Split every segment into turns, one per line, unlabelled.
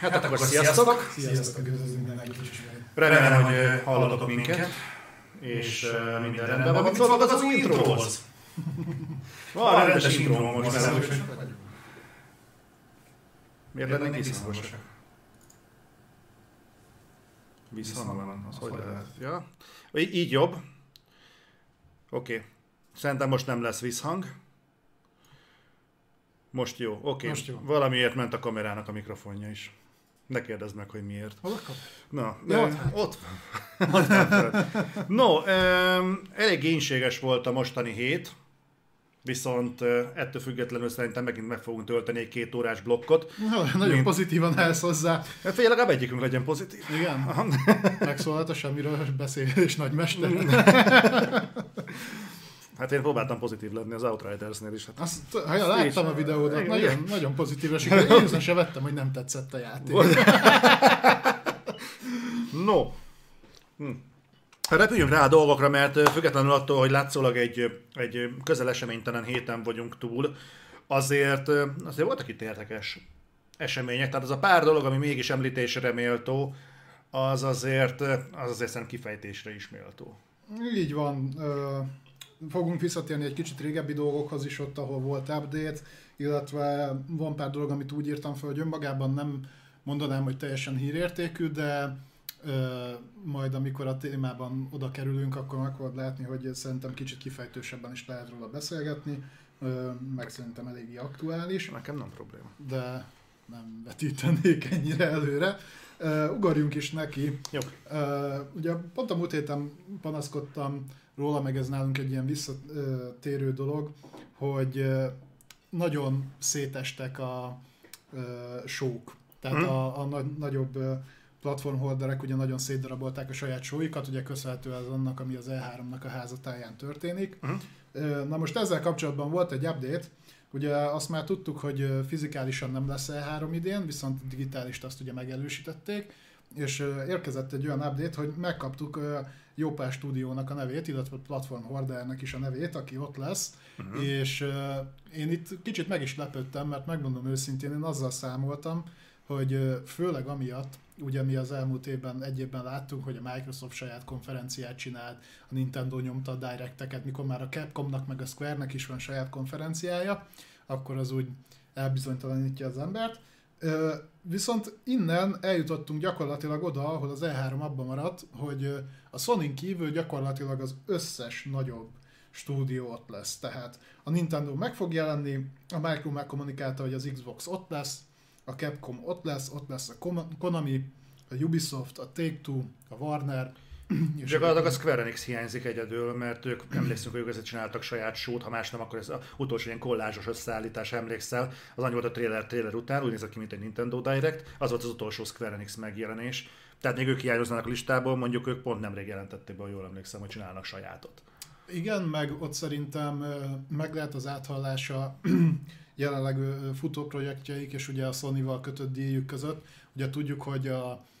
Hát akkor sziasztok!
Sziasztok, üdvözlünk mindenkit is.
Remélem, hogy hallotok minket, és minden rendben van. Mit szóltok az új intróhoz? Van rendes intró most már. Miért lennénk visszhangosak? Visszhang van, az hogy lehet? Ja. Így jobb. Oké. Szerintem most nem lesz visszhang. Most jó, oké. Valamiért ment a kamerának a mikrofonja is. Ne kérdezd meg, hogy miért.
Hol akar?
Na, ott van. No, elég génységes volt a mostani hét, viszont ettől függetlenül szerintem megint meg fogunk tölteni egy 2 órás blokkot.
Nagyon pozitívan állsz hozzá.
Hát fél, legalább egyikünk legyen pozitív.
Igen? Megszólalt a semmiről beszélés nagymester.
Hát én próbáltam pozitív lenni az Outridersnél is. Hát
láttam a videódat, nagyon pozitívra sikerült. Én észre se vettem, hogy nem tetszett a játék.
No. Repüljünk rá a dolgokra, mert függetlenül attól, hogy látszólag egy közel eseménytelen héten vagyunk túl, azért voltak itt érdekes események. Tehát az a pár dolog, ami mégis említésre méltó, az azért szerintem kifejtésre is méltó.
Így van. Fogunk visszatérni egy kicsit régebbi dolgokhoz is ott, ahol volt update, illetve van pár dolog, amit úgy írtam fel, hogy önmagában nem mondanám, hogy teljesen hírértékű, de majd amikor a témában oda kerülünk, akkor meg fogod látni, hogy szerintem kicsit kifejtősebben is lehet róla beszélgetni, meg szerintem eléggé aktuális.
Nekem nem probléma.
De nem vetítenék ennyire előre. Ugorjunk is neki.
Jó.
Ugye pont a múlt héten panaszkodtam róla, meg ez nálunk egy ilyen visszatérő dolog, hogy nagyon szétestek a show-k. Tehát a nagyobb platformholderek ugye nagyon szétdarabolták a saját show-ikat, ugye köszönhető az annak, ami az E3-nak a házatáján történik. Na most ezzel kapcsolatban volt egy update, ugye azt már tudtuk, hogy fizikálisan nem lesz E3 idén, viszont digitális azt ugye megerősítették, és érkezett egy olyan update, hogy megkaptuk jó pár stúdiónak a nevét, illetve Platform Hordernek is a nevét, aki ott lesz, és én itt kicsit meg is lepődtem, mert megmondom őszintén, én azzal számoltam, hogy főleg amiatt, ugye mi az elmúlt évben, egy évben láttunk, hogy a Microsoft saját konferenciát csinált, a Nintendo nyomta a Directeket, mikor már a Capcomnak meg a Square-nek is van saját konferenciája, akkor az úgy elbizonytalanítja az embert. Viszont innen eljutottunk gyakorlatilag oda, ahol az E3 abban maradt, hogy a Sonyn kívül gyakorlatilag az összes nagyobb stúdió ott lesz. Tehát a Nintendo meg fog jelenni, a Micro már kommunikálta, hogy az Xbox ott lesz, a Capcom ott lesz a Konami, a Ubisoft, a Take-Two, a Warner.
Gyakorlatilag a Square Enix hiányzik egyedül, mert ők emlékszünk, hogy ők ezért csináltak saját show-t, ha más nem, akkor ez az utolsó ilyen kollázsos összeállítás, emlékszel. Az annyi volt a trailer után, úgy nézett ki, mint egy Nintendo Direct, az volt az utolsó Square Enix megjelenés. Tehát még ők hiányoznának a listából, mondjuk ők pont nemrég jelentették be, jól emlékszem, hogy csinálnak sajátot.
Igen, meg ott szerintem meg lehet az áthallása jelenleg futó projektjeik, és ugye a Sony-val kötött díjük között. Ugye tudjuk, hogy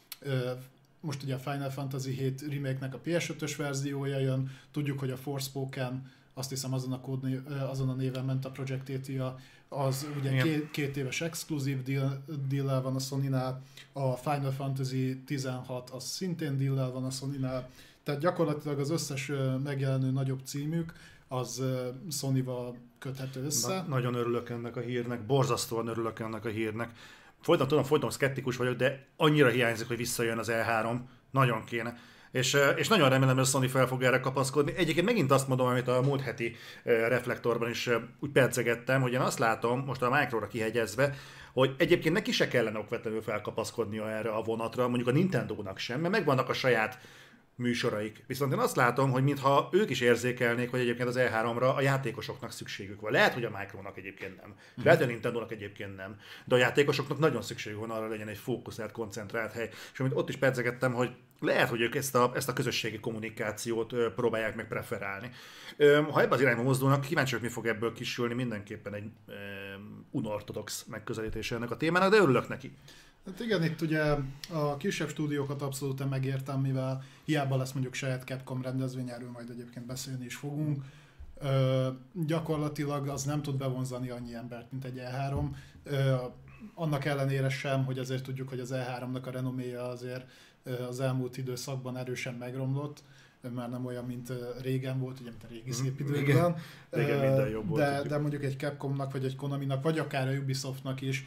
most ugye a Final Fantasy 7 remake-nek a PS5-ös verziója jön, tudjuk, hogy a Forspoken, azt hiszem azon a néven ment a Project Athia, az ugye két éves exkluzív deal-lel van a Sony-nál, a Final Fantasy 16 az szintén deal-lel van a Sony-nál, tehát gyakorlatilag az összes megjelenő nagyobb címük az Sony-val köthető össze.
Nagyon örülök ennek a hírnek, borzasztóan örülök ennek a hírnek. Folyton szkeptikus vagyok, de annyira hiányzik, hogy visszajön az E3, nagyon kéne. És nagyon remélem, hogy a Sony fel fog erre kapaszkodni. Egyébként megint azt mondom, amit a múlt heti reflektorban is úgy percegettem, hogy én azt látom, most a Micro-ra kihegyezve, hogy egyébként neki se kellene okvetlenül felkapaszkodnia erre a vonatra, mondjuk a Nintendo-nak sem, mert megvannak a saját műsoraik. Viszont én azt látom, hogy mintha ők is érzékelnék, hogy egyébként az E3-ra a játékosoknak szükségük van. Lehet, hogy a Micronak egyébként nem. Lehet, hogy a Nintendo-nak egyébként nem. De a játékosoknak nagyon szükségük van arra, legyen egy fókuszált, koncentrált hely. És amit ott is pedzegettem, hogy lehet, hogy ők ezt a közösségi kommunikációt próbálják meg preferálni. Ha ebbe az irányba mozdulnak, kíváncsi, hogy mi fog ebből kisülni, mindenképpen egy unorthodox megközelítése ennek a témának, de örülök neki.
Hát igen, itt ugye a kisebb stúdiókat abszolút megértem, mivel hiába lesz mondjuk saját Capcom rendezvény, erről majd egyébként beszélni is fogunk. Gyakorlatilag az nem tud bevonzani annyi embert, mint egy E3. annak ellenére sem, hogy azért tudjuk, hogy az E3-nak a renoméja azért az elmúlt időszakban erősen megromlott, már nem olyan, mint régen volt, ugye, mint a régi szép időkben.
Régen minden jobb volt.
De mondjuk egy Capcomnak, vagy egy Konaminak, vagy akár a Ubisoftnak is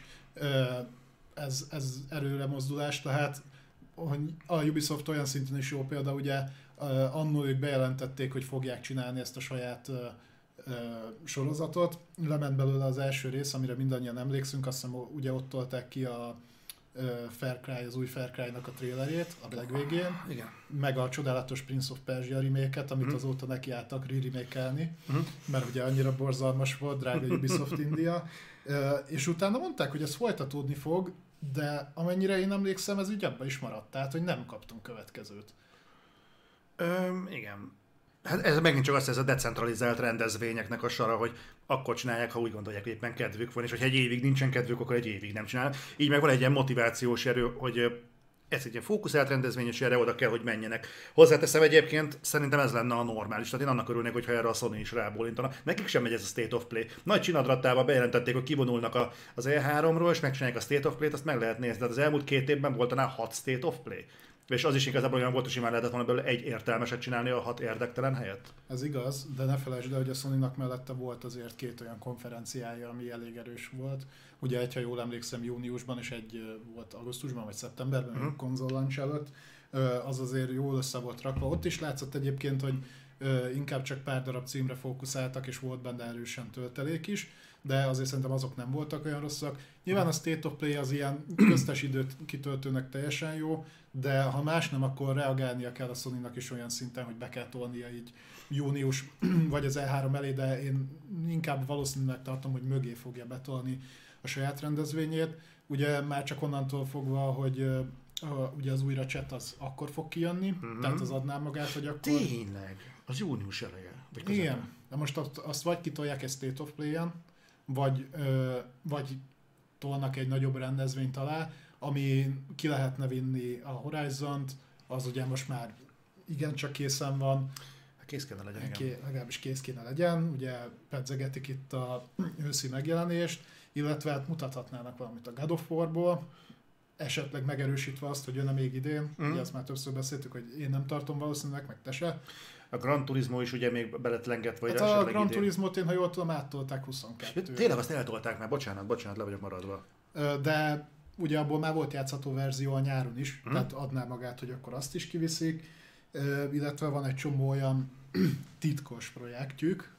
ez előre mozdulás lehet. A Ubisoft olyan szinten is jó példa, ugye annól ők bejelentették, hogy fogják csinálni ezt a saját sorozatot. Lement belőle az első rész, amire mindannyian emlékszünk, azt hiszem ugye ott tolták ki a Far Cry, az új Far Cry-nak a trailerét a legvégén, meg a csodálatos Prince of Persia remake-et, amit azóta nekiálltak remake-elni, mert ugye annyira borzalmas volt, drága Ubisoft India, és utána mondták, hogy ez folytatódni fog, de amennyire én emlékszem, ez így abban is maradt, tehát hogy nem kaptunk következőt.
Igen. Hát ez megint csak azt, ez a decentralizált rendezvényeknek a sora, hogy akkor csinálják, ha úgy gondolják, hogy éppen kedvük van, és hogyha egy évig nincsen kedvük, akkor egy évig nem csinál. Így meg van egy ilyen motivációs erő, hogy ez egy ilyen fókuszált rendezvény, és erre oda kell, hogy menjenek. Hozzáteszem egyébként, szerintem ez lenne a normális, tehát én annak örülnék, hogyha erre a Sony is rábólintana. Nekik sem megy ez a State of Play. Nagy csinadrattával bejelentették, hogy kivonulnak az E3-ról, és megcsinálják a State of Play-t, azt meg lehet nézni. Tehát az elmúlt 2 évben volt talán 6 State of Play. És az is igazából olyan volt, hogy simán lehetett volna belőle egy értelmeset csinálni a 6 érdektelen helyett.
Ez igaz, de ne felejtsd el, hogy a Sony-nak mellette volt azért 2 olyan konferenciája, ami elég erős volt. Ugye egy, ha jól emlékszem, júniusban, és egy volt augusztusban, vagy szeptemberben, konzol launch előtt. Az azért jól össze volt rakva. Ott is látszott egyébként, hogy inkább csak pár darab címre fókuszáltak, és volt benne erősen töltelék is, de azért szerintem azok nem voltak olyan rosszak. Nyilván a State of Play az ilyen köztes időt kitöltőnek teljesen jó, de ha más nem, akkor reagálnia kell a Sony-nak is olyan szinten, hogy be kell tolnia így június vagy az E3 elé, de én inkább valószínűleg tartom, hogy mögé fogja betolni a saját rendezvényét. Ugye már csak onnantól fogva, hogy ugye az újra chat az akkor fog kijönni, tehát az adná magát, hogy akkor...
Tényleg? Az június eleje?
Igen, de most azt vagy kitolják egy State of Play-en, vagy tolnak egy nagyobb rendezvényt alá, ami ki lehetne vinni a Horizont, az ugye most már igencsak készen van.
Kész kéne legyen,
legalábbis kész kéne legyen, ugye pedzegetik itt a őszi megjelenést, illetve hát mutathatnának valamit a God of War-ból, esetleg megerősítve azt, hogy jönne még idén, ugye ezt már többször beszéltük, hogy én nem tartom valószínűleg, meg te se.
A Gran Turismo is ugye még beletlenget, vagy
hát a Gran Turismo-t én, ha jól tudom, áttolták 22.
Tényleg azt eltolták már, bocsánat, le vagyok maradva.
De ugye abból már volt játszható verzió a nyáron is, tehát adná magát, hogy akkor azt is kiviszik, illetve van egy csomó olyan titkos projektjük,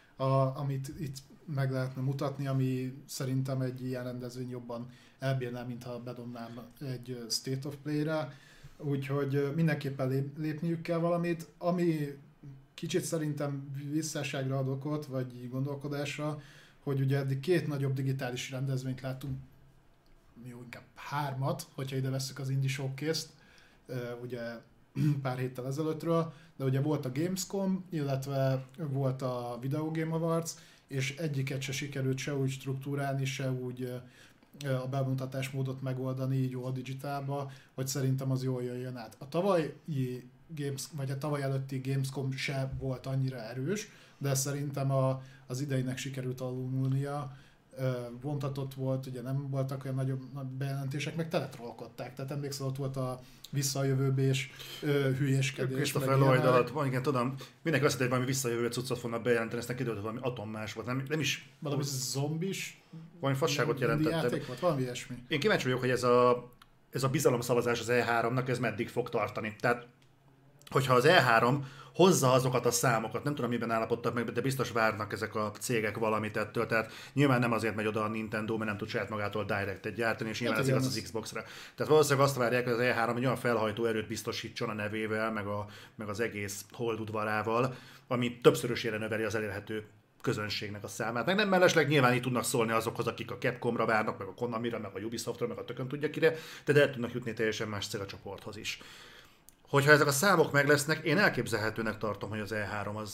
amit itt meg lehetne mutatni, ami szerintem egy ilyen rendezvény jobban elbírná, mintha bedobnám egy State of Play-re, úgyhogy mindenképpen lépniük kell valamit, ami kicsit szerintem visszásságra ad okot, vagy gondolkodásra, hogy ugye eddig 2 nagyobb digitális rendezvényt láttunk, jó, inkább 3, hogyha ide vesszük az Indie Showcase-t, ugye pár héttel ezelőttről, de ugye volt a Gamescom, illetve volt a Video Game Awards, és egyiket se sikerült se úgy struktúrálni, se úgy a bemutatásmódot megoldani így jól digitálba, hogy szerintem az jól jöjjön át. A tavalyi vagy a tavaly előtti Gamescom se volt annyira erős, de szerintem az ideinek sikerült alulmúlnia, vontatott volt, ugye nem voltak olyan nagyobb bejelentések, meg teletrollkodták, tehát emlékszel, ott volt a visszajövőbe és hülyéskedés.
Christopher Lloyd alatt van, igen, tudom, mindenki azt hitt, hogy valami visszajövő cuccot fognak bejelenteni, ezt neki időt, valami atommás volt, nem is...
Valami zombis...
Valami fasságot jelentettek.
Volt, valami ilyesmi.
Én kíváncsi vagyok, hogy ez a bizalomszavazás az E3-nak, ez meddig fog tartani. Tehát, hogyha az E3 hozza azokat a számokat, nem tudom miben állapodtak meg, de biztos várnak ezek a cégek valamit ettől, tehát nyilván nem azért megy oda a Nintendo, mert nem tud saját magától Direct-et gyártani, és nyilván ez igaz az Xbox-ra. Tehát valószínűleg azt várják, hogy az E3 egy olyan felhajtó erőt biztosítson a nevével, meg az egész holdudvarával, ami többszörösére növeli az elérhető közönségnek a számát. Meg nem mellesleg nyilván itt tudnak szólni azokhoz, akik a Capcomra várnak, meg a Konamira, meg a Ubisoftra, meg a tökön tudja kire, de el tudnak jutni teljesen más célcsoporthoz is. Hogyha ezek a számok meg lesznek, én elképzelhetőnek tartom, hogy az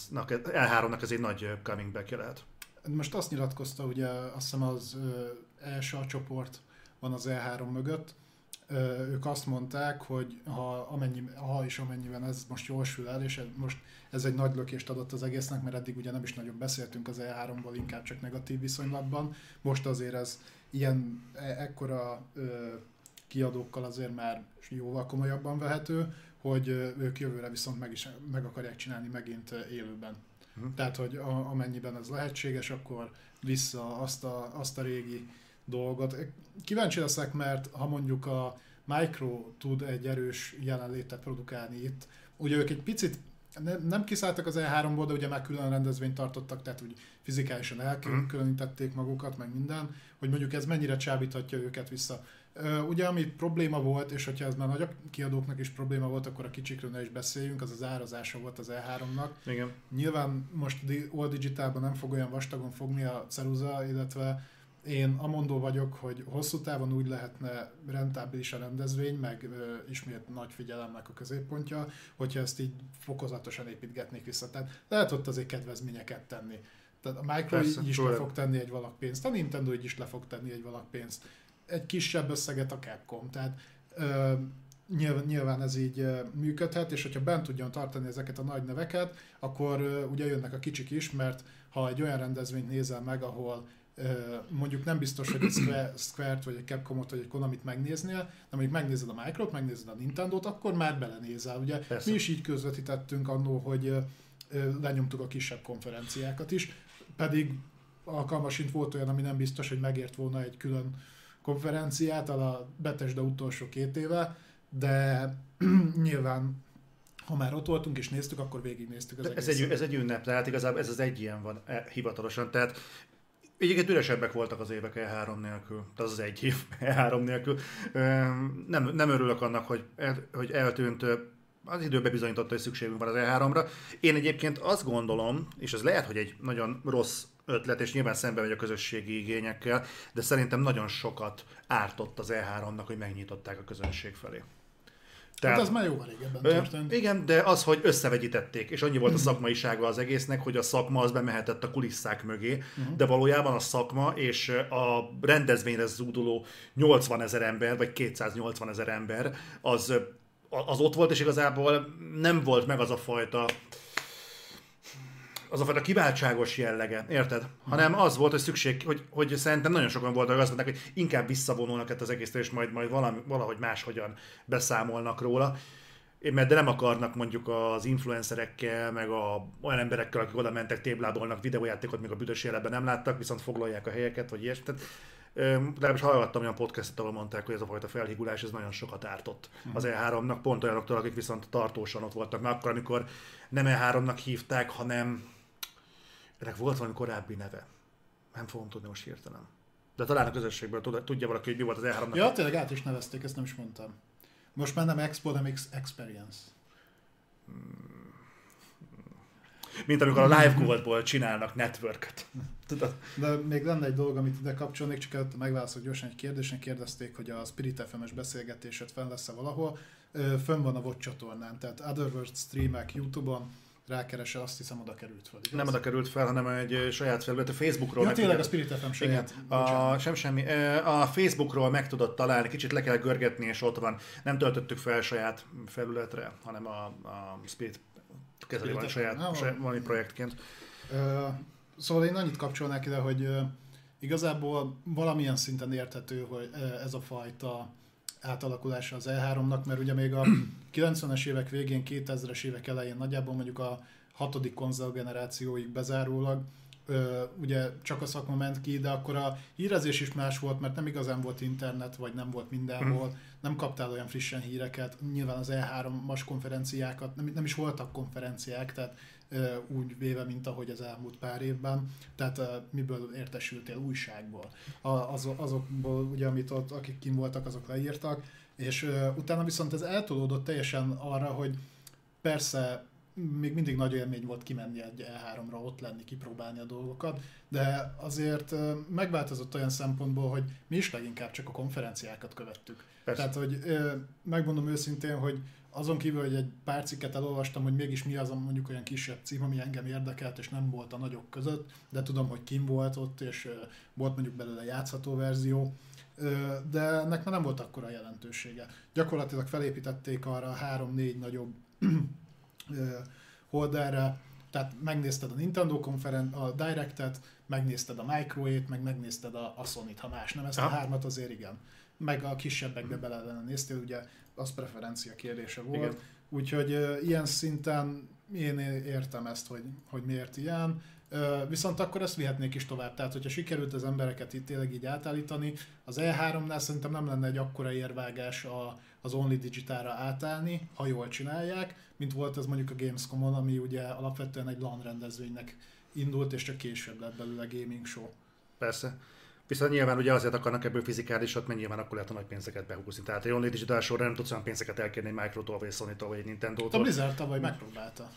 E3-nak ez egy nagy coming back lehet.
Most azt nyilatkozta, ugye azt hiszem az ESA csoport van az E3 mögött, ők azt mondták, hogy ha és amennyiben ez most jól sül el, és most ez egy nagy lökést adott az egésznek, mert eddig ugye nem is nagyon beszéltünk az E3-ból, inkább csak negatív viszonylatban. Most azért ez ekkora kiadókkal azért már jóval komolyabban vehető, hogy ők jövőre viszont meg akarják csinálni megint élőben. Tehát, hogy amennyiben ez lehetséges, akkor vissza azt a régi dolgot. Kíváncsi leszek, mert ha mondjuk a Micro tud egy erős jelenlétet produkálni itt, ugye ők egy picit nem kiszálltak az E3-ból, de ugye már külön rendezvényt tartottak, tehát úgy fizikálisan elkülönítették magukat, meg minden, hogy mondjuk ez mennyire csábíthatja őket vissza. Ugye ami probléma volt, és hogyha ez már nagyobb kiadóknak is probléma volt, akkor a kicsikről ne is beszéljünk, az árazása volt az E3-nak.
Igen.
Nyilván most All Digitalban nem fog olyan vastagon fogni a ceruza, illetve én amondó vagyok, hogy hosszú távon úgy lehetne rentábilis a rendezvény, meg ismét nagy figyelemnek a középpontja, hogyha ezt így fokozatosan építgetnék vissza. Tehát lehet ott azért kedvezményeket tenni. Tehát a Micro így is le fog tenni egy valak pénzt, a Nintendo így is le fog tenni egy valak pénzt. Egy kisebb összeget a Capcom, tehát nyilván ez így működhet, és hogyha bent tudjon tartani ezeket a nagy neveket, akkor ugye jönnek a kicsik is, mert ha egy olyan rendezvényt nézel meg, ahol mondjuk nem biztos, hogy egy Square-t, vagy egy Capcomot, vagy egy Konamit megnéznél, de mondjuk megnézed a Microt, megnézed a Nintendót, akkor már belenézel. Ugye mi is így közvetítettünk annól, hogy lenyomtuk a kisebb konferenciákat is, pedig alkalmasint volt olyan, ami nem biztos, hogy megért volna egy külön konferenciát, a Bethesda utolsó 2 éve, de nyilván ha már ott voltunk és néztük, akkor végignéztük az egészet.
Ez egy ünnep, tehát igazából ez az egy ilyen van hivatalosan, tehát egyébként üresebbek voltak az évek E3 nélkül, tehát az egy év E3 nélkül. Nem örülök annak, hogy eltűnt, az idő bebizonyította, hogy szükségünk van az E3-ra. Én egyébként azt gondolom, és ez lehet, hogy egy nagyon rossz ötlet, és nyilván szembe megy a közösségi igényekkel, de szerintem nagyon sokat ártott az E3-nak, hogy megnyitották a közönség felé.
Tehát az már jóval régebben történt.
Igen, de az, hogy összevegyítették, és annyi volt a szakmaisága az egésznek, hogy a szakma az bemehetett a kulisszák mögé, de valójában a szakma és a rendezvényre zúduló 80 000 ember, vagy 280 000 ember, az ott volt, és igazából nem volt meg az a fajta kiváltságos jellege, érted? Hanem az volt, hogy szükség, hogy szerintem nagyon sokan voltak, hogy azt mondták, hogy inkább visszavonulnak az egésztől, és majd valahogy máshogyan beszámolnak róla. De nem akarnak mondjuk az influencerekkel, meg olyan emberekkel, akik oda mentek, téblábolnak videójátékot, még a büdös életben nem láttak, viszont foglalják a helyeket, vagy ilyesmi. Legalábbis hallgattam olyan podcastot, ahol mondták, hogy ez a fajta felhigulás, ez nagyon sokat ártott az E3-nak, pont olyanoktól, akik viszont tartósan ott voltak. Mert akkor, amikor nem E3-nak hívták, hanem ennek volt valami korábbi neve. Nem fogom tudni most hirtelen. De talán a közösségből tudja valaki, hogy mi volt az E3-nak.
Ja, tényleg át is nevezték, ezt nem is mondtam. Most már nem Expo, hanem Experience.
Mint amikor a Live Goldból csinálnak networköt. Tudod?
De még lenne egy dolog, amit ide kapcsolnék, csak előtte megválaszolok gyorsan egy kérdésen. Kérdezték, hogy a Spirit FM-es beszélgetésed fenn lesz-e valahol. Fönn van a VOD csatornán, tehát Otherworld streamek YouTube-on, rákeresel, azt hiszem oda került fel. Igaz?
Nem oda került fel, hanem egy saját felület. A Facebookról
ja, tényleg a Spirit FM saját.
Semmi. A Facebookról meg tudod találni, kicsit le kell görgetni, és ott van. Nem töltöttük fel saját felületre, hanem a Spirit kezeli van saját valami projektként.
Szóval én annyit kapcsolnák ide, hogy igazából valamilyen szinten érthető, hogy ez a fajta átalakulása az E3-nak, mert ugye még a 90-es évek végén, 2000-es évek elején nagyjából mondjuk a 6. konzolgenerációig bezárólag ugye csak a szakma ment ki, de akkor a hírezés is más volt, mert nem igazán volt internet, vagy nem volt mindenhol, nem kaptál olyan frissen híreket, nyilván az E3-as konferenciákat, nem is voltak konferenciák, tehát úgy véve, mint ahogy az elmúlt pár évben, tehát miből értesültél? Újságból. Azokból, ugye, amit ott, akik kim voltak, azok leírtak, és utána viszont ez eltolódott teljesen arra, hogy persze még mindig nagy élmény volt kimenni egy E3-ra, ott lenni, kipróbálni a dolgokat, de azért megváltozott olyan szempontból, hogy mi is leginkább csak a konferenciákat követtük. Persze. Tehát, hogy megmondom őszintén, hogy azon kívül, hogy egy pár cikket elolvastam, hogy mégis mi az a mondjuk olyan kisebb cím, ami engem érdekelt, és nem volt a nagyok között, de tudom, hogy kim volt ott, és volt mondjuk belőle játszható verzió, de ennek már nem volt akkora jelentősége. Gyakorlatilag felépítették arra 3-4 nagyobb holderre Tehát megnézted a Nintendo a Direct-et, megnézted a Micro-ét, meg megnézted a Sony-t, ha más nem, ezt a hármat azért igen. Meg a kisebbekbe bele néztél, ugye az preferencia kérdése volt. Igen. Úgyhogy ilyen szinten én értem ezt, hogy miért ilyen. Viszont akkor ezt vihetnék is tovább. Tehát, hogyha sikerült az embereket itt tényleg így átállítani, az E3-nál szerintem nem lenne egy akkora érvágás az Only Digitalra átállni, ha jól csinálják, mint volt ez mondjuk a Gamescom-on, ami ugye alapvetően egy LAN rendezvénynek indult, és csak később lett belőle gaming show.
Persze. Viszont nyilván ugye azért akarnak ebből fizikálisat, mert nyilván akkor lehet a nagy pénzeket behúzni. Tehát a Only Digital sorra nem tudsz olyan pénzeket elkérni egy Microtól, vagy egy Sony-tól, vagy egy Nintendo-tól.
A Blizzard tavaly megpróbálta.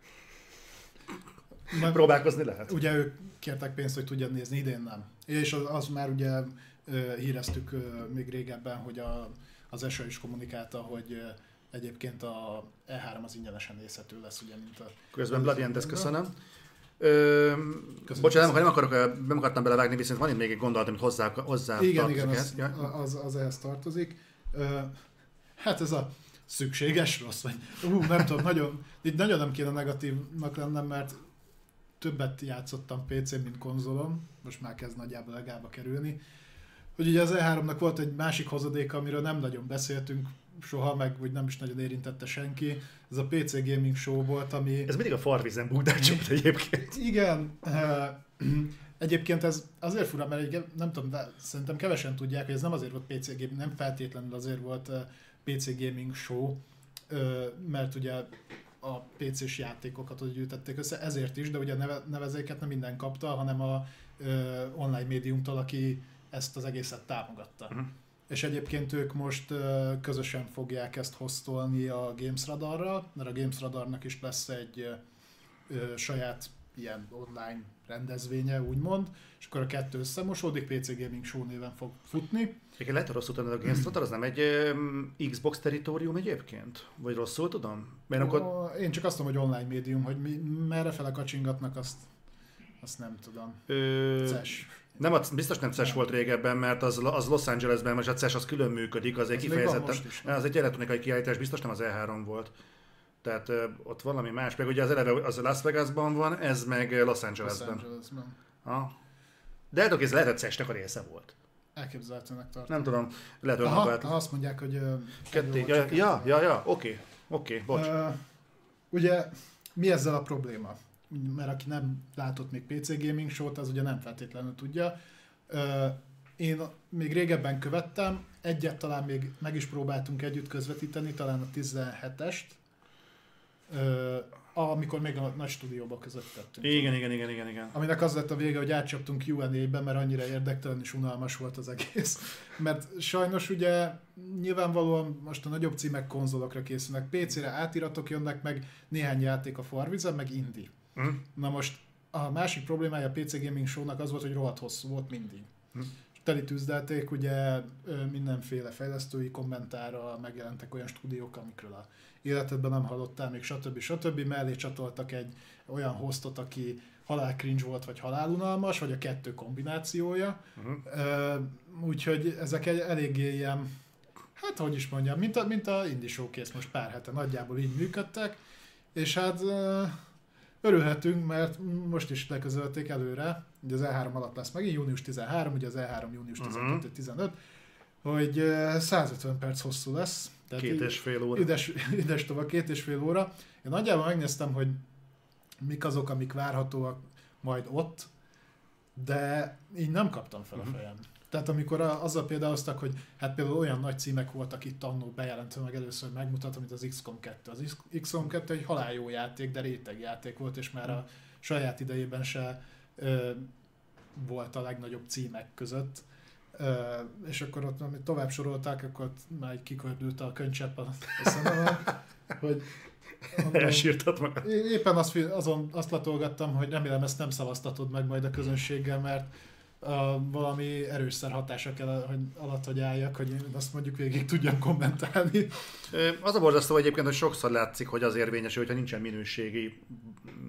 Próbálkozni lehet.
Ugye ők kértek pénzt, hogy tudjad nézni, idén nem. És az már ugye híreztük még régebben, hogy az ESA is kommunikálta, hogy egyébként a E3 az ingyenesen nézhető lesz, ugye, mint a...
Közben Bloody End, köszönöm. Bocsánat, nem akartam belevágni, viszont van itt még egy gondolat, amit hozzá
igen, az ehhez tartozik. Hát ez a szükséges rossz, vagy nem tudom, nagyon nem kéne negatívnak lennem, mert többet játszottam PC-n, mint konzolon, most már kezd nagyjából legába kerülni. Hogy ugye az E3-nak volt egy másik hozadéka, amiről nem nagyon beszéltünk soha, meg úgy nem is nagyon érintette senki. Ez a PC Gaming Show volt, ami... Ez
mindig a farvízen búdácsolt egyébként.
Igen. Egyébként ez azért fura, mert nem tudom, de szerintem kevesen tudják, hogy ez nem azért volt PC Gaming, nem feltétlenül azért volt PC Gaming Show, mert ugye a PC-s játékokat ott gyűjtették össze, ezért is, de ugye a nevezéket nem minden kapta, hanem a online médiumtól, aki ezt az egészet támogatta. Uh-huh. És egyébként ők most közösen fogják ezt hostolni a Games Radarral, mert a Games Radarnak is lesz egy saját ilyen online rendezvénye, úgymond, és akkor a kettő összemosódik, PC Gaming Show néven fog futni.
Igen, lehet, hogy rosszul tudom, a Games Radar az nem egy Xbox territórium egyébként? Vagy rosszul tudom? Mert akkor...
Én csak azt tudom, hogy online médium, hogy merre fele kacsingatnak, azt nem tudom. CES.
Nem, biztos nem CES volt régebben, mert az Los Angelesben, most a CES az külön működik, az egy kifejezetten, az egy elektronikai kiállítás, biztos nem az E3 volt. Tehát ott valami más, meg ugye az eleve az Las Vegasban van, ez meg Los Angelesben. De hát ez lehet, hogy CES-nek a része volt.
Elképzelhetőnek tartom.
Nem tudom, lehet, hogy
ha azt mondják, hogy...
Oké, bocs.
Ugye mi ezzel a probléma? Mert aki nem látott még PC Gaming Show-t, az ugye nem feltétlenül tudja. Én még régebben követtem, egyet talán még meg is próbáltunk együtt közvetíteni, talán a 17-est, amikor még a nagy stúdióba közvetítettünk.
Igen.
Aminek az lett a vége, hogy átcsaptunk Q&A-be, mert annyira érdektelen és unalmas volt az egész. Mert sajnos ugye nyilvánvalóan most a nagyobb címek konzolokra készülnek, PC-re átiratok jönnek, meg néhány játék a farvizen, meg indie. Na most a másik problémája a PC Gaming Show-nak az volt, hogy rohadt hosszú volt mindig. Teli tűzdelték, ugye mindenféle fejlesztői kommentára megjelentek olyan stúdiók, amikről a életedben nem hallottál, még stb. Mellé csatoltak egy olyan hostot, aki halál cringe volt, vagy halálunalmas, vagy a kettő kombinációja. Úgyhogy ezek eléggé ilyen, hát hogy is mondjam, mint a Indie Showcase most pár hete nagyjából így működtek, és hát örülhetünk, mert most is leközölték előre, ugye az E3 alatt lesz megint június 13, ugye az E3 június 12-15, hogy 150 perc hosszú lesz. Tehát
2,5 óra.
Ides tovább 2,5 óra. Én nagyjából megnéztem, hogy mik azok, amik várhatóak majd ott, de így nem kaptam fel a fejem. Tehát amikor azzal példáloztak, hogy hát például olyan nagy címek voltak itt annó bejelentve meg először, hogy megmutatom, mint az XCOM 2. Az XCOM 2 egy halál jó játék, de rétegjáték volt, és már a saját idejében se volt a legnagyobb címek között. És akkor ott, amit tovább sorolták, akkor ott már így kikördült a könycsepp a szememben, hogy
elsírtad magad.
Éppen azt latolgattam, hogy remélem ezt nem szavaztatod meg majd a közönséggel, mert valami erősszer hatása kell, alatt, hogy álljak, hogy én azt mondjuk végig tudjam kommentálni.
Az a borzasztó egyébként, hogy sokszor látszik, hogy az érvényesül, hogyha nincsen minőségi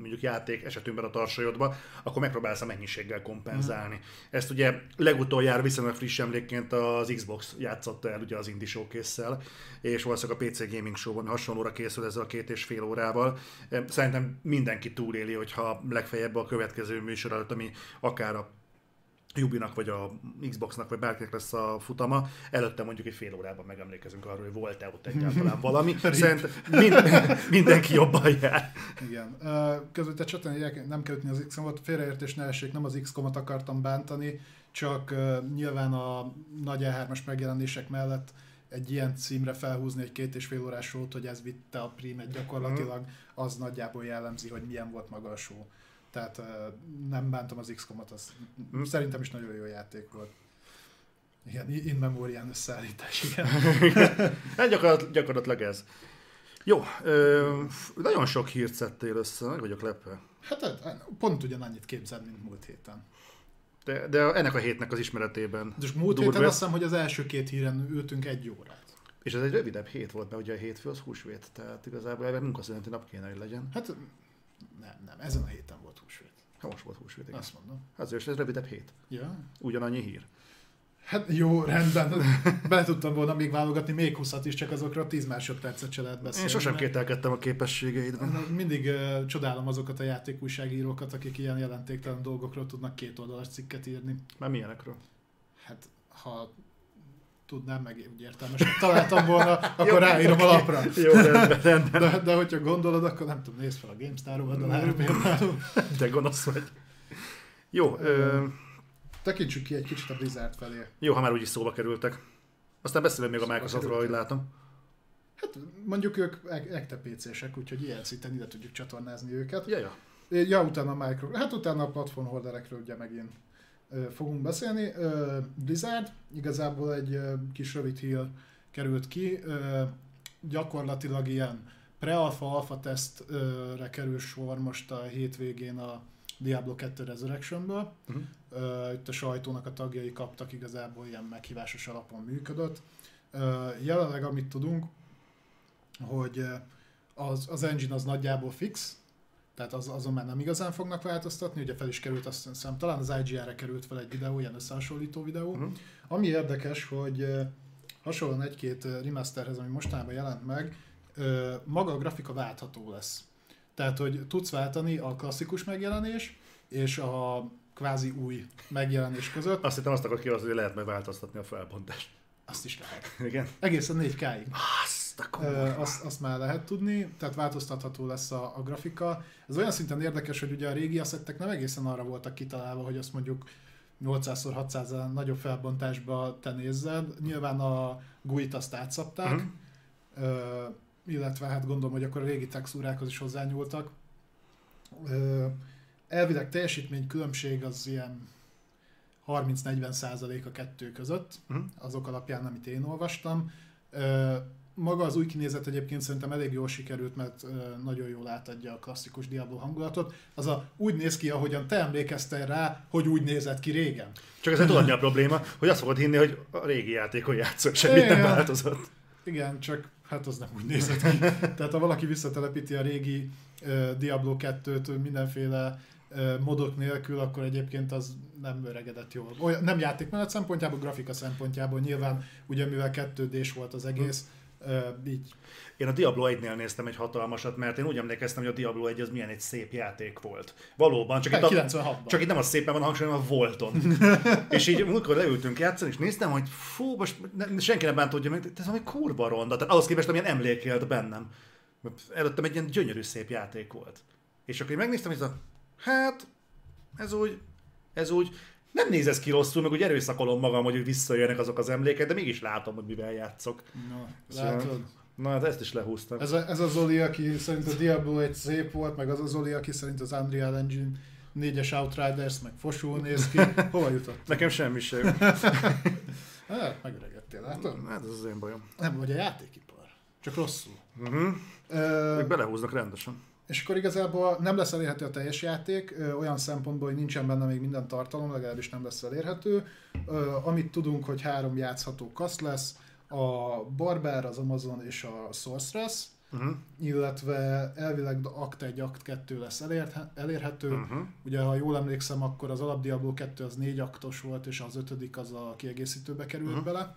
mondjuk játék esetünkben a tarsajodba, akkor megpróbálsz a mennyiséggel kompenzálni. Ezt ugye legutoljára viszonylag friss emlékként az Xbox játszotta el ugye az Indie Showcase-szel, és valószínűleg a PC Gaming Show-ban hasonlóra készül ezzel a 2,5 órával. Szerintem mindenki túléli, hogyha legfeljebb a következő műsor előtt, ami akár a Ubinak, vagy a Xboxnak, vagy bárkinek lesz a futama, előtte mondjuk egy fél órában megemlékezünk arról, hogy volt-e ott egyáltalán valami. Szerintem mindenki jobban jár.
Igen. Közben te csatlakozni nem kell ütni az XCOM-ot, félreértés ne essék, nem az XCOM-ot akartam bántani, csak nyilván a nagy E3-as megjelenések mellett egy ilyen címre felhúzni egy 2,5 órás show-t, hogy ez vitte a prímet gyakorlatilag, az nagyjából jellemzi, hogy milyen volt maga a show. Tehát nem bántam az XCOM-ot, az szerintem is nagyon jó játék volt. Igen, in memoriam összeállítás, igen.
Hát gyakorlatilag ez. Jó, nagyon sok hírt szedtél össze, meg vagyok lepve.
Hát pont ugyanannyit képzeld, mint múlt héten.
De ennek a hétnek az ismeretében.
És múlt héten azt hiszem, hogy az első 2 híren ültünk 1 órát.
És ez egy rövidebb hét volt, mert ugye a hétfő az húsvét, tehát igazából ebben munkaszüneti nap kéne, hogy legyen.
Hát nem, ezen a héten volt húsvét.
Ha most volt húsvét, igen.
Azt mondom.
Azért ez rövidebb hét.
Ja.
Ugyanannyi hír.
Hát jó, rendben. Bele tudtam volna még válogatni még 20-at is, csak azokra 10 másodpercet se lehet beszélni.
Én sosem kételkedtem a képességeidben.
Mindig csodálom azokat a játékújságírókat, akik ilyen jelentéktelen dolgokról tudnak 2 oldalas cikket írni.
Már milyenekről?
Hát, ha tudnám, meg úgy értelmesen találtam volna, akkor ráírom a lapra.
Jó, rendben.
De hogyha gondolod, akkor nem tudom, nézd fel a GameStar oldalára például.
De gonosz vagy. Jó.
Tekintsük ki egy kicsit a Blizzard felé.
Jó, ha már úgyis szóba kerültek. Aztán beszélünk még a Microsoftról, ahogy látom.
Hát mondjuk ők ekte PC-sek, úgyhogy ilyen szinten ide tudjuk csatornázni őket.
Ja.
Ja, utána a Microsoft. Hát utána a platform holderekről ugye megint fogunk beszélni. Blizzard igazából egy kis rövid hír került ki. Gyakorlatilag ilyen pre-alpha tesztre kerül sor most a hétvégén a Diablo 2 Resurrectionből. Itt a sajtónak a tagjai kaptak, igazából ilyen meghívásos alapon működött. Jelenleg amit tudunk, hogy az engine az nagyjából fix, tehát azon már nem igazán fognak változtatni, ugye fel is került, azt hiszem, talán az IGN-re került fel egy videó, ilyen összehasonlító videó. Ami érdekes, hogy hasonlóan egy-két remasterhez, ami mostanában jelent meg, maga a grafika váltható lesz. Tehát, hogy tudsz váltani a klasszikus megjelenés és a kvázi új megjelenés között.
Azt hittem azt akarod kérdezni, hogy lehet megváltoztatni a felbontást.
Azt is lehet.
Igen?
Egészen 4K-ig.
Azt
már lehet tudni, tehát változtatható lesz a grafika. Ez olyan szinten érdekes, hogy ugye a régi asszettek nem egészen arra voltak kitalálva, hogy azt mondjuk 800x600 nagyobb felbontásba te nézzed. Nyilván a GUI-t azt átszabták, illetve hát gondolom, hogy akkor a régi textúrákhoz is hozzányúltak. Elvileg teljesítmény különbség az ilyen 30-40% a kettő között, azok alapján, amit én olvastam. Maga az új kinézet egyébként szerintem elég jól sikerült, mert nagyon jól átadja a klasszikus Diablo hangulatot. Úgy néz ki, ahogyan te emlékeztél rá, hogy úgy nézett ki régen.
Csak ez tudod, a probléma, hogy azt fogod hinni, hogy a régi játékon játszol, semmit nem változott.
Igen, csak hát az nem úgy nézett ki. Tehát ha valaki visszatelepíti a régi Diablo 2-t mindenféle modok nélkül, akkor egyébként az nem öregedett jól. Nem játékmenet szempontjából, grafika szempontjából nyilván, ugye mivel 2D-s volt az egész, így.
Én a Diablo 1-nél néztem egy hatalmasat, mert én úgy emlékeztem, hogy a Diablo 1 az milyen egy szép játék volt. Valóban, csak itt nem a szépen van a hangsúly, hanem a volton. És így amikor leültünk játszani, és néztem, hogy fú, most senki nem bántódja meg, ez valami kurva ronda. Tehát ahhoz képest, amilyen emlék élt bennem. Előttem egy ilyen gyönyörű szép játék volt. És akkor én megnéztem, hogy hát, ez úgy nem néz ez ki rosszul, meg úgy erőszakolom magam, hogy visszajönnek azok az emlékek, de mégis látom, hogy mivel játszok.
Látod?
Na, hát ezt is lehúztam.
Ez a Zoli, aki szerint a Diablo egy szép volt, meg az a Zoli, aki szerint az Unreal Engine 4-es Outriders, meg fosul néz ki. Hova jutott?
Nekem semmi sem.
Hát, megöregedtél, látod?
Hát ez az én bajom.
Nem vagy a játékipar. Csak rosszul.
Ők belehúznak rendesen.
És akkor igazából nem lesz elérhető a teljes játék, olyan szempontból, hogy nincsen benne még minden tartalom, legalábbis nem lesz elérhető. Amit tudunk, hogy 3 játszható kaszt lesz, a Barbár, az Amazon és a Sorceress. illetve elvileg Act 1, Act 2 lesz elérhető. Ugye, ha jól emlékszem, akkor az alap Diablo 2 az 4 aktos volt, és az 5. az a kiegészítőbe került bele.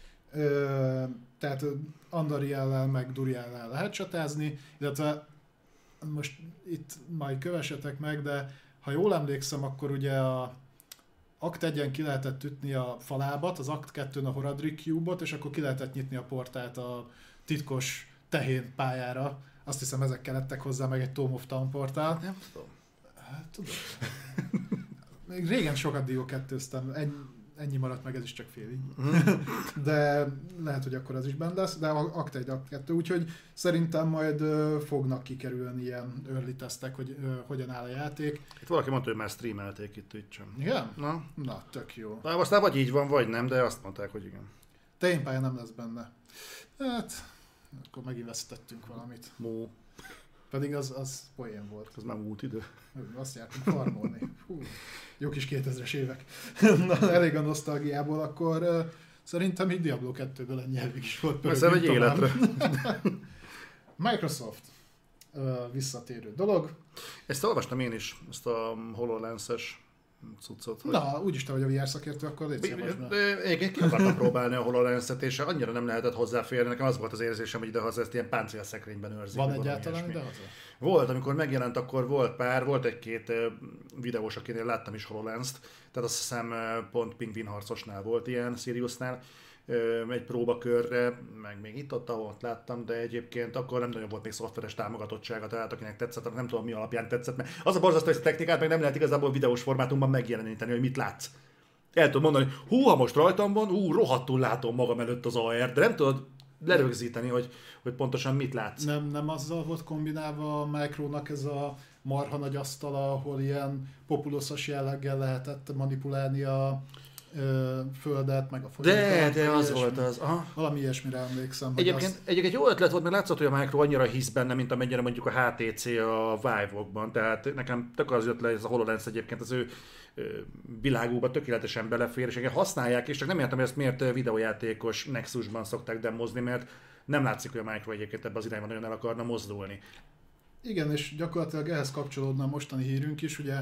Tehát Andariellel meg Duriellel lehet csatázni, illetve most itt majd kövessetek meg, de ha jól emlékszem, akkor ugye a Act 1-en ki lehetett ütni a falábat, az Act 2-n a Horadric Cube-ot, és akkor ki lehetett nyitni a portált a titkos tehén pályára. Azt hiszem, ezek kellettek hozzá, meg egy Tome of Town portál.
Nem tudom.
Hát, tudom. Még régen sokat Dio 2-ztem, ennyi maradt meg, ez is csak félig. De lehet, hogy akkor az is benne lesz, de Act 1, Act 2, úgyhogy szerintem majd fognak kikerülni ilyen early tesztek, hogy hogyan áll a játék.
Itt valaki mondta, hogy már streamelték itt Twitch-en.
Igen? Na, tök jó.
Aztán vagy így van, vagy nem, de azt mondták, hogy igen.
Ténypálya nem lesz benne. Hát, akkor megint vesztettünk valamit.
Mó.
Pedig az poén volt.
Az már múlt idő.
Azt jártunk farmolni. Hú, jó kis 2000-es évek. Na, elég a nosztalgiából, akkor szerintem így Diablo 2-ből ennyi elég is volt.
Persze egy életre.
Microsoft visszatérő dolog.
Ezt olvastam én is, ezt a HoloLens-es cuccot. Hogy...
Na, úgyis te vagy a VR szakértő, akkor légy szíves.
Egyébként ki akartam próbálni a HoloLens-et, és annyira nem lehetett hozzáférni. Nekem az volt az érzésem, hogy idehaza ezt ilyen páncélszekrényben őrzik.
Van egyáltalán idehaza?
Volt, amikor megjelent, akkor volt pár, volt egy-két videós, akinél láttam is HoloLens-t, tehát azt hiszem pont Pingvin harcosnál volt ilyen, Siriusnál, egy próbakörre, meg még itt-ott, ahol láttam, de egyébként akkor nem nagyon volt még szoftveres támogatottsága, tehát akinek tetszett, nem tudom mi alapján tetszett, mert az a borzasztó, hogy a technikát meg nem lehet igazából videós formátumban megjeleníteni, hogy mit látsz. El tudod mondani, hogy ha most rajtam van, rohadtul látom magam előtt az AR, de nem tudod lerögzíteni, hogy pontosan mit látsz.
Nem azzal volt kombinálva a Micronak ez a marha nagy asztala, ahol ilyen populoszos jelleggel lehetett manipulálni a földet, meg a
folyamat. De az volt az. Aha.
Valami ilyesmire emlékszem.
Egyébként jó ötlet volt, mert látszott, hogy a Micro annyira hisz benne, mint amennyire mondjuk a HTC a Vive-okban. Tehát nekem tök az jött le, ez a HoloLens egyébként az ő világúba tökéletesen belefér, és használják, és csak nem értem, hogy ezt miért videójátékos Nexusban szokták demozni, mert nem látszik, hogy a Micro egyébként ebben az irányban nagyon el akarna mozdulni.
Igen, és gyakorlatilag ehhez kapcsolódna a mostani hírünk is, ugye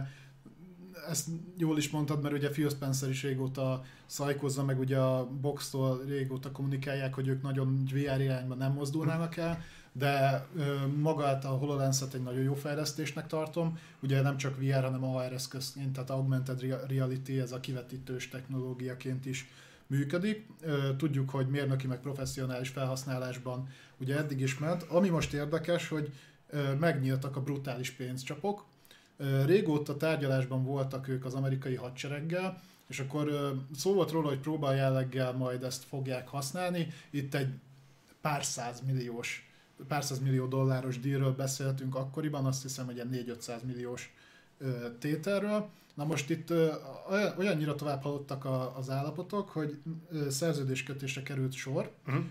ezt jól is mondtad, mert ugye Phil Spencer is régóta szajkozza, meg ugye a Box-tól régóta kommunikálják, hogy ők nagyon VR irányba nem mozdulnának el, de magát a HoloLens-et egy nagyon jó fejlesztésnek tartom. Ugye nem csak VR, hanem AR eszközként, tehát Augmented Reality, ez a kivetítős technológiaként is működik. Tudjuk, hogy mérnöki meg professzionális felhasználásban ugye eddig is ment. Ami most érdekes, hogy megnyíltak a brutális pénzcsapok. Régóta tárgyalásban voltak ők az amerikai hadsereggel, és akkor szó volt róla, hogy próbajelleggel majd ezt fogják használni. Itt egy pár százmillió dolláros dílről beszéltünk akkoriban, azt hiszem, hogy egy 4-500 milliós tételről. Na most itt olyannyira tovább haladtak az állapotok, hogy szerződéskötésre került sor.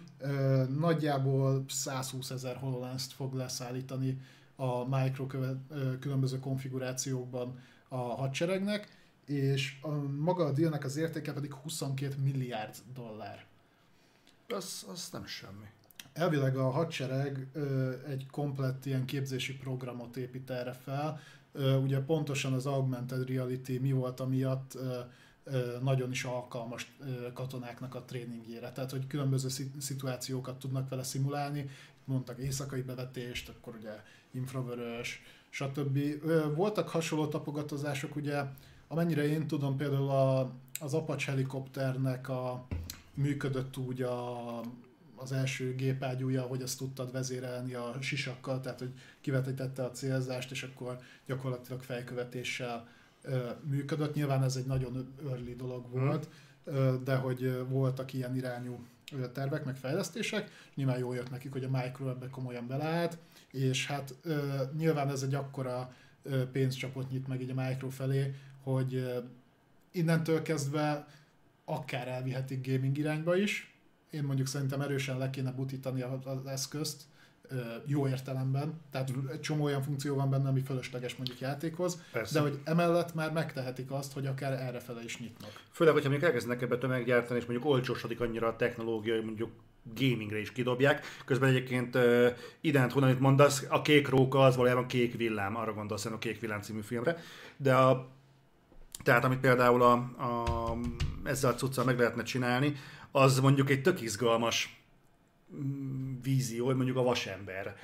Nagyjából 120 000 HoloLens-t fog leszállítani a Micro különböző konfigurációkban a hadseregnek, és maga a dealnek az értéke pedig 22 milliárd dollár.
Az nem semmi.
Elvileg a hadsereg egy komplett ilyen képzési programot épít erre fel. Ugye pontosan az Augmented Reality mi volt amiatt nagyon is alkalmas katonáknak a tréningjére. Tehát, hogy különböző szituációkat tudnak vele szimulálni. Mondtak éjszakai bevetést, akkor ugye infravörös, stb. Voltak hasonló tapogatozások, ugye, amennyire én tudom, például az Apache helikopternek működött úgy az első gépágyúja, hogy azt tudtad vezérelni a sisakkal, tehát hogy kivetítette a célzást, és akkor gyakorlatilag fejkövetéssel működött. Nyilván ez egy nagyon early dolog volt, de hogy voltak ilyen irányú tervek, meg fejlesztések. Nyilván jól jött nekik, hogy a Micro ebbe komolyan beleállt, és hát nyilván ez egy akkora pénzcsapot nyit meg így a Micro felé, hogy innentől kezdve akár elvihetik gaming irányba is. Én mondjuk szerintem erősen le kéne butítani az eszközt, jó értelemben, tehát egy csomó olyan funkció van benne, ami fölösleges mondjuk játékhoz, persze. De hogy emellett már megtehetik azt, hogy akár errefele is nyitnak.
Főleg, hogyha még elkezdenek ebbe tömeggyártani, és mondjuk olcsósodik annyira a technológia, hogy mondjuk gamingre is kidobják. Közben egyébként ident honnan itt mondasz, a kék róka az valójában kék villám, arra gondolsz a Kék villám című filmre. De tehát amit például ezzel a cuccal meg lehetne csinálni, az mondjuk egy tök izgalmas vízió, hogy mondjuk a vasember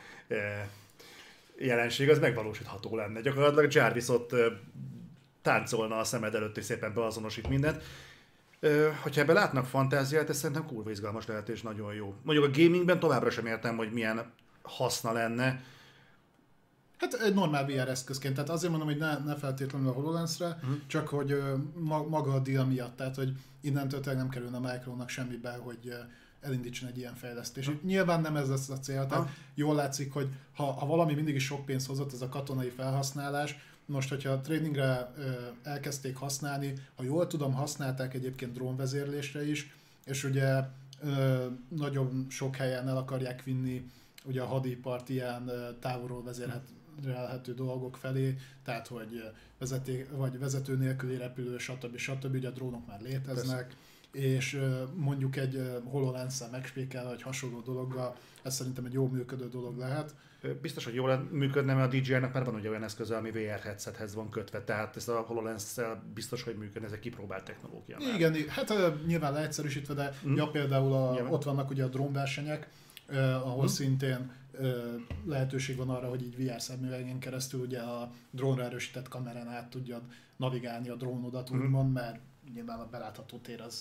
jelenség, az megvalósítható lenne. Gyakorlatilag Jarvis ott táncolna a szemed előtt, és szépen beazonosít mindent. Hogyha ebben látnak fantáziát, ez szerintem kurva izgalmas lehet, és nagyon jó. Mondjuk a gamingben továbbra sem értem, hogy milyen haszna lenne.
Hát egy normál VR eszközként, tehát azért mondom, hogy ne feltétlenül a HoloLens-re, csak hogy maga a deal miatt, tehát hogy innentől tényleg nem kerülne a Micronak semmibe, hogy elindítson egy ilyen fejlesztést. Nyilván nem ez lesz a cél, tehát jól látszik, hogy ha valami mindig is sok pénzt hozott, ez a katonai felhasználás, most, hogyha a trainingre elkezdték használni, ha jól tudom, használták egyébként drónvezérlésre is, és ugye nagyon sok helyen el akarják vinni ugye a hadipart ilyen távolról vezérelhető dolgok felé, tehát hogy vezető nélküli repülő, stb. Ugye a drónok már léteznek. Persze. És mondjuk egy HoloLens-szel megspékelve, vagy hasonló dologgal, ez szerintem egy jó működő dolog lehet.
Biztos, hogy jól működne, mert a DJI-nek már van ugye olyan eszköze, ami VR headsethez van kötve, tehát ez a HoloLens-szel biztos, hogy működne, ez egy kipróbált technológia.
Igen, hát nyilván leegyszerűsítve, de például ott vannak ugye a drónversenyek, ahol szintén lehetőség van arra, hogy így VR szemüvegen keresztül ugye a drónra erősített kamerán át tudjad navigálni a drónodat, úgymond, mert nyilván a belátható tér az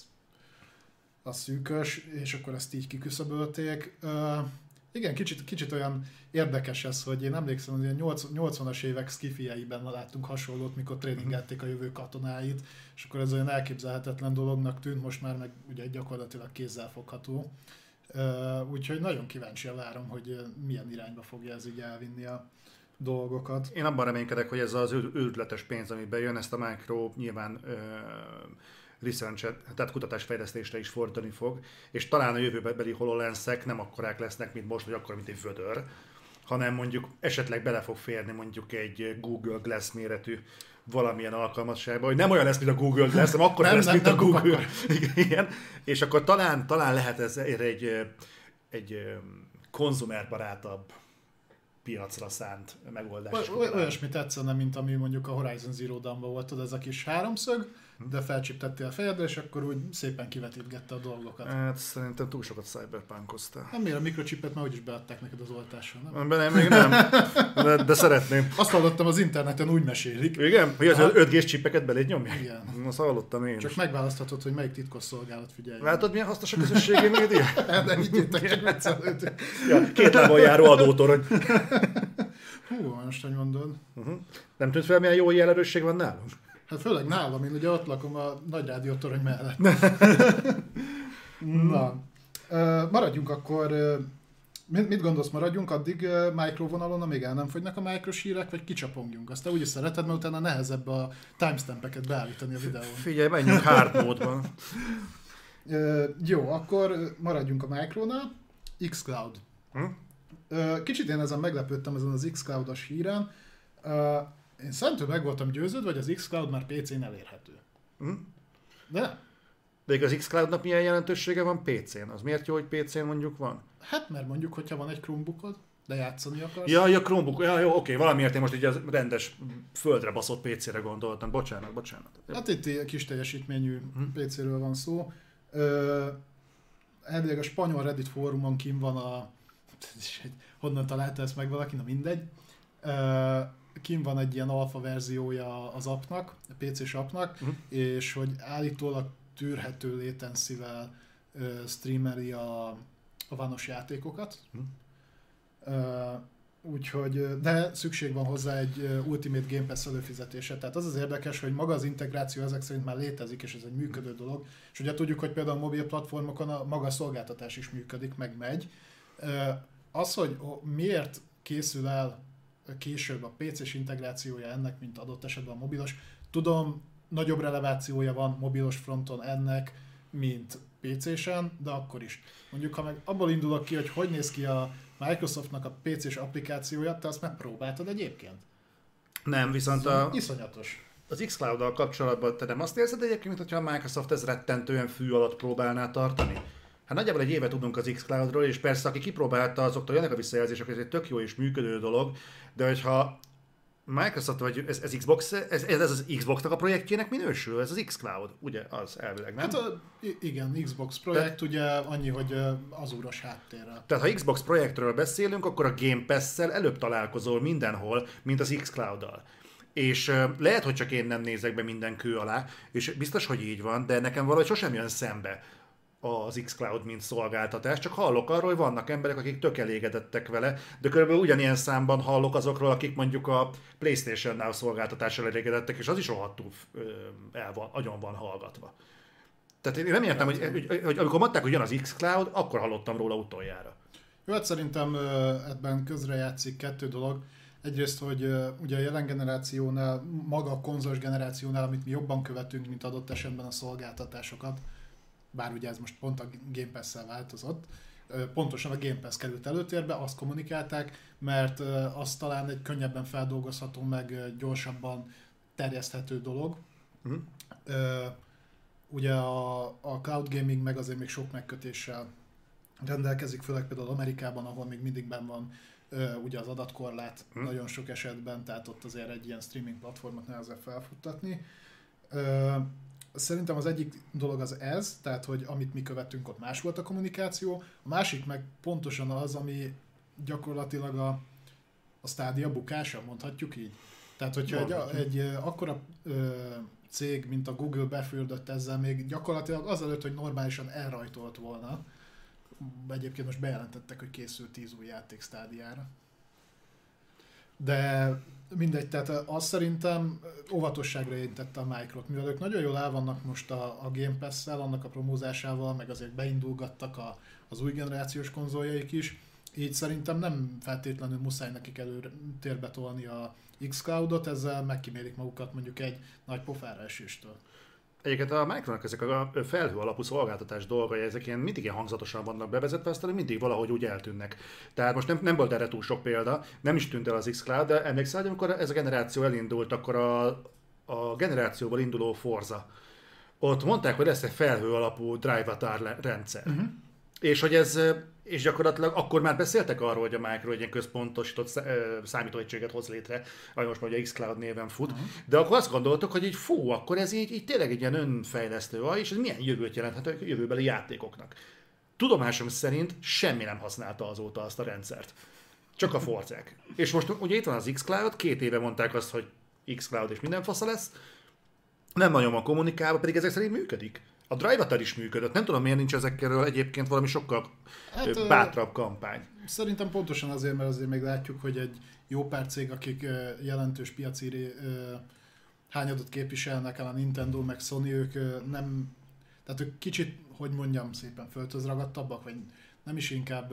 szűkös, és akkor ezt így kiküszöbölték. Igen, kicsit olyan érdekes ez, hogy én emlékszem, hogy ilyen 80-as évek skifieiben láttunk hasonlót, mikor tréningelték a jövő katonáit, és akkor ez olyan elképzelhetetlen dolognak tűnt, most már meg ugye gyakorlatilag kézzelfogható. Úgyhogy nagyon kíváncsian várom, hogy milyen irányba fogja ez így elvinni a dolgokat.
Én abban reménykedek, hogy ez az őrületes pénz, ami bejön, ezt a Micro nyilván research, tehát kutatásfejlesztésre is fordítani fog, és talán a jövőbeli HoloLens-ek nem akkorák lesznek, mint most, vagy akkor, mint egy vödör, hanem mondjuk esetleg bele fog férni mondjuk egy Google Glass méretű valamilyen alkalmasságba, hogy nem olyan lesz, mint a Google Glass, hanem akkor lesz, mint a Google. Igen. És akkor talán lehet ez egy konzumerbarátabb piacra szánt megoldás.
Olyasmi tetszene, mint ami mondjuk a Horizon Zero Dawn-ban volt, ez a kis háromszög, de felcsíptettél a fejedre, és akkor úgy szépen kivetítgette a dolgokat.
Hát szerintem túl sokat cyberpunkoztál.
Nem, miért a mikrochipet már úgyis beadták neked az oltáson, nem?
Nem, még nem. De szeretném.
Azt hallottam az interneten, úgy mesélik.
Igen? Hogy az 5G-s csipeket beléd nyomják?
Igen.
Azt hallottam én.
Csak megválaszthatod, hogy melyik titkosszolgálat figyelj.
Látod, milyen hasznos a közösségi média?
De higgyétek, csak viccelődünk.
Ja, 2 lábon járó adótorony.
Hú, most, hogy mondod.
Nem tűnt fel, milyen jó jelerősség van nálunk?
Hát főleg nálam, én ugye ott lakom a nagy rádiótorony mellett. Na, maradjunk akkor, mit gondolsz, maradjunk addig microvonalon, amíg el nem fogynak a micros hírek, vagy kicsapongjunk? Azt te úgy is szereted, mert utána nehezebb a timestampeket beállítani a videón.
Figyelj, menjünk hard módban.
Jó, akkor maradjunk a micronál. xCloud. Kicsit én ezen meglepődtem, ezen az xCloud-os híren. Én szerintem meg voltam győződve, hogy az xCloud már PC-n elérhető. De?
De az xCloud-nak milyen jelentősége van PC-n? Az miért jó, hogy PC-n mondjuk van?
Hát mert mondjuk, hogyha van egy Chromebookod, de játszani akarsz.
Ja, Chromebook, ja, jó, oké, valamiért én most így az rendes földre baszott PC-re gondoltam. Bocsánat.
Hát itt kis teljesítményű PC-ről van szó. Elvileg a spanyol Reddit fórumon kim van honnan találta ezt meg valaki, na mindegy. Kim van egy ilyen alfa verziója az appnak, a PC-s appnak, és hogy állítólag tűrhető latency-vel streameli a vanos játékokat. Úgyhogy, de szükség van hozzá egy Ultimate Game Pass előfizetése. Tehát az érdekes, hogy maga az integráció ezek szerint már létezik, és ez egy működő dolog. És ugye tudjuk, hogy például a mobil platformokon a maga a szolgáltatás is működik, meg megy. Az, hogy miért készül el később a PC-s integrációja ennek, mint adott esetben a mobilos. Tudom, nagyobb relevációja van mobilos fronton ennek, mint PC-sen, de akkor is. Mondjuk, ha meg abból indulok ki, hogy néz ki a Microsoftnak a PC-s applikációja, te azt megpróbáltad egyébként?
Nem, viszont
iszonyatos.
Az xCloud-dal kapcsolatban te nem azt érzed egyébként, hogyha a Microsoft ez rettentően fű alatt próbálná tartani? Hát nagyjából egy éve tudunk az xCloud-ról, és persze aki kipróbálta, azoktól jönnek a visszajelzések, hogy ez egy tök jó és működő dolog, de hogyha Microsoft vagy ez Xbox, ez az Xbox-nak a projektjének minősül, ez az xCloud, ugye az elvileg, nem?
Hát igen, Xbox projekt, ugye annyi, hogy azúros háttérrel.
Tehát ha Xbox projektről beszélünk, akkor a Game Pass-szel előbb találkozol mindenhol, mint az xCloud-dal. És lehet, hogy csak én nem nézek be minden kő alá, és biztos, hogy így van, de nekem valahogy sosem jön szembe az xCloud, mint szolgáltatás, csak hallok arról, hogy vannak emberek, akik tök elégedettek vele, de körülbelül ugyanilyen számban hallok azokról, akik mondjuk a PlayStation Now szolgáltatással elégedettek, és az is rohadtul agyon van hallgatva. Tehát én nem értem, hogy amikor mondták, hogy jön az xCloud, akkor hallottam róla utoljára.
Jó, hát szerintem ebben közrejátszik kettő dolog. Egyrészt, hogy ugye a jelen generációnál, maga a konzolos generációnál, amit mi jobban követünk, mint adott esetben a szolgáltatásokat, bár ugye ez most pont a Game Pass-szel változott, pontosan a Game Pass került előtérbe, azt kommunikálták, mert az talán egy könnyebben feldolgozható, meg gyorsabban terjeszthető dolog. Uh-huh. Ugye a cloud gaming meg azért még sok megkötéssel rendelkezik, főleg például Amerikában, ahol még mindig benn van ugye az adatkorlát nagyon sok esetben, tehát ott azért egy ilyen streaming platformot nehezebb felfuttatni. Szerintem az egyik dolog az ez, tehát hogy amit mi követünk, ott más volt a kommunikáció, a másik meg pontosan az, ami gyakorlatilag a Stadia bukása, mondhatjuk így. Tehát hogyha egy akkora cég, mint a Google befűrdött ezzel még gyakorlatilag azelőtt, hogy normálisan elrajtolt volna, egyébként most bejelentettek, hogy készül 10 új játék Stadiára. De mindegy, tehát azt szerintem óvatosságra érintette a Microsoft, mivel ők nagyon jól el vannak most a Game Pass-szel, annak a promózásával, meg azért beindulgattak az új generációs konzoljaik is, így szerintem nem feltétlenül muszáj nekik előtérbe tolni a xCloud-ot, ezzel megkímérik magukat mondjuk egy nagy pofára eséstől.
Egyébként a Microsoftnak ezek a felhő alapú szolgáltatás dolgai, ezek mindig ilyen hangzatosan vannak bevezetve, aztán mindig valahogy úgy eltűnnek. Tehát most nem volt erre túl sok példa, nem is tűnt el az xCloud, de emlékszel, hogy amikor ez a generáció elindult, akkor a generációval induló Forza, ott mondták, hogy lesz egy felhő alapú drive-atar rendszer. Uh-huh. És hogy és gyakorlatilag akkor már beszéltek arról, hogy a Micro egy ilyen központosított számítóegységet hoz létre, ahogy most már a xCloud néven fut, de akkor azt gondoltuk, hogy így akkor ez így tényleg egy ilyen önfejlesztő, és ez milyen jövőt jelenthet a jövőbeli játékoknak. Tudomásom szerint semmi nem használta azóta azt a rendszert. Csak a Forzák. És most ugye itt van az xCloud, 2 éve mondták azt, hogy xCloud és minden fasza lesz, nem nagyon van kommunikálva, pedig ezek szerint működik. A Drive-atar is működött. Nem tudom, miért nincs ezekről egyébként valami sokkal bátrabb kampány.
Szerintem pontosan azért, mert azért még látjuk, hogy egy jó pár cég, akik jelentős piaci hányadot képviselnek el, a Nintendo meg Sony, ők nem... Tehát ők kicsit, hogy mondjam szépen, földhöz ragadtabbak, vagy nem is inkább...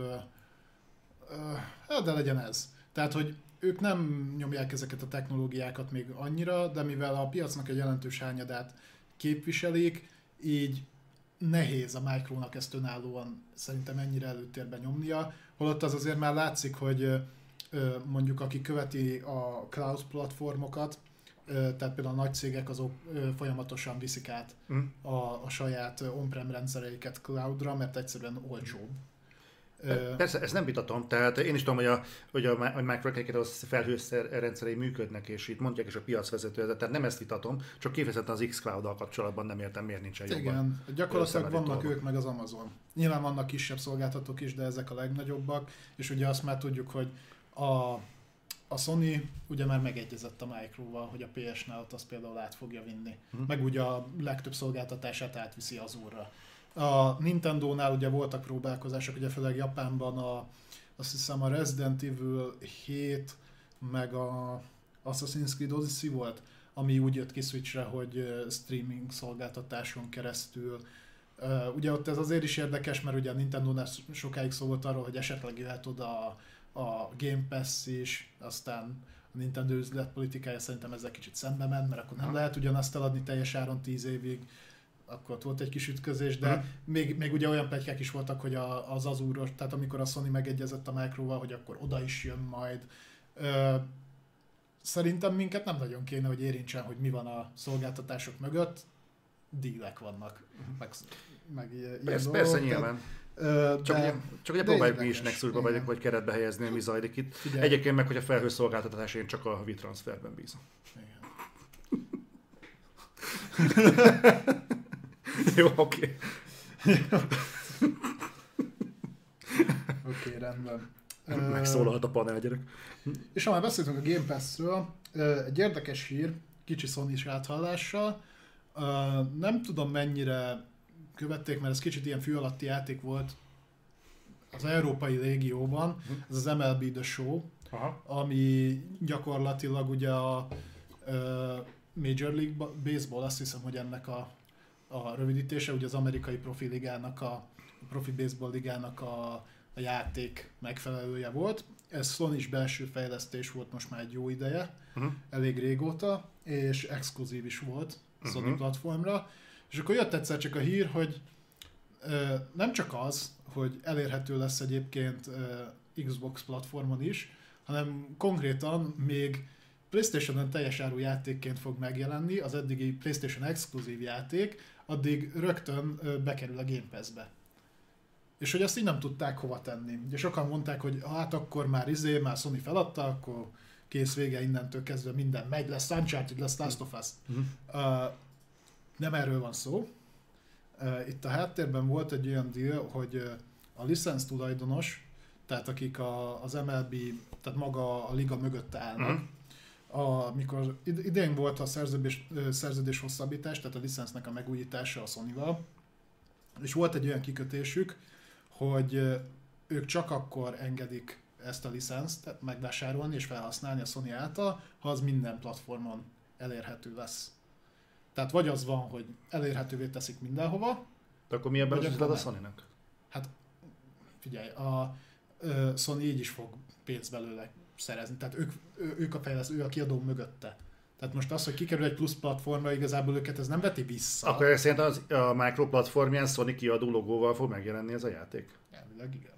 de legyen ez. Tehát, hogy ők nem nyomják ezeket a technológiákat még annyira, de mivel a piacnak egy jelentős hányadát képviselik, így nehéz a Micronak ezt önállóan szerintem ennyire előtérbe nyomnia, holott az azért már látszik, hogy mondjuk aki követi a cloud platformokat, tehát például a nagy cégek azok folyamatosan viszik át a saját on-prem rendszereiket cloudra, mert egyszerűen olcsóbb.
Persze, ezt nem vitatom, tehát én is tudom, hogy a Microsoft az felhőrendszerei működnek, és itt mondják is a piacvezető, tehát nem ezt vitatom, csak kifejezetten az xCloud-dal kapcsolatban nem értem, miért nincsen jobban.
Igen, gyakorlatilag vannak ők meg az Amazon. Nyilván vannak kisebb szolgáltatók is, de ezek a legnagyobbak, és ugye azt már tudjuk, hogy a Sony ugye már megegyezett a Microval, hogy a PS-nál azt például át fogja vinni, meg ugye a legtöbb szolgáltatását átviszi Azure-ra. A Nintendo-nál ugye voltak próbálkozások, ugye főleg Japánban azt hiszem a Resident Evil 7 meg a Assassin's Creed Odyssey volt, ami úgy jött ki Switchre, hogy streaming szolgáltatáson keresztül. Ugye ott ez azért is érdekes, mert ugye a Nintendo-nál sokáig szó volt arról, hogy esetleg jöhet oda a Game Pass is, aztán a Nintendo üzletpolitikája szerintem ezzel kicsit szembe ment, mert akkor nem lehet ugyanazt eladni teljes áron 10 évig. Akkor ott volt egy kis ütközés, de még ugye olyan pletykák is voltak, hogy az Azure-os, tehát amikor a Sony megegyezett a Microval, hogy akkor oda is jön majd. Szerintem minket nem nagyon kéne, hogy érintsen, hogy mi van a szolgáltatások mögött. Dílek vannak, meg ilyen
persze nyilván. Csak ugye próbáljuk mi is Nexusba vagy keretbe helyezni, mi zajlik itt. Figyelj. Egyébként meg, hogy a felhőszolgáltatás én csak a WeTransferben bízom. Jó, oké.
Oké, rendben.
Megszólalhat a panel, gyerek.
És ha már beszéltünk a Game Pass-ről, egy érdekes hír, kicsi Sony-s áthallással. Nem tudom mennyire követték, mert ez kicsit ilyen fű alatti játék volt az európai légióban, ez az MLB The Show, ami gyakorlatilag ugye a Major League Baseball, azt hiszem, hogy ennek a rövidítése, ugye az amerikai profi ligának, a profi baseball ligának a játék megfelelője volt. Ez Sony-s belső fejlesztés volt most már egy jó ideje, elég régóta, és exkluzív is volt Sony platformra. És akkor jött egyszer csak a hír, hogy nem csak az, hogy elérhető lesz egyébként Xbox platformon is, hanem konkrétan még PlayStation-on teljes áru játékként fog megjelenni, az eddigi PlayStation exkluzív játék, addig rögtön bekerül a Game Pass-be. És hogy azt így nem tudták hova tenni. Ugye sokan mondták, hogy hát akkor már már Sony feladta, akkor kész, vége, innentől kezdve minden megy, lesz Uncharted, lesz Last of Us. Nem erről van szó. Itt a háttérben volt egy olyan deal, hogy a licensz tulajdonos, tehát akik az MLB, tehát maga a liga mögött állnak, amikor idén volt a szerződés hosszabbítás, tehát a licensznek a megújítása a Sony-val, és volt egy olyan kikötésük, hogy ők csak akkor engedik ezt a licenszt megvásárolni és felhasználni a Sony által, ha az minden platformon elérhető lesz. Tehát vagy az van, hogy elérhetővé teszik mindenhova.
De akkor mi ebben az üzlet a Sony-nak?
Hát figyelj, a Sony így is fog pénzt belőle szerezni. Tehát ők a fejlesztő, ő a kiadó mögötte. Tehát most az, hogy kikerül egy plusz platformra, igazából őket ez nem veti vissza.
Akkor szerintem a Micro platformján Sony kiadó logóval fog megjelenni ez a játék?
Elvileg igen.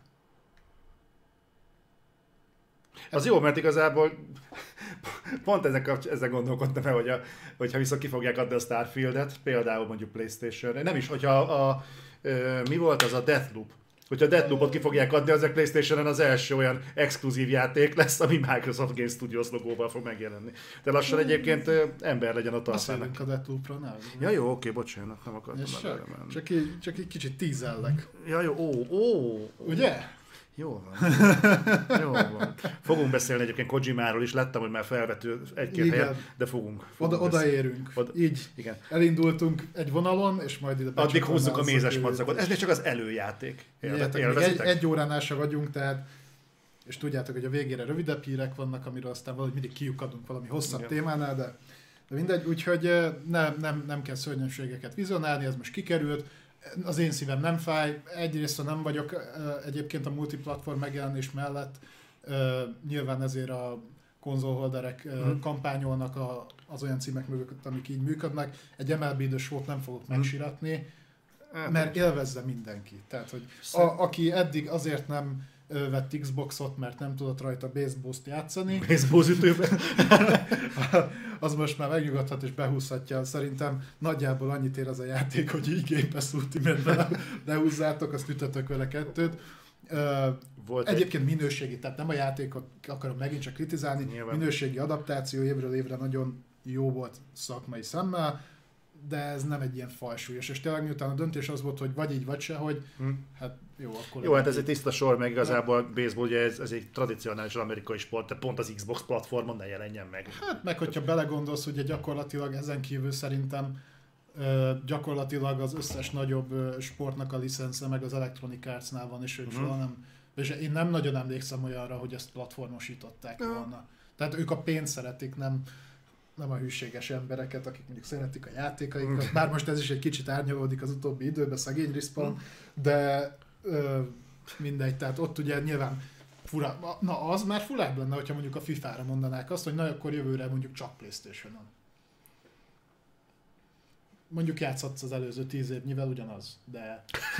Az jó, mert igazából pont ezzel gondolkodtam el, hogyha viszont ki fogják adni a Starfieldet, például mondjuk PlayStation-re. Nem is, hogyha mi volt az a Deathloop? Hogyha a Deathloopot ki fogják adni, az a PlayStation-en az első olyan exkluzív játék lesz, ami Microsoft Game Studios logóval fog megjelenni. De lassan egyébként ember legyen a talpának.
Beszélünk a Deathloopra, nem?
Ja jó, oké, bocsánat, nem akartam
menni. Csak egy kicsit tízellek.
Ja jó,
Ugye?
Jó van. Jó van. Fogunk beszélni egyébként Kojimáról is, láttam, hogy már felvető egy-két helyen, de fogunk
odaérünk. Így igen. Elindultunk egy vonalon, és majd ide
addig húzzuk a mézes madzagot. Ez még csak az előjáték.
Egy óránál se vagyunk, tehát és tudjátok, hogy a végére rövidebb hírek vannak, amiről aztán valahogy mindig kiukadunk valami hosszabb témánál, de mindegy, úgyhogy nem kell szörnyűségeket vizionálni, ez most kikerült. Az én szívem nem fáj, egyrészt nem vagyok egyébként a multiplatform megjelenés mellett, nyilván ezért a konzolholderek kampányolnak az olyan címek mögött, amik így működnek. Egy MLB The Show-t nem fogok megsiratni, mert élvezze mindenki. Tehát, hogy aki eddig azért nem vett Xboxot, mert nem tudott rajta baseball-t játszani.
Baseball-ütőben.
Az most már megnyugodhat és behúzhatja. Szerintem nagyjából annyit ér az a játék, hogy így Game Pass Ultimate-ben lehúzzátok, azt ütötök vele kettőt. Egyébként minőségi, tehát nem a játékot akarom megint csak kritizálni, nyilván. Minőségi adaptáció évről évre nagyon jó volt szakmai szemmel, de ez nem egy ilyen fajsúlyos, és tényleg miután a döntés az volt, hogy vagy így, vagy se, hogy hát jó, akkor...
Jó, hát ez egy tiszta sor, meg igazából baseball, ugye ez egy tradicionális amerikai sport, de pont az Xbox platformon ne jelenjen meg.
Hát meg, hogyha belegondolsz, ugye gyakorlatilag ezen kívül szerintem gyakorlatilag az összes nagyobb sportnak a licensze, meg az Electronic Arts-nál van, és ők soha nem... És én nem nagyon emlékszem olyanra, hogy ezt platformosították volna. Tehát ők a pénzt szeretik, nem a hűséges embereket, akik mondjuk szeretik a játékaikat. Bár most ez is egy kicsit árnyalódik az utóbbi időben, szegény Respawn, de mindegy, tehát ott ugye nyilván fura, na az már furább lenne, hogyha mondjuk a FIFA-ra mondanák azt, hogy na akkor jövőre mondjuk csak PlayStation-on. Mondjuk játszhatsz az előző 10 évnyivel ugyanaz, de...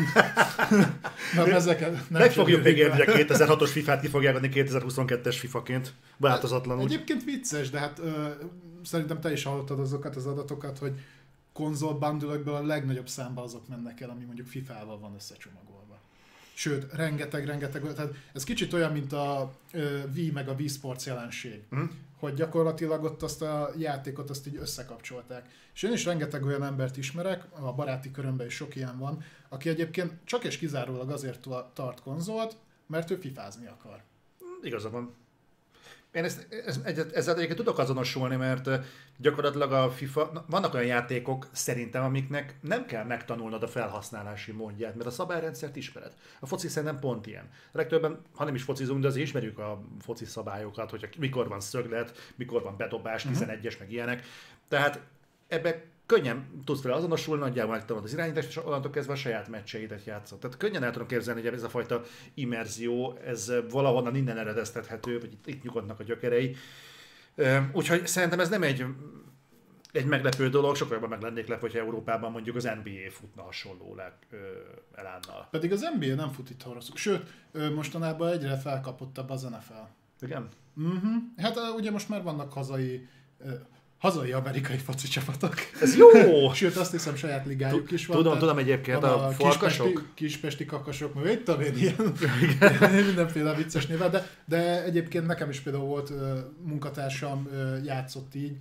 Meg fogjuk még érni, hogy a 2006-os FIFA-t ki fogják adni 2022-es FIFA-ként, változatlanul.
Egyébként vicces, de hát szerintem te is hallottad azokat az adatokat, hogy konzol bundle-ökből a legnagyobb számba azok mennek el, ami mondjuk FIFA-val van összecsomagolva. Sőt, rengeteg, tehát ez kicsit olyan, mint a Wii meg a Wii Sports jelenség, hogy gyakorlatilag ott azt a játékot azt így összekapcsolták. És én is rengeteg olyan embert ismerek, a baráti körömben is sok ilyen van, aki egyébként csak és kizárólag azért tart konzolt, mert ő fifázni akar.
Igaza van. Én ezzel egyébként tudok azonosulni, mert gyakorlatilag a FIFA, vannak olyan játékok szerintem, amiknek nem kell megtanulnod a felhasználási módját, mert a szabályrendszert ismered. A foci szerintem pont ilyen. A legtöbben, ha nem is focizunk, de azért ismerjük a foci szabályokat, hogy mikor van szöglet, mikor van bedobás, 11-es, meg ilyenek. Tehát ebbe könnyen tudsz vele azonosulni, nagyjából megtanulod az irányítást, és onnantól kezdve a saját meccseidet játszod. Tehát könnyen el tudom képzelni, hogy ez a fajta immerzió, ez valahonnan innen eredeztethető, vagy itt nyugodnak a gyökerei. Úgyhogy szerintem ez nem egy meglepő dolog, sokkal jobban meg lennék lepve, hogyha Európában mondjuk az NBA futna hasonló elánnal.
Pedig az NBA nem fut itt rosszul. Sőt, mostanában egyre felkapottabb az NFL.
Igen?
Hát ugye most már vannak hazai amerikai foci csapatok.
Ez jó!
Sőt, azt hiszem saját ligájuk is van.
Tudom egyébként a Farkasok.
Kispesti kakasok, meg itt tudom én ilyen mindenféle vicces néven, de egyébként nekem is például volt munkatársam, játszott így,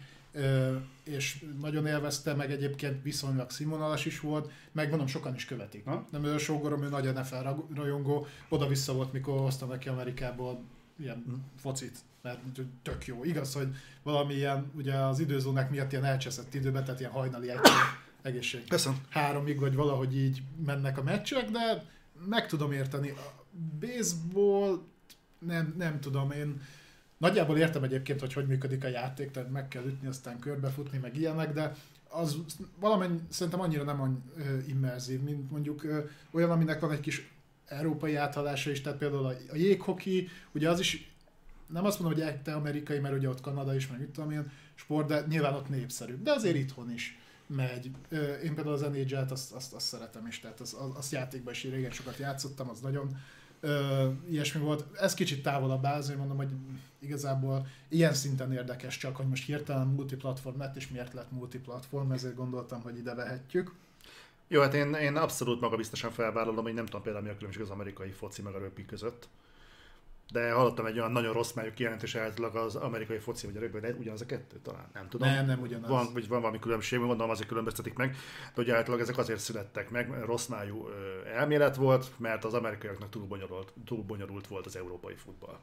és nagyon élvezte, meg egyébként viszonylag színvonalas is volt, meg mondom, sokan is követik. Nem, ő a sógorom, ő nagy NFL rajongó, oda-vissza volt, mikor hoztam neki Amerikából ilyen focit, mert tök jó. Igaz, hogy valami ilyen, ugye az időzónák miatt ilyen elcseszett időben, tehát ilyen hajnali egészség.
Persze.
3-ig vagy valahogy így mennek a meccsek, de meg tudom érteni. A baseball nem tudom, én nagyjából értem egyébként, hogy működik a játék, tehát meg kell ütni, aztán körbefutni, meg ilyenek, de az valamennyi szerintem annyira nem immerzív, mint mondjuk olyan, aminek van egy kis európai áthalása is, tehát például a jéghoki, ugye az is, nem azt mondom, hogy amerikai, mert ugye ott Kanada is, meg mit tudom én, sport, de nyilván ott népszerű, de azért itthon is megy. Én például az NHL-t azt szeretem is, tehát azt játékban is régen sokat játszottam, az nagyon ilyesmi volt. Ez kicsit távolabb áll, azért mondom, hogy igazából ilyen szinten érdekes, csak hogy most hirtelen multiplatform lett, és miért lett multiplatform, ezért gondoltam, hogy ide vehetjük.
Jó, hát én abszolút magabiztosan felvállalom, hogy nem tudom például mi a különbség az amerikai foci meg a rögbi között. De hallottam egy olyan nagyon rossz májú kijelentés, általában az amerikai foci vagy a rögbi, de ugyanaz a kettő talán, nem tudom.
Nem ugyanaz.
Van valami különbség, gondolom azért különböztetik meg, de ugye általában ezek azért születtek meg, rossz májú elmélet volt, mert az amerikaiaknak túl bonyolult volt az európai futball.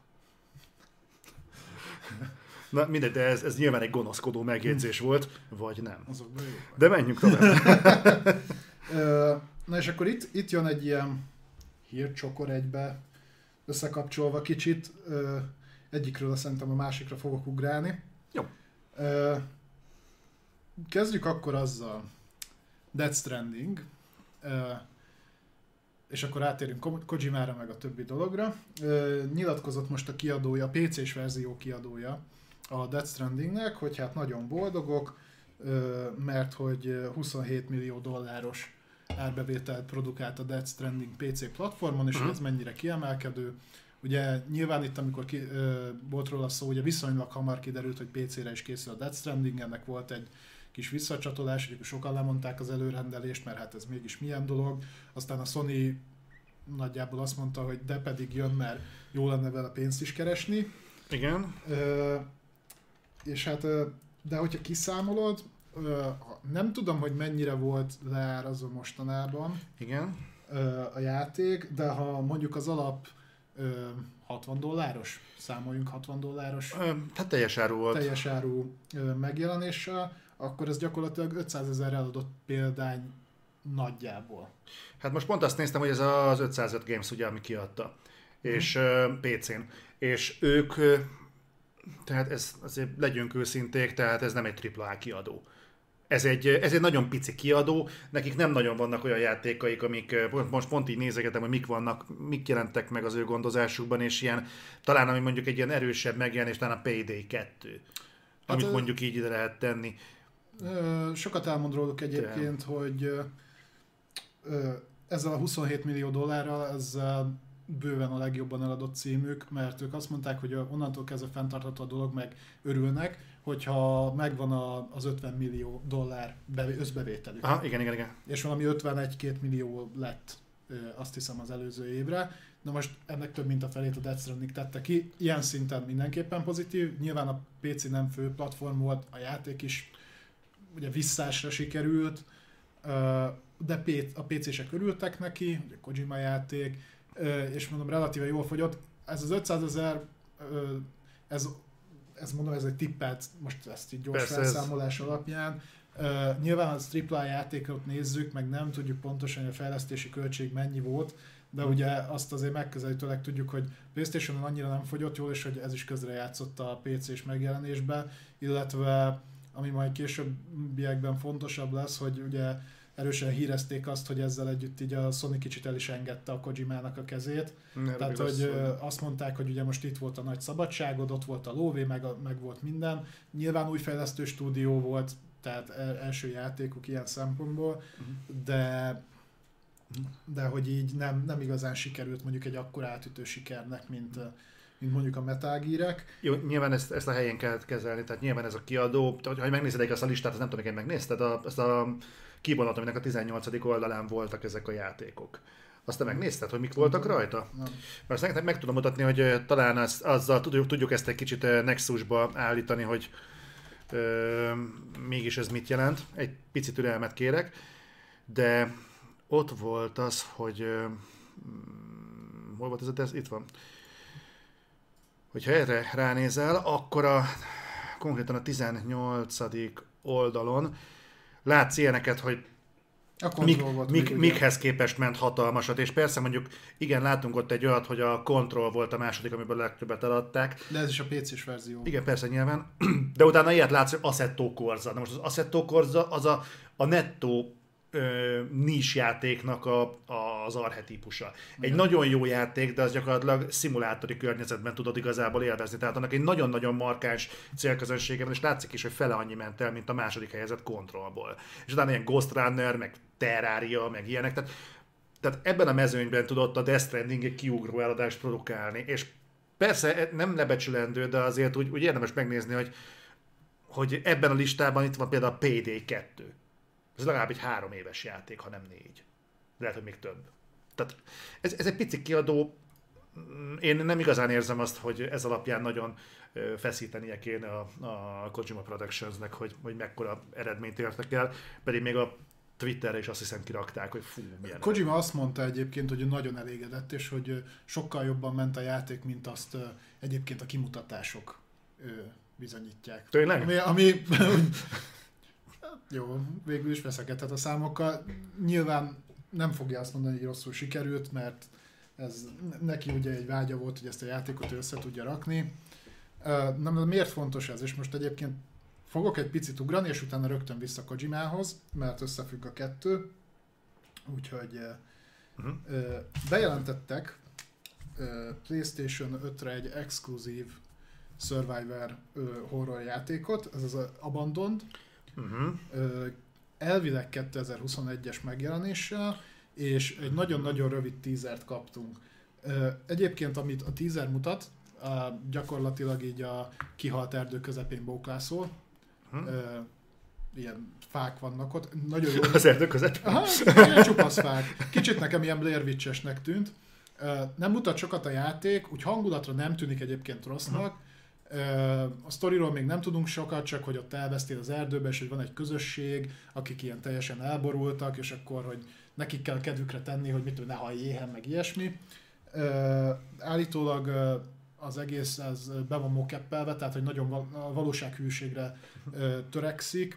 Na mindegy, de ez nyilván egy gonoszkodó megjegyzés volt, vagy nem. De menjünk tovább.
Na és akkor itt jön egy ilyen hírcsokor egybe, összekapcsolva kicsit, egyikről szerintem a másikra fogok ugrálni.
Jó.
Kezdjük akkor azzal, Death Stranding, és akkor átérünk Kojimára meg a többi dologra. Nyilatkozott most a kiadója, a PC-s verzió kiadója a Death Strandingnek, hogy hát nagyon boldogok, mert hogy $27 millió árbevételt produkált a Death Stranding PC platformon, és ez mennyire kiemelkedő. Ugye nyilván itt, amikor volt róla szó, ugye viszonylag hamar kiderült, hogy PC-re is készül a Death Stranding, ennek volt egy kis visszacsatolás, hogy sokan lemondták az előrendelést, mert hát ez mégis milyen dolog. Aztán a Sony nagyjából azt mondta, hogy de pedig jön, mert jó lenne vele pénzt is keresni.
Igen.
És hát, de hogyha kiszámolod, nem tudom, hogy mennyire volt leárazva mostanában.
Igen.
A játék, de ha mondjuk az alap $60, számoljunk $60.
Hát teljes áru volt.
Teljes áru megjelenéssel, akkor ez gyakorlatilag 500 000 eladott példány nagyjából.
Hát most pont azt néztem, hogy ez az 505 Games, ugye, ami kiadta, és PC-n. És ők, tehát ez azért legyünk őszinték, tehát ez nem egy AAA kiadó. Ez egy nagyon pici kiadó, nekik nem nagyon vannak olyan játékaik, amik, most pont így nézegetem, hogy mik jelentek meg az ő gondozásukban, és ilyen, talán ami mondjuk egy ilyen erősebb megjelenés, talán a Payday 2, amit mondjuk így ide lehet tenni.
Sokat elmond róluk egyébként, hogy ezzel a $27 millió ezzel bőven a legjobban eladott címük, mert ők azt mondták, hogy onnantól kezdve fenntartható a dolog, meg örülnek, hogyha megvan az $50 millió összbevételük.
Aha, igen.
És valami 51-2 millió lett azt hiszem az előző évre. Na most ennek több mint a felét a Death Stranding tette ki, ilyen szinten mindenképpen pozitív. Nyilván a PC nem fő platform volt, a játék is ugye visszásra sikerült, de a PC-sek örültek neki, ugye Kojima játék, és mondom, relatíve jól fogyott. Ez az 500 000, ez egy tippet, most ezt így gyors felszámolás alapján. Nyilván az AAA játékot nézzük, meg nem tudjuk pontosan, hogy a fejlesztési költség mennyi volt, de ugye azt azért megközelítőleg tudjuk, hogy PlayStation-on annyira nem fogyott jól, és hogy ez is közrejátszott a PC-s megjelenésbe, illetve ami majd későbbiekben fontosabb lesz, hogy ugye erősen hírezték azt, hogy ezzel együtt így a Sony kicsit el is engedte a Kojimának a kezét. Tehát, hogy azt mondták, hogy ugye most itt volt a nagy szabadságod, ott volt a lóvé, meg volt minden. Nyilván új fejlesztő stúdió volt, tehát első játékuk ilyen szempontból, de hogy így nem igazán sikerült mondjuk egy akkora átütő sikernek, mint mondjuk a Metal Gear-ek.
Jó, nyilván ezt a helyén kell kezelni, tehát nyilván ez a kiadó, ha megnézed azt a listát, azt nem tudom, hogy megnézted, azt a kivonat, aminek a 18. oldalán voltak ezek a játékok. Azt te megnézted, hogy mik voltak rajta? Nem. Mert nektek meg tudom mutatni, hogy talán azzal tudjuk ezt egy kicsit Nexusba állítani, hogy mégis ez mit jelent. Egy pici türelmet kérek, de ott volt az, hogy hol volt ez? Itt van. Hogyha erre ránézel, akkor konkrétan a 18. oldalon látsz ilyeneket, hogy mikhez képest ment hatalmasat, és persze mondjuk igen, látunk ott egy olyat, hogy a Control volt a második, amiből legtöbbet eladták.
De ez is a PC-s verzió.
Igen, persze nyilván. De utána ilyet látsz, hogy Assetto Corsa. Na most az Assetto Corsa az a nettó nis játéknak az archetípusa. Egy nagyon jó játék, de az gyakorlatilag szimulátori környezetben tudod igazából élvezni. Tehát annak egy nagyon-nagyon markáns célközönsége van, és látszik is, hogy fele annyi ment el, mint a második helyezett Controlból. És utána ilyen Ghost Runner, meg Terraria, meg ilyenek. Tehát ebben a mezőnyben tudott a Death Stranding egy kiugró eladást produkálni. És persze nem lebecsülendő, de azért úgy érdemes megnézni, hogy ebben a listában itt van például a Payday 2. Ez legalább egy 3 éves játék, ha nem 4. Lehet, hogy még több. Tehát ez egy pici kiadó. Én nem igazán érzem azt, hogy ez alapján nagyon feszítenie kéne a Kojima Productionsnek, hogy mekkora eredményt értek el. Pedig még a Twitterre is azt hiszem kirakták, hogy fú, milyen.
Kojima azt mondta egyébként, hogy nagyon elégedett, és hogy sokkal jobban ment a játék, mint azt egyébként a kimutatások bizonyítják.
Tényleg?
Ami jó, végül is veszekedhet a számokkal. Nyilván nem fogja azt mondani, hogy rosszul sikerült, mert ez neki ugye egy vágya volt, hogy ezt a játékot össze tudja rakni. Nem, de miért fontos ez? És most egyébként fogok egy picit ugrani, és utána rögtön vissza Kojimához, mert összefügg a kettő. Úgyhogy bejelentettek PlayStation 5-re egy exkluzív Survivor horror játékot, ez az Abandoned. Elvileg 2021-es megjelenéssel, és egy nagyon-nagyon rövid teasert kaptunk. Egyébként, amit a teaser mutat, gyakorlatilag így a kihalt erdő közepén bóklászol. Ilyen fák vannak ott. Nagyon jó.
Az erdő közepén?
Aha, ilyen csupasz fák. Kicsit nekem ilyen Blair Witch-esnek tűnt. Nem mutat sokat a játék, úgy hangulatra nem tűnik egyébként rossznak. A sztoriról még nem tudunk sokat, csak hogy ott elvesztél az erdőbe, és hogy van egy közösség, akik ilyen teljesen elborultak, és akkor, hogy nekik kell kedvükre tenni, hogy mit ne hallj éhen, meg ilyesmi. Állítólag az egész ez be van mock-appelve, tehát hogy nagyon valósághűségre törekszik,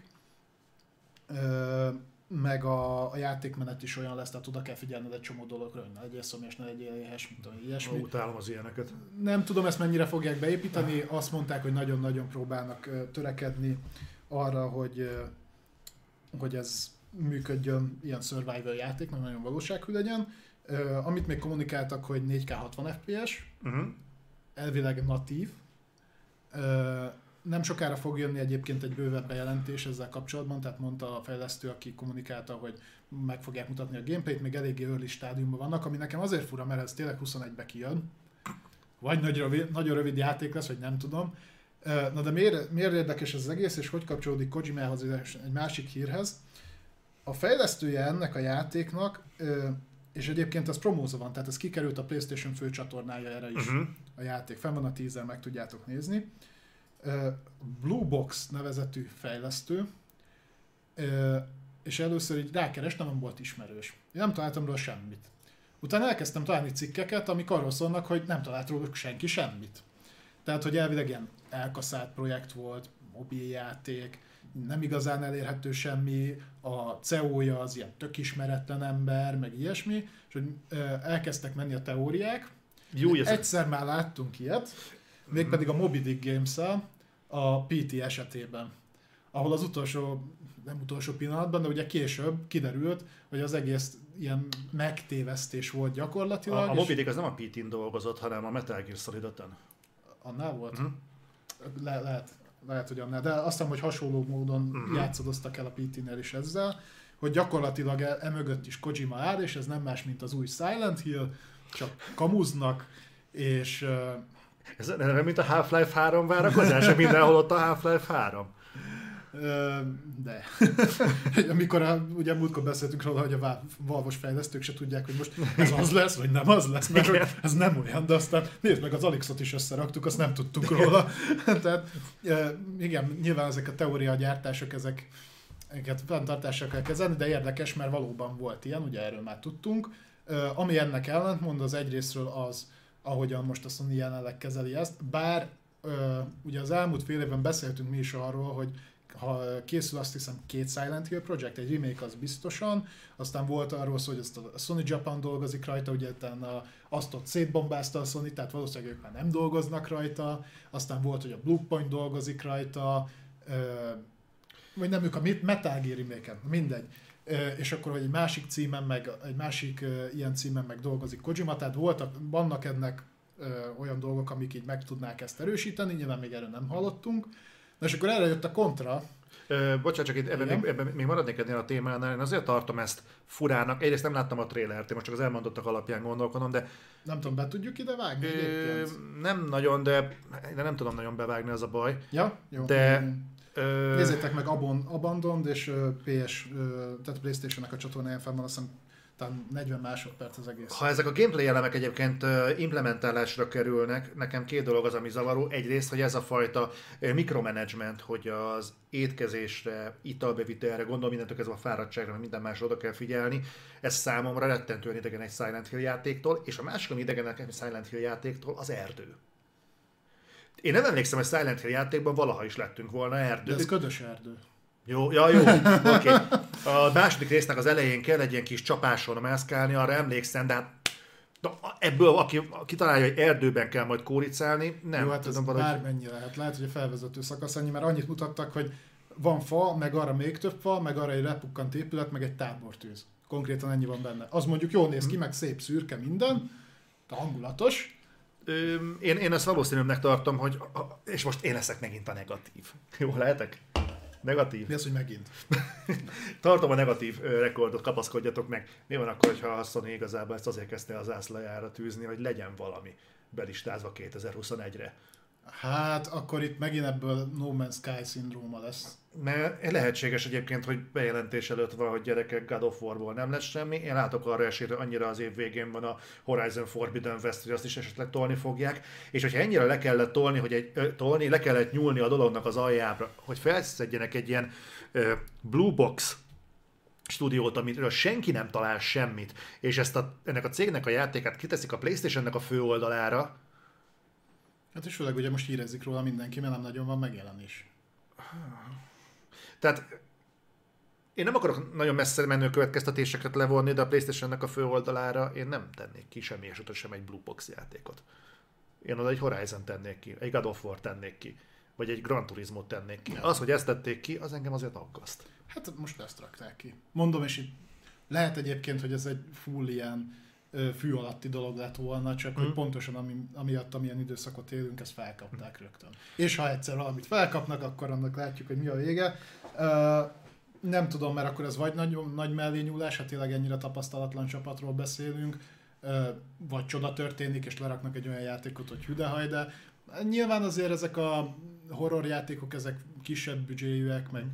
meg a játékmenet is olyan lesz, tehát oda kell figyelned egy csomó dologra, hogy ne legyél szomjas, ne legyél éhes, mint ilyesmi.
Utálom az ilyeneket.
Nem tudom ezt mennyire fogják beépíteni, azt mondták, hogy nagyon-nagyon próbálnak törekedni arra, hogy ez működjön, ilyen survival játék, meg nagyon valósághű legyen. Amit még kommunikáltak, hogy 4K 60 FPS, elvileg natív. Nem sokára fog jönni egyébként egy bővebb bejelentés ezzel kapcsolatban, tehát mondta a fejlesztő, aki kommunikálta, hogy meg fogják mutatni a gameplayt, még eléggé early stádiumban vannak, ami nekem azért fura, mert ez tényleg 21-be kijön. Vagy nagyon rövid játék lesz, vagy nem tudom. Na de miért érdekes ez az egész, és hogy kapcsolódik Kojimához egy másik hírhez? A fejlesztője ennek a játéknak és egyébként az promózva van, tehát ez kikerült a PlayStation fő csatornája erre is a játék. Fenn van a teaser, meg tudjátok nézni. Blue Box nevezetű fejlesztő, és először így rákerestem, nem volt ismerős. Én nem találtam róla semmit. Utána elkezdtem találni cikkeket, amik arról szólnak, hogy nem talált róla senki semmit. Tehát, hogy elvileg ilyen elkaszált projekt volt, mobiljáték, nem igazán elérhető semmi, a CEO-ja az ilyen tök ismeretlen ember, meg ilyesmi, és hogy elkezdtek menni a teóriák.
Jó,
egyszer már láttunk ilyet, mégpedig a Moby Dick Games-el a PT esetében, ahol az nem utolsó pillanatban, de ugye később kiderült, hogy az egész ilyen megtévesztés volt gyakorlatilag.
A Moby Dick az nem a PT-n dolgozott, hanem a Metal Gear Solid-en.
Annál volt? Lehet, hogy annál, de azt hiszem, hogy hasonló módon játszadoztak el a PT-nél is ezzel, hogy gyakorlatilag emögött is Kojima áll, és ez nem más, mint az új Silent Hill, csak kamuznak, és...
Ez nem mint a Half-Life 3 várakozás, mindenhol ott a Half-Life 3?
De. Amikor ugye múltkor beszéltünk róla, hogy a Valve-os fejlesztők se tudják, hogy most ez az lesz, vagy nem az lesz, mert hogy ez nem olyan, de aztán nézd meg, az Alyxot is összeraktuk, azt nem tudtuk róla. Tehát igen, nyilván ezek a teóriagyártások, ezeket fenntartással kell kezelni, de érdekes, mert valóban volt ilyen, ugye erről már tudtunk. Ami ennek ellentmond, az egyrésztről az, ahogyan most a Sony jelenleg kezeli ezt, bár ugye az elmúlt fél évben beszéltünk mi is arról, hogy ha készül, azt hiszem 2 Silent Hill projekt, egy remake az biztosan, aztán volt arról szó, hogy ezt a Sony Japan dolgozik rajta, ugye azt ott szétbombázta a Sony, tehát valószínűleg ők már nem dolgoznak rajta, aztán volt, hogy a Bluepoint dolgozik rajta, vagy nem, ők a Metal Gear remake-en, mindegy. És akkor, hogy egy másik címen, meg egy másik ilyen címen meg dolgozik Kojima, tehát vannak ennek olyan dolgok, amik így meg tudnák ezt erősíteni, nyilván még erről nem hallottunk. Na és akkor erre jött a kontra.
Bocsánat, csak itt ebben még maradnék ennél a témánál, én azért tartom ezt furának. Egyrészt nem láttam a trailert, én most csak az elmondottak alapján gondolkodom, de...
Nem tudom, be tudjuk ide vágni?
Nem nagyon, de nem tudom nagyon bevágni, az a baj.
Ja, jó.
De...
Nézzétek meg Abandoned és tehát PlayStation-nek a csatornáján fel van, azt hiszem, talán 40 másodperc az egész.
Ha ezek a gameplay elemek egyébként implementálásra kerülnek, nekem 2 dolog az, ami zavaró. Egyrészt, hogy ez a fajta mikromanagement, hogy az étkezésre, italbevitelre, gondolom mindentől kezdve a fáradtságra, mert minden másra oda kell figyelni, ez számomra rettentően idegen egy Silent Hill játéktól, és a másik, ami idegen nekem Silent Hill játéktól, az erdő. Én nem emlékszem, hogy Silent Hill játékban valaha is lettünk volna erdő.
De ez ködös erdő.
Jó, oké. A második résznek az elején kell egy ilyen kis csapáson mászkálni, arra emlékszem, de hát ebből, aki találja, hogy erdőben kell majd kóricálni, nem.
Jó, hát ez bármennyi lehet. Lehet, hogy a felvezető szakasz annyi, mert annyit mutattak, hogy van fa, meg arra még több fa, meg arra egy lepukkant épület, meg egy tábortűz. Konkrétan ennyi van benne. Az mondjuk jól néz ki, meg szép szürke minden, hangulatos.
Én ezt valószínűbbnek tartom, hogy... És most én leszek megint a negatív. Jó, lehetek? Negatív.
Mi az, hogy megint?
Tartom a negatív rekordot, kapaszkodjatok meg. Mi van akkor, ha a Sony igazából ezt azért kezdte az zászlajára tűzni, hogy legyen valami belistázva 2021-re?
Hát, akkor itt megint ebből No Man's Sky szindróma lesz.
Mert lehetséges egyébként, hogy bejelentés előtt van, hogy gyerekek, God of War-ból nem lesz semmi. Én látok arra esélyt, hogy annyira az év végén van a Horizon Forbidden West, hogy azt is esetleg tolni fogják. És hogyha ennyire le kellett tolni, hogy le kellett nyúlni a dolognak az aljára, hogy felszedjenek egy ilyen Blue Box stúdiót, amiről senki nem talál semmit, és ennek a cégnek a játékát kiteszik a PlayStation-nek a fő oldalára.
Hát és főleg ugye most hírezik róla mindenki, mert nem nagyon van megjelenés.
Tehát én nem akarok nagyon messze menő következtetéseket levonni, de a PlayStation-nek a fő oldalára én nem tennék ki semmi esetre sem egy Blue Box játékot. Én oda egy Horizon tennék ki, egy God of War tennék ki, vagy egy Gran Turismo-t tennék ki. Az, hogy ezt tették ki, az engem azért aggaszt.
Hát most ezt rakták ki. Mondom, és itt lehet egyébként, hogy ez egy full ilyen fű alatti dolog lett volna, csak hogy pontosan amiatt, amilyen időszakot élünk, ezt felkapták rögtön. És ha egyszer valamit felkapnak, akkor annak látjuk, hogy mi a vége. Nem tudom, mert akkor ez vagy nagyon nagy mellényúlás, hát tényleg ennyire tapasztalatlan csapatról beszélünk, vagy csoda történik, és leraknak egy olyan játékot, hogy hüdehaj, de nyilván azért ezek a horror játékok, ezek kisebb büdzséjűek, meg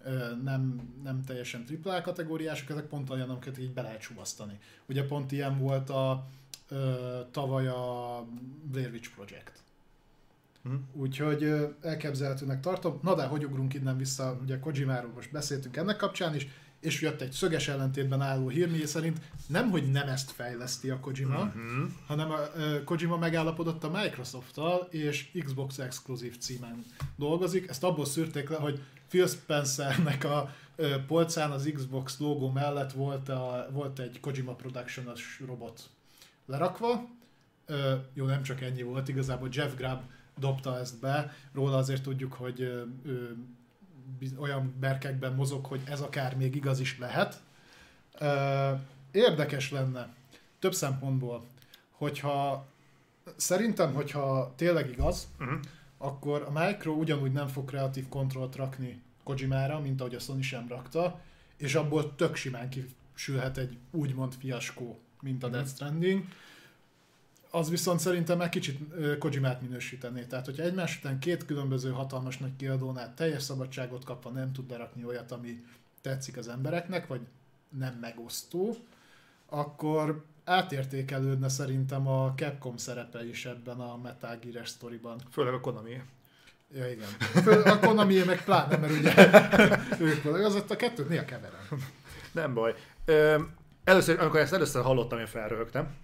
nem teljesen AAA kategóriások, ezek pont olyan, amiket így be lehet suvasztani. Ugye pont ilyen volt tavaly a Blair Witch Project. Úgyhogy elképzelhetőnek tartom. Na de, hogy ugrunk innen vissza, ugye Kojimáról most beszéltünk ennek kapcsán is, és jött egy szöges ellentétben álló hír, mi szerint nemhogy nem ezt fejleszti a Kojima, hanem a Kojima megállapodott a Microsofttal, és Xbox exkluzív címen dolgozik. Ezt abból szűrték le, hogy Phil Spencernek a polcán az Xbox logó mellett volt egy Kojima Production-os robot lerakva. Jó, nem csak ennyi volt, igazából Jeff Grubb dobta ezt be, róla azért tudjuk, hogy olyan berkekben mozog, hogy ez akár még igaz is lehet. Érdekes lenne több szempontból, szerintem, hogyha tényleg igaz, akkor a Micro ugyanúgy nem fog kreatív kontrollt rakni Kojimára, mint ahogy a Sony sem rakta, és abból tök simán kisülhet egy úgymond fiaskó, mint a Death Stranding. Az viszont szerintem egy kicsit Kojimát minősítené. Tehát, hogyha egymás után két különböző hatalmas nagy kiadónál teljes szabadságot kapva nem tud berakni olyat, ami tetszik az embereknek, vagy nem megosztó, akkor átértékelődne szerintem a Capcom szerepe is ebben a Metal Gear-es sztoriban.
Főleg a Konami.
Ja, igen. A Konami meg pláne, mert ugye ők vannak, az ott a kettőt néha keverem.
Nem baj. Amikor ezt először hallottam, én felröhögtem.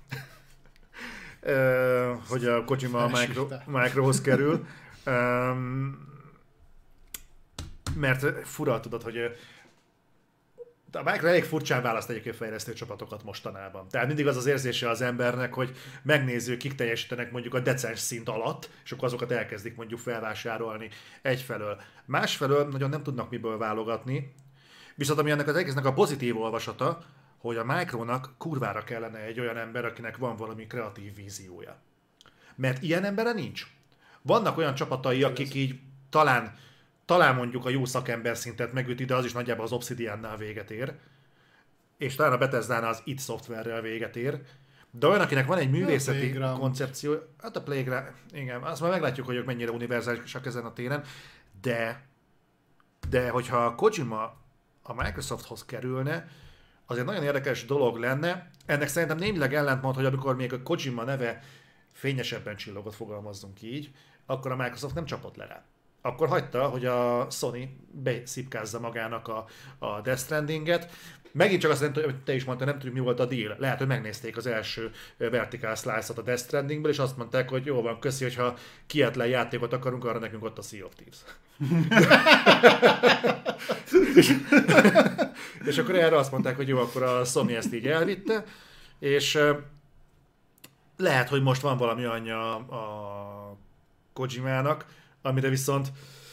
Hogy a Kojima a Microhoz kerül. Mert fura, tudod, hogy a Micro elég furcsán választ egyébként fejlesztő csapatokat mostanában. Tehát mindig az az érzése az embernek, hogy megnéző, kik teljesítenek mondjuk a decens szint alatt, és akkor azokat elkezdik mondjuk felvásárolni egyfelől. Másfelől nagyon nem tudnak miből válogatni, viszont ami ennek az egésznek a pozitív olvasata, hogy a Micronak kurvára kellene egy olyan ember, akinek van valami kreatív víziója. Mert ilyen embere nincs. Vannak olyan csapatai, akik így talán mondjuk a jó szakember szintet megüti, de az is nagyjából az Obsidiannál véget ér. És talán a Bethesda-nál az id Software-rel véget ér. De olyan, akinek van egy művészeti koncepció, hát a Playground, igen, azt már meglátjuk, hogy ők mennyire univerzálisak ezen a téren, de hogyha a Kojima a Microsofthoz kerülne, az egy nagyon érdekes dolog lenne. Ennek szerintem némileg ellentmond, hogy amikor még a Kojima neve fényesebben csillogott, fogalmazzunk így, akkor a Microsoft nem csapott le rá. Akkor hagyta, hogy a Sony beszipkázza magának a Death Strandinget. Megint csak azt jelenti, hogy te is mondtad, nem tudjuk mi volt a deal. Lehet, hogy megnézték az első vertical slice-ot a Death Strandingből, és azt mondták, hogy jó van, köszi, hogyha kietlen játékot akarunk, arra nekünk ott a Sea of Thieves. és akkor erre azt mondták, hogy jó, akkor a Sony ezt így elvitte, és lehet, hogy most van valami anyja a Kojimának, amire viszont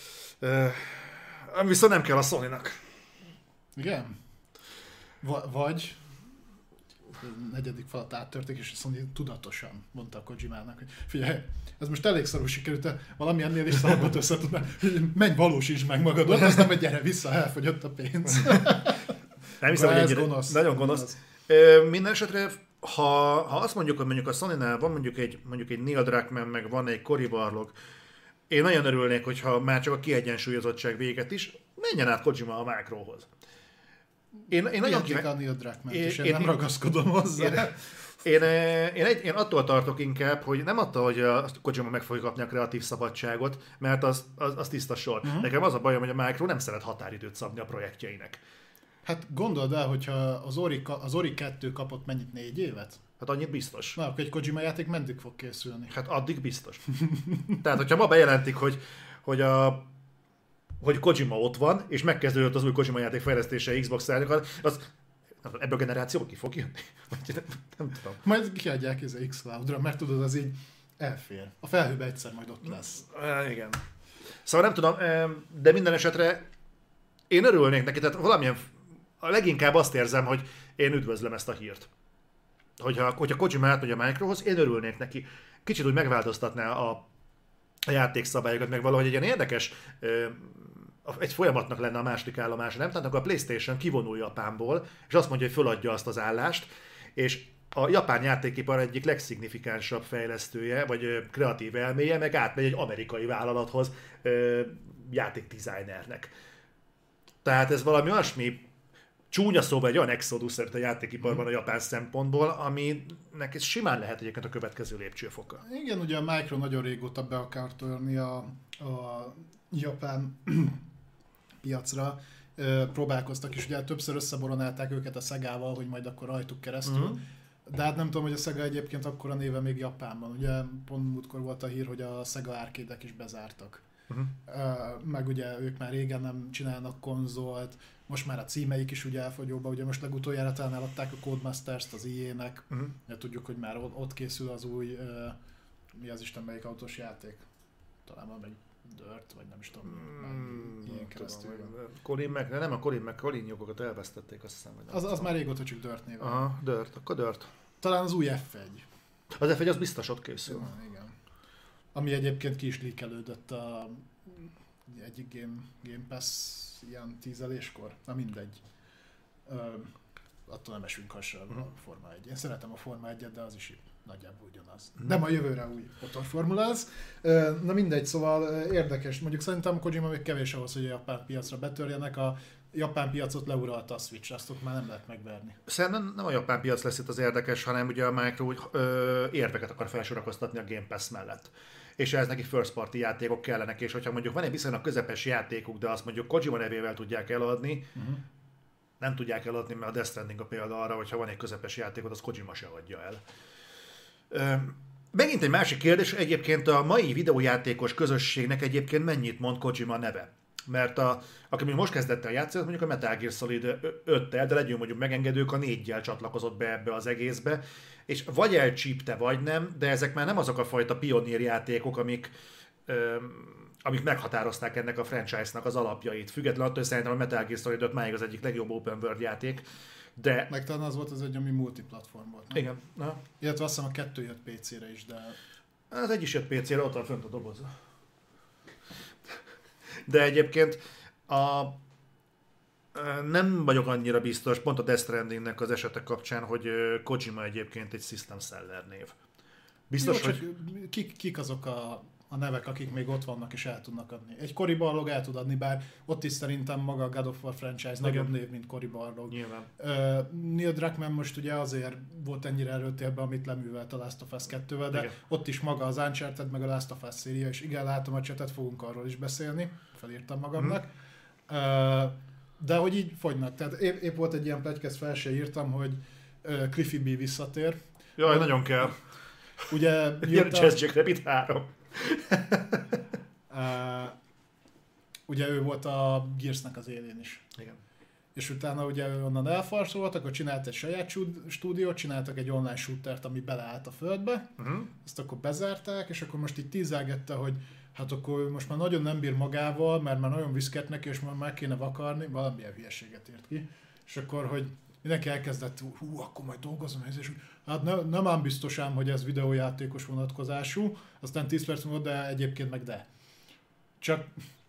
nem kell a Sony-nak.
Igen. Vagy negyedik falat áttörték, és a Sony tudatosan mondta a Kojimának, hogy figyelj, ez most elég szarul sikerült, de valami ennél is szarabbat össze tudná, menj valósítsd meg magadon, aztán meg gyere vissza, elfogyott a pénz.
Nem hiszem, hogy ennyire, nagyon gonosz. Minden esetre, ha azt mondjuk, hogy mondjuk a Sony-nál van mondjuk egy Neil Druckmann, meg van egy Cory Barlog, én nagyon örülnék, hogyha már csak a kiegyensúlyozottság véget is, menjen át Kojima a Microhoz. Én nagyon
kíváncsi a Neil Druckmann, és én nem ragaszkodom hozzá.
Én attól tartok inkább, hogy nem attól, hogy a Kojima meg fogja kapni a kreatív szabadságot, mert az tiszta sor. Nekem az a bajom, hogy a Micro nem szeret határidőt szabni a projektjeinek.
Hát gondold el, hogyha az Ori 2 kapott mennyit, 4 évet?
Hát annyit biztos.
Na, akkor egy Kojima játék meddig fog készülni?
Hát addig biztos. Tehát, hogyha ma bejelentik, hogy Kojima ott van, és megkezdődött az új Kojima játék fejlesztése Xbox-árakat, az ebből a generáció ki fog jönni? Nem tudom.
Majd kiadják Xcloud-ra, mert tudod, az így elfér. A felhőbe egyszer majd ott lesz.
Igen. Szóval nem tudom, de minden esetre én örülnék neki, tehát valamilyen, leginkább azt érzem, hogy én üdvözlöm ezt a hírt. Hogyha Kojima átmegy a Microhoz, én örülnék neki. Kicsit úgy megváltoztatná a játékszabályokat, meg valahogy egy ilyen érdekes, egy folyamatnak lenne a második állomása, nem? Tehát akkor a PlayStation kivonul Japánból, és azt mondja, hogy föladja azt az állást, és a japán játékipar egyik legszignifikánsabb fejlesztője, vagy kreatív elméje, meg átmegy egy amerikai vállalathoz játékdesignernek. Tehát ez valami olyasmi, csúnya szóval egy olyan exodus szerint a játékiparban a japán szempontból, aminek ez simán lehet egyébként a következő lépcsőfoka.
Igen, ugye a Micro nagyon régóta be akar törni a japán piacra. Próbálkoztak is, ugye többször összeboronálták őket a Segával, hogy majd akkor rajtuk keresztül. De hát nem tudom, hogy a Sega egyébként akkora néve még Japánban. Ugye pont múltkor volt a hír, hogy a Sega arcade-ek is bezártak. Meg ugye ők már régen nem csinálnak konzolt, most már a címeik is ugye elfogyóba, ugye most legutoljára talán eladták a Codemasters-t az EA-nek, ugye tudjuk, hogy már ott készül az új, mi az Isten melyik autós játék? Talán van meg Dirt, vagy nem is tudom, ilyen keresztül.
Nem a Colin jogokat elvesztették, azt hiszem.
Az már régóta csak Dirt néven.
Aha, Dirt, akkor Dirt.
Talán az új F1.
Az F1 az biztos ott készül.
Igen. Ami egyébként ki is leakelődött egyik Game Pass ilyen tízeléskor. Na mindegy. Attól nem esünk hasra a Forma 1. Én szeretem a Forma 1-et, de az is nagyjából ugyanaz. De ma jövőre új motorformula az. Na mindegy, szóval érdekes. Mondjuk szerintem Kojima még kevés ahhoz, hogy a japán piacra betörjenek. A japán piacot leuralta a Switch, azt már nem lehet megverni.
Szerintem nem a japán piac lesz itt az érdekes, hanem ugye a Micro érveket akar felsorakoztatni a Game Pass mellett. És ez neki first party játékok kellenek, és hogyha mondjuk van egy viszonylag közepes játékuk, de azt mondjuk Kojima nevével tudják eladni, nem tudják eladni, mert a Death Stranding a példa arra, hogyha van egy közepes játékot, az Kojima se adja el. Megint egy másik kérdés, egyébként a mai videójátékos közösségnek egyébként mennyit mond Kojima neve? Mert aki még most kezdett el játszani, mondjuk a Metal Gear Solid 5-tel, de legyünk mondjuk megengedők, a 4-jel csatlakozott be ebbe az egészbe, és vagy elcsípte, vagy nem, de ezek már nem azok a fajta pionírjátékok, amik meghatározták ennek a franchise-nak az alapjait. Függetlenül attól, hogy szerintem a Metal Gear Solid 5 máig az egyik legjobb open world játék, de...
Meg talán az volt az egy, ami multiplatform volt, nem?
Igen. Na.
Illetve azt hiszem a 2 jött PC-re is, de...
Az egy is jött PC-re, ott van fönt a doboz. De egyébként nem vagyok annyira biztos, pont a Death Strandingnek az esete kapcsán, hogy Kojima egyébként egy system seller név. Biztos,
jó,
hogy...
Kik azok a nevek, akik még ott vannak és el tudnak adni. Egy Cory Barlog el tud adni, bár ott is szerintem maga a God of War franchise nagyobb név, mint Cory Barlog.
Nyilván.
Neil Druckmann most ugye azért volt ennyire előtérben, amit leművelt a Last of Us 2-vel, de igen. Ott is maga az Uncharted, meg a Last of Us széria, és igen, látom a csetet, fogunk arról is beszélni, felírtam magamnak. De hogy így fogynak. Tehát épp volt egy ilyen pletyke, ezt fel se írtam, hogy Cliffy B visszatér.
Jaj, nagyon kell.
Ugye
Jazz Jack Rabbit 3.
Ugye ő volt a Gearsnek az élén is.
Igen.
És utána ugye ő onnan elfarsolt, akkor csinált egy saját stúdiót, csináltak egy online shootert, ami beleállt a földbe, azt akkor bezárták, és akkor most így tízelgette, hogy hát akkor most már nagyon nem bír magával, mert már nagyon viszket neki, és már meg kéne vakarni, valamilyen hülyeséget írt ki. És akkor, hogy mindenki elkezdett, akkor majd dolgozom, és hát nem ám biztos ám, hogy ez videójátékos vonatkozású, aztán 10 perc múlva, de egyébként meg de. Csak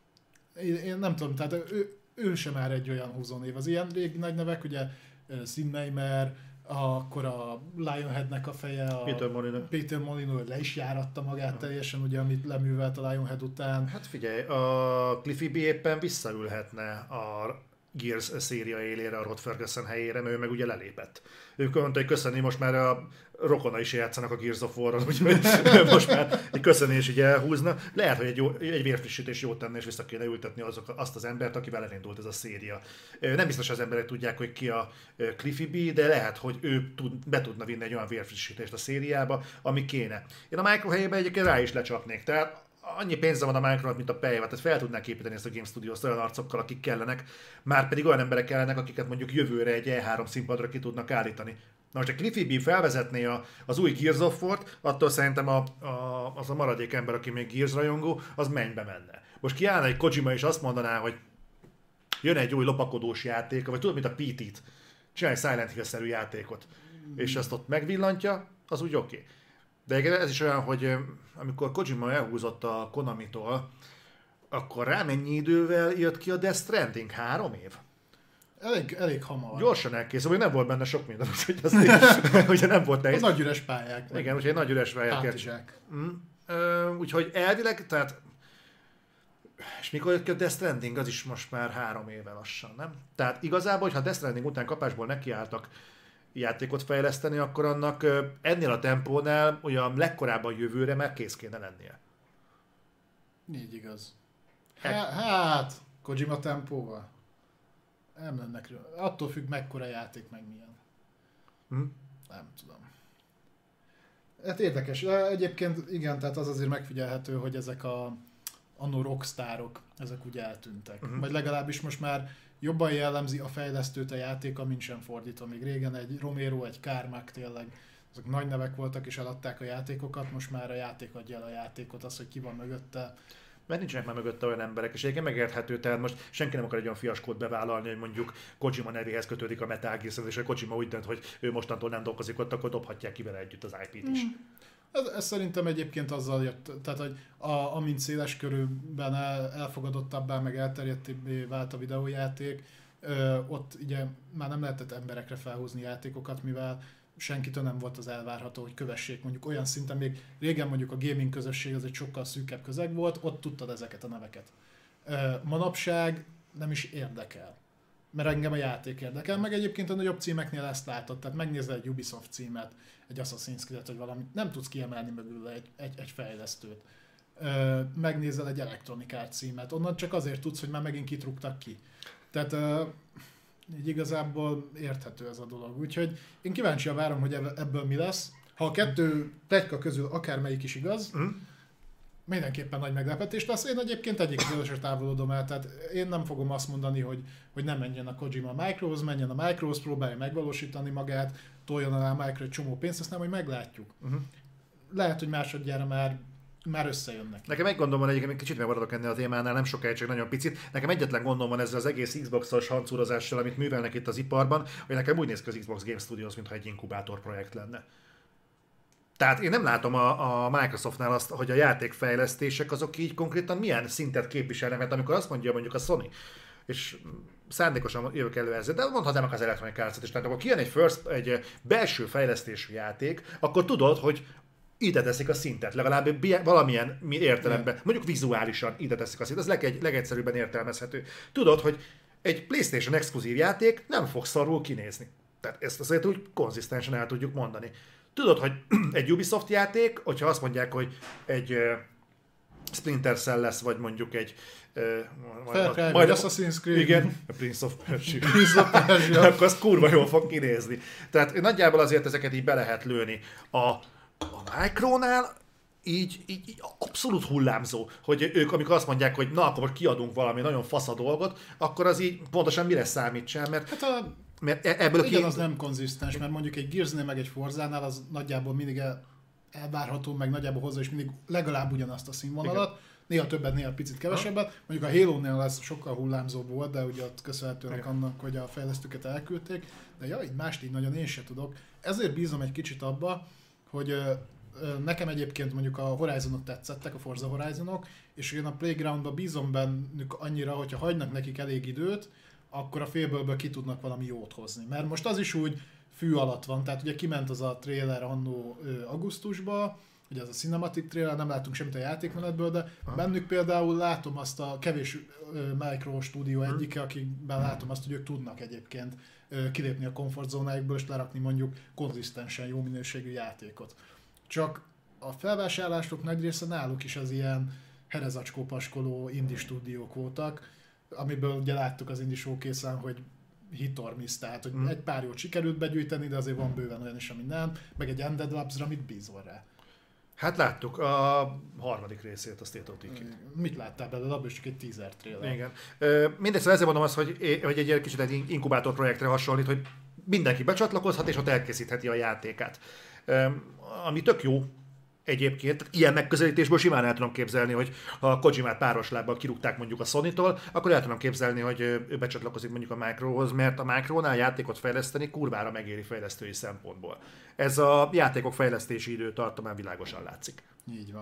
én nem tudom, tehát ő sem már egy olyan húzónév. Az ilyen régi nagy nevek, ugye Sinneimer, akkor a Lionheadnek a feje, a Peter Molyneux le is járatta magát teljesen, ugye, amit leművelt a Lionhead után.
Hát figyelj, a Cliffy B éppen visszaülhetne a Gears széria élére, a Rod Ferguson helyére, mert ő meg ugye lelépett. Ők mondta, hogy köszönni, most már a rokona is játszanak a Gears of War-on, úgyhogy most már egy köszönés így elhúzna. Lehet, hogy egy vérfrissítés jót tenne, és vissza kéne ültetni azt az embert, akivel elindult ez a széria. Nem biztos az emberek tudják, hogy ki a Cliffy B, de lehet, hogy ő be tudna vinni egy olyan vérfrissítést a szériába, ami kéne. Én a Micro helyében egyébként rá is lecsapnék, tehát annyi pénze van a Micronak, mint a pejve, tehát fel tudnák építeni ezt a Game Studios olyan arcokkal, akik kellenek, már pedig olyan emberek kellenek, akiket mondjuk jövőre egy E3 színpadra ki tudnak állítani. Na most a Cliffy B felvezetné az új Gears of War-t, attól szerintem az a maradék ember, aki még Gears rajongó, az mennybe menne. Most kiállna egy Kojima és azt mondaná, hogy jön egy új lopakodós játék, vagy tudod, mint a PT-t, csinálj egy Silent Hill-szerű játékot, és ezt ott megvillantja, az úgy oké. De ez is olyan, hogy amikor Kojima elhúzott a Konamitól, akkor rá mennyi idővel jött ki a Death Stranding? 3 év?
Elég hamar.
Gyorsan elkészül, hogy nem volt benne sok minden, úgyhogy az ugye nem volt nehéz.
A nagy üres pályák.
Igen, úgyhogy nagy üres pályák. Úgyhogy elvileg, tehát És mikor jött ki a Death Stranding, az is most már 3 éve lassan, nem? Tehát igazából, hogyha Death Stranding után kapásból nekiálltak játékot fejleszteni, akkor annak ennél a tempónál olyan legkorábban jövőre már kész kéne lennie.
Így igaz. Hát, Kojima tempóval. Nem lennek. Attól függ, mekkora játék, meg milyen. Nem tudom. Hát érdekes. Egyébként igen, tehát az azért megfigyelhető, hogy ezek annó rockstárok, ezek úgy eltűntek. Vagy legalábbis most már jobban jellemzi a fejlesztőt a játék, mint sem fordítva. Még régen egy Romero, egy Carmack tényleg, azok nagy nevek voltak és eladták a játékokat, most már a játék adja el a játékot, az, hogy ki van mögötte.
Mert nincsenek már mögötte olyan emberek, és egyébként megérthető, tehát most senki nem akar egy olyan fiaskót bevállalni, hogy mondjuk Kojima nevéhez kötődik a Metal Gear, és a Kojima úgy dönt, hogy ő mostantól nem dolgozik ott, akkor dobhatják ki vele együtt az IP-t is.
Ez szerintem egyébként azzal jött, tehát hogy amint széles körülben elfogadottabbá, meg elterjedtebbé vált a videójáték, ott ugye már nem lehetett emberekre felhúzni játékokat, mivel senkitől nem volt az elvárható, hogy kövessék mondjuk olyan szinten, még régen mondjuk a gaming közösség az egy sokkal szűkebb közeg volt, ott tudtad ezeket a neveket. Manapság nem is érdekel, mert engem a játék érdekel, meg egyébként a nagyobb címeknél ezt látod, tehát megnézel egy Ubisoft címet, egy Assassin's Creed-et, vagy valami, nem tudsz kiemelni mögül egy fejlesztőt. Megnézel egy Electronic Arts címet, onnan csak azért tudsz, hogy már megint kitrúgtak ki. Tehát így igazából érthető ez a dolog. Úgyhogy én kíváncsian várom, hogy ebből mi lesz. Ha a kettő pletyka közül akármelyik is igaz, mindenképpen nagy meglepetés lesz. Én egyébként egyik közösre távolodom el, tehát én nem fogom azt mondani, hogy nem menjen a Kojima a Microhoz, menjen a Microhoz, próbálja megvalósítani magát, toljon alá a Micro egy csomó pénzt, azt nem, hogy meglátjuk. Lehet, hogy másodjára már összejönnek.
Nekem egy gondom van, egyébként kicsit megmaradok ennél a témánál, nem sokáig, csak nagyon picit. Nekem egyetlen gondom van ezzel az egész Xbox-os hancúrozással, amit művelnek itt az iparban, hogy nekem úgy néz ki az Xbox Game Studios, mintha egy inkubátor projekt lenne. Tehát én nem látom a Microsoftnál azt, hogy a játékfejlesztések azok így konkrétan milyen szintet képviselnek, mert amikor azt mondja mondjuk a Sony, és szándékosan jövök elő ezzel, de mondhatnám az Electronic Arts-et is, tehát akkor kijön egy belső fejlesztésű játék, akkor tudod, hogy ide teszik a szintet, legalább valamilyen értelemben, mondjuk vizuálisan ide teszik a szintet, ez legegyszerűbben értelmezhető. Tudod, hogy egy PlayStation exkluzív játék nem fog szarul kinézni. Tehát ezt azért úgy konzisztensen el tudjuk mondani. Tudod, hogy egy Ubisoft játék, hogyha azt mondják, hogy egy Splinter Cell lesz, vagy mondjuk egy
majd Assassin's Creed.
Igen, a Prince of Persia. Akkor az kurva jól fog kinézni. Tehát nagyjából azért ezeket így be lehet lőni. A Micronál így abszolút hullámzó, hogy ők amikor azt mondják, hogy na akkor kiadunk valami nagyon fasz a dolgot, akkor az így pontosan mire számítsen, mert mert ebből
igen, az nem konzisztens, mert mondjuk egy Gearsnél meg egy Forzánál az nagyjából mindig elvárható, meg nagyjából hozzá is mindig legalább ugyanazt a színvonalat, igen. Néha többet, néha picit kevesebbet. Mondjuk a Halo-nél ez sokkal hullámzóbb volt, de ugye ott köszönhetően annak, hogy a fejlesztőket elküldték, de így mást így nagyon én se tudok. Ezért bízom egy kicsit abba, hogy nekem egyébként mondjuk a Horizonok tetszettek, a Forza Horizonok, és én a Playgroundba bízom bennük annyira, hogyha hagynak nekik elég időt, akkor a félből ki tudnak valami jót hozni. Mert most az is úgy fű alatt van, tehát ugye kiment az a trailer annó augusztusba, ugye az a cinematic trailer, nem látunk semmit a játékmenetből, de bennük például látom azt a kevés Micro stúdió egyike, akikben látom azt, hogy ők tudnak egyébként kilépni a komfortzónájukból és lerakni mondjuk konzisztensen jó minőségű játékot. Csak a felvásárlások nagy része náluk is az ilyen herezacskó-paskoló indie stúdiók voltak, amiből ugye láttuk az indie showcase-en, hogy hit or miss, tehát hogy egy pár jót sikerült begyűjteni, de azért van bőven olyan is, ami nem, meg egy Ended Labs-ra mit bízol rá?
Hát láttuk a harmadik részét, a State of Decay.
Mit láttál belőle? Abban is csak egy teaser trailer.
Igen. Mindegy, szóval ezért mondom azt, hogy egy kicsit egy inkubátor projektre hasonlít, hogy mindenki becsatlakozhat, és ott elkészítheti a játékát. Ami tök jó egyébként, ilyen megközelítésből simán el tudom képzelni, hogy ha a Kojimát páros lábbal kirúgták mondjuk a Sony-tól, akkor el tudom képzelni, hogy ő becsatlakozik mondjuk a Microhoz, mert a Micronál játékot fejleszteni kurvára megéri fejlesztői szempontból. Ez a játékok fejlesztési időtartamán világosan látszik.
Így van.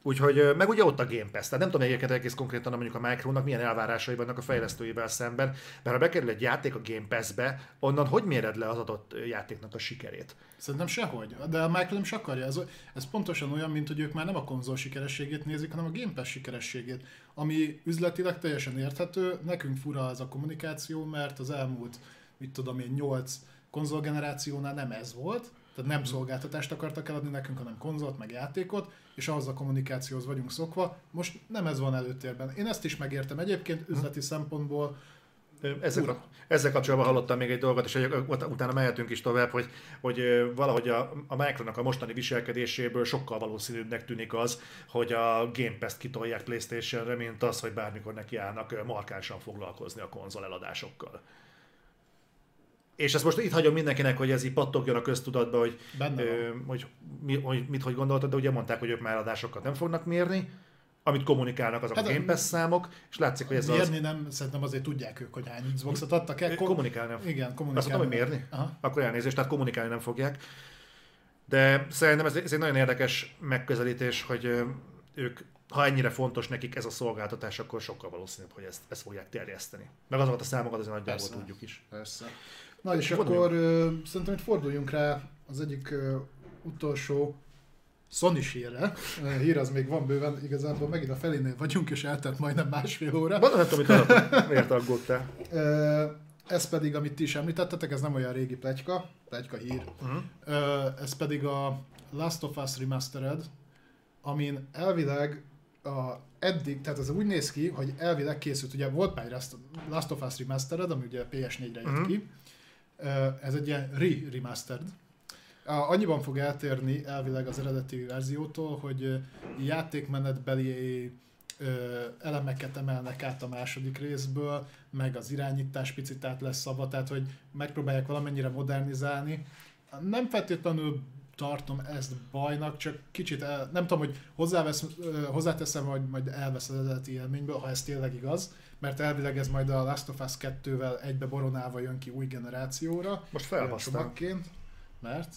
Úgyhogy, meg ugye ott a Game Pass, tehát nem tudom egyébként egész konkrétan mondjuk a Micronak milyen elvárásai vannak a fejlesztőivel szemben, mert ha bekerül egy játék a Game Pass-be, onnan hogy méred le az adott játéknak a sikerét?
Szerintem sehogy, de a Micro nem is akarja. Ez pontosan olyan, mint hogy ők már nem a konzol sikerességét nézik, hanem a Game Pass sikerességét, ami üzletileg teljesen érthető. Nekünk fura ez a kommunikáció, mert az elmúlt, mit tudom én, 8 konzolgenerációnál nem ez volt, tehát nem szolgáltatást akartak eladni nekünk, hanem konzolt, meg játékot, és ahhoz a kommunikációhoz vagyunk szokva. Most nem ez van előtérben. Én ezt is megértem egyébként üzleti szempontból.
Ezzel kapcsolatban hallottam még egy dolgot, és utána mehetünk is tovább, hogy valahogy a Micronak a mostani viselkedéséből sokkal valószínűbbnek tűnik az, hogy a Game Pass-t kitolják PlayStation-re, mint az, hogy bármikor nekiállnak markánsan foglalkozni a konzol eladásokkal. És ezt most itt hagyom mindenkinek, hogy ez így pattogjon a köztudatba, hogy mit hogy gondoltad, de ugye mondták, hogy ők már eladásokat nem fognak mérni, amit kommunikálnak azok a Game Pass számok, és látszik, hogy ez
mérni nem, szerintem azért tudják ők, hogy hány Xboxot adtak el.
Kommunikálni.
Igen, kommunikálni.
Azt mondom, hogy mérni? Aha. Akkor elnézést, tehát kommunikálni nem fogják. De szerintem ez egy nagyon érdekes megközelítés, hogy ők, ha ennyire fontos nekik ez a szolgáltatás, akkor sokkal valószínűbb, hogy ezt fogják terjeszteni. Meg azokat a számokat azért nagyjából tudjuk is.
Persze. Na és akkor szerintem itt forduljunk rá az egyik utolsó Sony-s hírre. Hír az még van bőven, igazából megint a felénél vagyunk, és eltelt majdnem másfél óra.
Nem tudom, miért aggódtál.
Ez pedig, amit ti is említettetek, ez nem olyan régi pletyka hír. Ez pedig a Last of Us Remastered, amin elvileg eddig, tehát ez úgy néz ki, hogy elvileg készült, ugye volt már egy Last of Us Remastered, ami ugye PS4-re jött ki. Ez egy ilyen remastered. Annyiban fog eltérni elvileg az eredeti verziótól, hogy játékmenetbeli elemeket emelnek át a második részből, meg az irányítás picit át lesz szabad, tehát hogy megpróbálják valamennyire modernizálni. Nem feltétlenül tartom ezt bajnak, csak kicsit, nem tudom, hogy hozzáteszem, vagy majd elvesz az eredeti élményből, ha ez tényleg igaz, mert elvileg ez majd a Last of Us 2-vel egybe boronálva jön ki új generációra.
Most felhasznál.
Mert?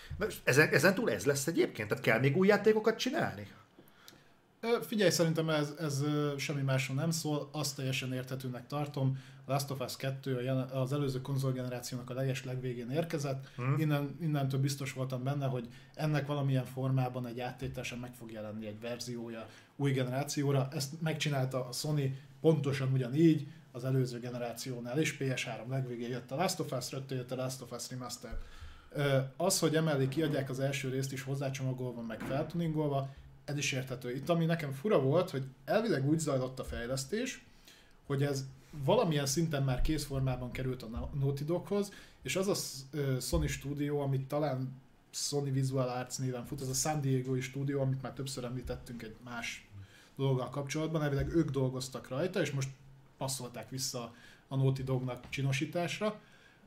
Ezen túl ez lesz egyébként? Tehát kell még új játékokat csinálni?
Figyelj, szerintem ez semmi másról nem szól, azt teljesen érthetőnek tartom. A Last of Us 2 az előző konzolgenerációnak a legvégén érkezett. Innentől biztos voltam benne, hogy ennek valamilyen formában egy áttételesen meg fog jelenni egy verziója új generációra. Ezt megcsinálta a Sony pontosan ugyanígy az előző generációnál is. PS3 legvégén jött a Last of Us, rögtön jött a Last of Us Remastered. Az, hogy emellé kiadják az első részt is hozzácsomagolva, meg feltuningolva, ez is érthető. Itt ami nekem fura volt, hogy elvileg úgy zajlott a fejlesztés, hogy ez valamilyen szinten már készformában került a Naughty Doghoz, és az a Sony stúdió, amit talán Sony Visual Arts néven fut, az a San Diego-i stúdió, amit már többször említettünk egy más dologgal kapcsolatban, elvileg ők dolgoztak rajta, és most passzolták vissza a Naughty Dognak csinosításra.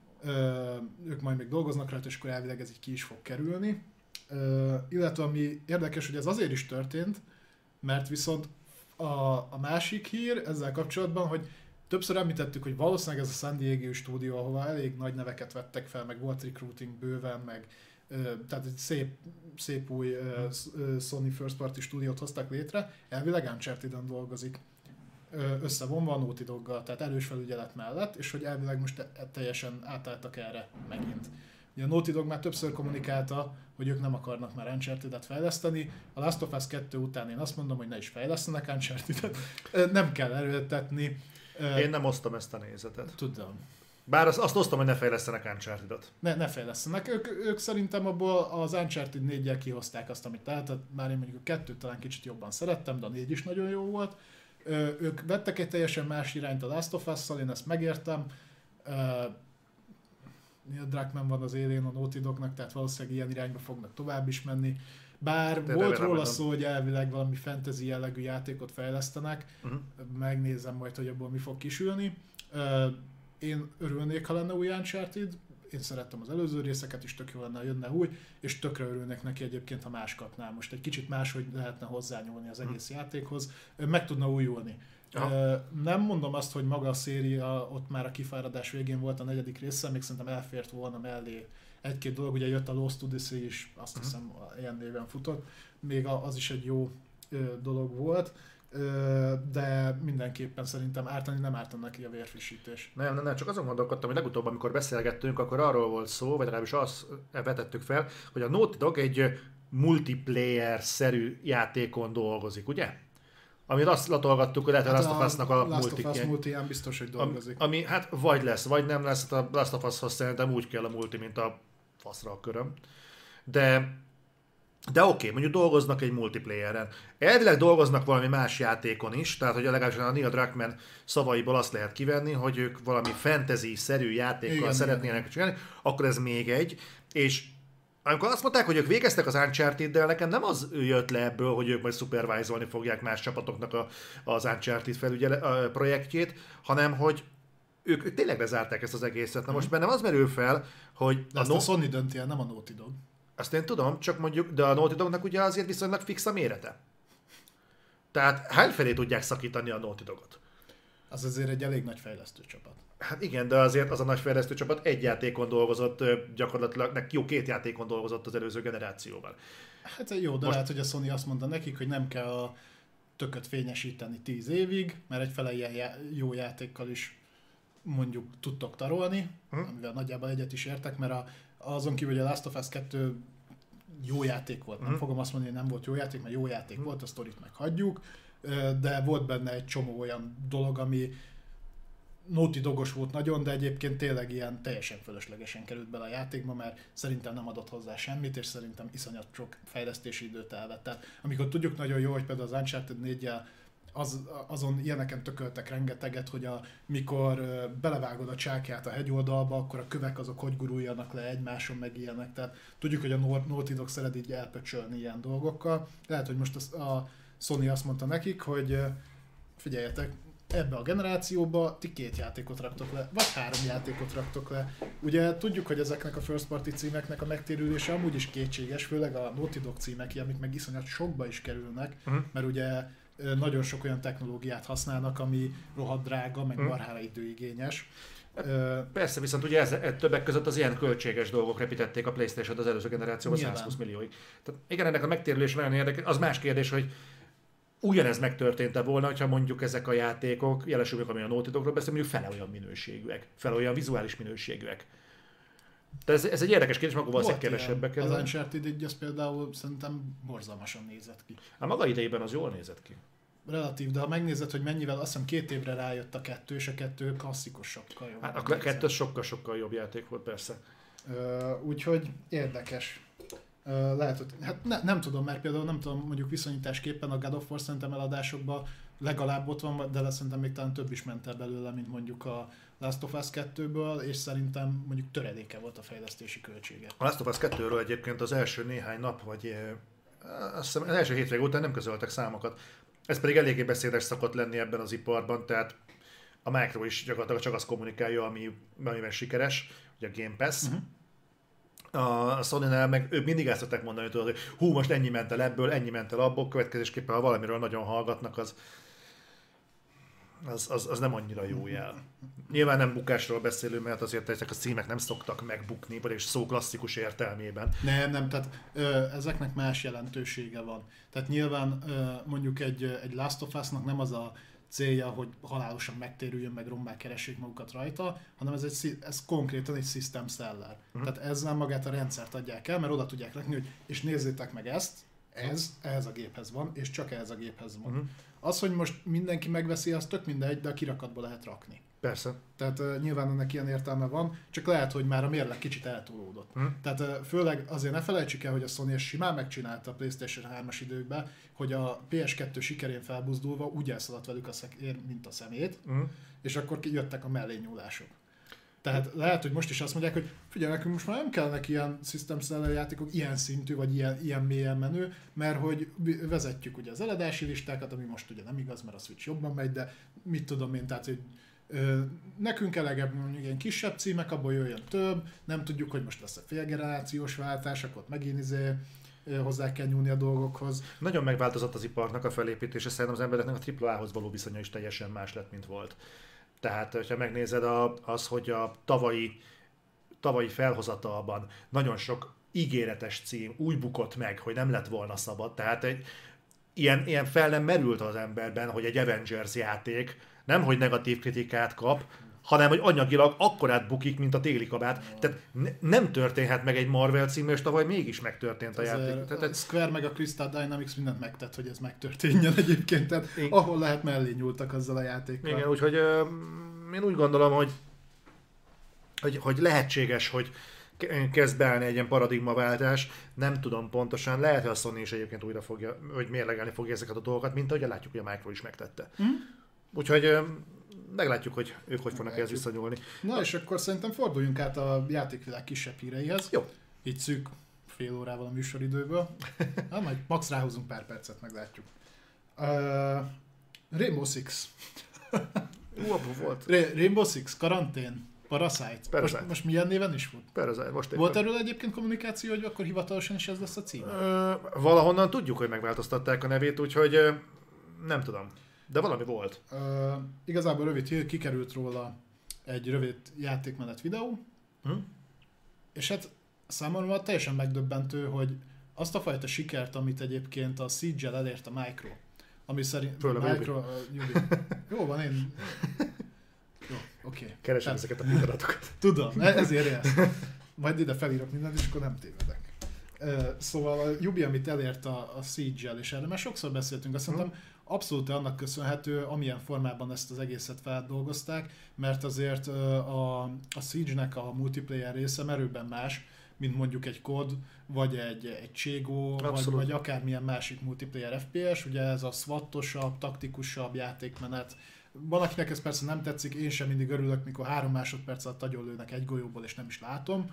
Ők majd még dolgoznak rajta, és akkor elvileg ez így ki is fog kerülni. Illetve ami érdekes, hogy ez azért is történt, mert viszont a másik hír ezzel kapcsolatban, hogy többször említettük, hogy valószínűleg ez a San Diego stúdió, ahova elég nagy neveket vettek fel, meg volt recruiting bőven, meg tehát egy szép új Sony First Party stúdiót hoztak létre, elvileg Uncharted-en dolgozik, összevonva a Naughty Doggal, tehát erős felügyelet mellett, és hogy elvileg most teljesen átálltak erre megint. Ugye a Naughty Dog már többször kommunikálta, hogy ők nem akarnak már Uncharted-et fejleszteni. A Last of Us 2 után én azt mondom, hogy ne is fejlesztenek Uncharted-et. Nem kell erőltetni.
Én nem osztom ezt a nézetet.
Tudom.
Bár azt osztom, hogy ne fejlesztenek Uncharted-ot.
Ne fejlesztenek. Ők szerintem abból az Uncharted 4-jel kihozták azt, amit lehetett. Bár én mondjuk a 2-t talán kicsit jobban szerettem, de a 4 is nagyon jó volt. Ők vettek egy teljesen más irányt a Last of Us-szal, én ezt megértem. Neil Druckmann van az élén a Naughty Dognak, tehát valószínűleg ilyen irányba fognak tovább is menni. Bár volt róla szó, hogy elvileg valami fantasy jellegű játékot fejlesztenek, megnézem majd, hogy abból mi fog kisülni. Én örülnék, ha lenne új Uncharted, én szerettem az előző részeket is, tök jó lenne, ha jönne új, és tökre örülnék neki egyébként, ha más kapná. Most egy kicsit máshogy lehetne hozzányúlni az egész játékhoz, meg tudna újulni. Nem mondom azt, hogy maga a széria ott már a kifáradás végén volt a 4. része, még szerintem elfért volna mellé egy-két dolog, ugye jött a Lost Odyssey is, azt hiszem ilyen néven futott, még az is egy dolog volt, de mindenképpen szerintem ártani nem ártana neki a vérfrissítés.
Nem, csak azon gondolkodtam, hogy legutóbb, amikor beszélgettünk, akkor arról volt szó, vagy legalábbis azt vetettük fel, hogy a Naughty Dog egy multiplayer-szerű játékon dolgozik, ugye? Amit azt latolgattuk, hogy lehet a Last of Us-nak a
Last of Us multiján biztos, hogy dolgozik.
Ami hát vagy lesz, vagy nem lesz, a Last of Us-hoz szerintem úgy kell a multi, mint a faszra a köröm. De oké, mondjuk dolgoznak egy multiplayeren. Elvileg dolgoznak valami más játékon is, tehát hogy legalábbis a Neil Druckmann szavaiból azt lehet kivenni, hogy ők valami fantasy-szerű játékkal szeretnének csinálni, akkor ez még egy. És amikor azt mondták, hogy ők végeztek az Uncharted-del, nekem nem az jött le ebből, hogy ők majd supervise-olni fogják más csapatoknak az Uncharted projektjét, hanem hogy ők tényleg lezárták ezt az egészet. Na most bennem az merül fel, hogy...
De ezt a Sony dönti el, nem a Naughty Dog.
Azt én tudom, csak mondjuk, de a Naughty Dognak ugye azért viszonylag fix a mérete. Tehát hányfelé tudják szakítani a Naughty Dogot?
Az azért egy elég nagy fejlesztő csapat.
Hát igen, de azért az a nagy fejlesztő csapat egy játékon dolgozott, gyakorlatilag jó 2 játékon dolgozott az előző generációban.
Hát jó, de lehet, hogy a Sony azt mondta nekik, hogy nem kell a tököt fényesíteni 10 évig, mert egyfele ilyen jó játékkal is mondjuk tudtok tarolni, amivel nagyjából egyet is értek, mert azon kívül, hogy a Last of Us 2 jó játék volt. Nem fogom azt mondani, hogy nem volt jó játék, mert jó játék volt, a sztorit meghagyjuk, de volt benne egy csomó olyan dolog, ami Naughty Dogos volt nagyon, de egyébként tényleg ilyen teljesen fölöslegesen került bele a játékba, mert szerintem nem adott hozzá semmit, és szerintem iszonyat sok fejlesztési időt elvett. Tehát amikor tudjuk nagyon jó, hogy például az Uncharted 4-jel azon ilyeneken tököltek rengeteget, hogy mikor belevágod a csákját a hegyoldalba, akkor a kövek azok hogy guruljanak le egymáson, meg ilyenek. Tehát tudjuk, hogy a Naughty Dog szeret így elpöcsölni ilyen dolgokkal. Lehet, hogy most a Sony azt mondta nekik, hogy figyeljetek, ebbe a generációba ti 2 játékot raktok le, vagy 3 játékot raktok le. Ugye tudjuk, hogy ezeknek a first party címeknek a megtérülése amúgy is kétséges, főleg a Naughty Dog címek, amik meg iszonyat sokba is kerülnek, mert ugye nagyon sok olyan technológiát használnak, ami rohadt drága, meg marhára időigényes.
Persze, viszont ugye többek között az ilyen költséges dolgok repítették a PlayStation-t az előző generációban 120 millióig. Tehát igen, ennek a megtérülése nagyon érdekes. Az más kérdés, hogy ugyanez megtörtént-e volna, hogyha mondjuk ezek a játékok, jelesül, ami a Naughty Dogról beszél, mondjuk fele olyan minőségűek, fele olyan vizuális minőségűek. Tehát ez egy érdekes kérdés, akkor valószínűleg kevesebbe kerül.
Az Uncharted 1 az például szerintem borzalmasan nézett ki.
A maga idejében az jól nézett ki.
Relatív, de ha megnézed, hogy mennyivel, azt hiszem 2 évre rájött a 2, és a 2 klasszikus sokkal jobb.
Hát a 2 sokkal jobb játék volt, persze.
Úgyhogy érdekes. Lehet, hogy, hát nem tudom, mert például nem tudom, mondjuk viszonyításképpen a God of War szerintem eladásokban legalább ott van, de szerintem még talán több is ment el belőle, mint mondjuk a Last of Us 2-ből, és szerintem mondjuk töredéke volt a fejlesztési költsége.
A Last of Us 2-ről egyébként az első néhány nap, vagy azt hiszem az első hétvége után nem közöltek számokat. Ez pedig eléggé beszédes szokott lenni ebben az iparban, tehát a Micro is gyakorlatilag csak azt kommunikálja, amiben sikeres, ugye a Game Pass. A Sony-nál meg ők mindig ezt szokták mondani, hogy hú, most ennyi ment el ebből, ennyi ment el abból, következésképpen ha valamiről nagyon hallgatnak, az nem annyira jó jel. Nyilván nem bukásról beszélünk, mert azért ezek a címek nem szoktak megbukni, vagyis szó klasszikus értelmében.
Nem, tehát ezeknek más jelentősége van. Tehát nyilván mondjuk egy Last of Us-nak nem az a célja, hogy halálosan megtérüljön, meg rommá keressék magukat rajta, hanem ez konkrétan egy system seller. Tehát ezzel magát a rendszert adják el, mert oda tudják rakni, hogy és nézzétek meg ezt, ez ehhez a géphez van, és csak ehhez a géphez van. Az, hogy most mindenki megveszi, az tök mindegy, de a kirakatba lehet rakni.
Persze.
Tehát nyilván ennek ilyen értelme van, csak lehet, hogy már a mérleg kicsit eltolódott. Tehát főleg azért ne felejtsük el, hogy a Sony ezt simán megcsinálta a PlayStation 3-as időkben, hogy a PS2 sikerén felbuzdulva úgy elszaladt velük a szekér, mint a szemét, és akkor jöttek a mellényúlások. Tehát lehet, hogy most is azt mondják, hogy figyelj, nekünk most már nem kellnek ilyen system seller játékok, ilyen szintű, vagy ilyen mélyen menő, mert hogy vezetjük ugye az eladási listákat, ami most ugye nem igaz, mert a Switch jobban megy, de mit tudom én, tehát hogy nekünk elegebb mondjuk ilyen kisebb címek, abból jöjjön több, nem tudjuk, hogy most lesz a félgenerációs váltás, akkor megint hozzá kell nyúlni a dolgokhoz.
Nagyon megváltozott az iparnak a felépítése, szerintem az embereknek a AAA-hoz való viszonya is teljesen más lett, mint volt. Tehát, ha megnézed az, hogy a tavalyi felhozatalban nagyon sok ígéretes cím úgy bukott meg, hogy nem lett volna szabad. Tehát ilyen fel nem merült az emberben, hogy egy Avengers játék nem hogy negatív kritikát kap, hanem hogy anyagilag akkorát bukik, mint a téli kabát. Tehát nem történhet meg egy Marvel cím, és tavaly mégis megtörtént a játék.
A Square meg a Crystal Dynamics mindent megtett, hogy ez megtörténjen egyébként, tehát ahol lehet mellé nyúltak azzal a játékkal.
Igen, úgyhogy én úgy gondolom, hogy lehetséges, hogy kezd beállni egy ilyen paradigmaváltás, nem tudom pontosan, lehet, hogy a Sony is egyébként újra fogja, hogy mérlegelni fogja ezeket a dolgokat, mint ahogy látjuk, hogy a Micro is megtette. Úgyhogy meglátjuk, hogy ők hogy fognak ehhez visszanyúlni.
Na és akkor szerintem forduljunk át a játékvilág kisebb híreihez.
Jó.
Így szűk fél órával a műsoridőből. Majd max ráhozunk pár percet, meglátjuk. Rainbow Six.
Volt.
Rainbow Six, karantén, Parasite. Most milyen néven is volt?
Parasite,
volt erről egyébként kommunikáció, hogy akkor hivatalosan is ez lesz a cím?
Valahonnan tudjuk, hogy megváltoztatták a nevét, úgyhogy nem tudom. De valami volt.
Igazából rövid kikerült róla egy rövid játékmenet videó, és hát számomra teljesen megdöbbentő, hogy azt a fajta sikert, amit egyébként a Siege-el elért a Micro, ami szerint...
Micro...
Jó van, én... Jó, oké.
Keresem ezeket a pillanatokat.
Tudom, ezért ezt. Majd ide felírok mindent, és akkor nem tévedek. Szóval a Ubi, amit elért a Siege-el, és erre már sokszor beszéltünk, azt mondtam, abszolút annak köszönhető, amilyen formában ezt az egészet feldolgozták, mert azért a Siege-nek a multiplayer része merőben más, mint mondjuk egy COD, vagy egy Cségó, vagy akármilyen másik multiplayer FPS, ugye ez a SWAT-osabb, taktikusabb játékmenet. Van, akinek ez persze nem tetszik, én sem mindig örülök, mikor 3 másodperc alatt agyonlőnek egy golyóból, és nem is látom,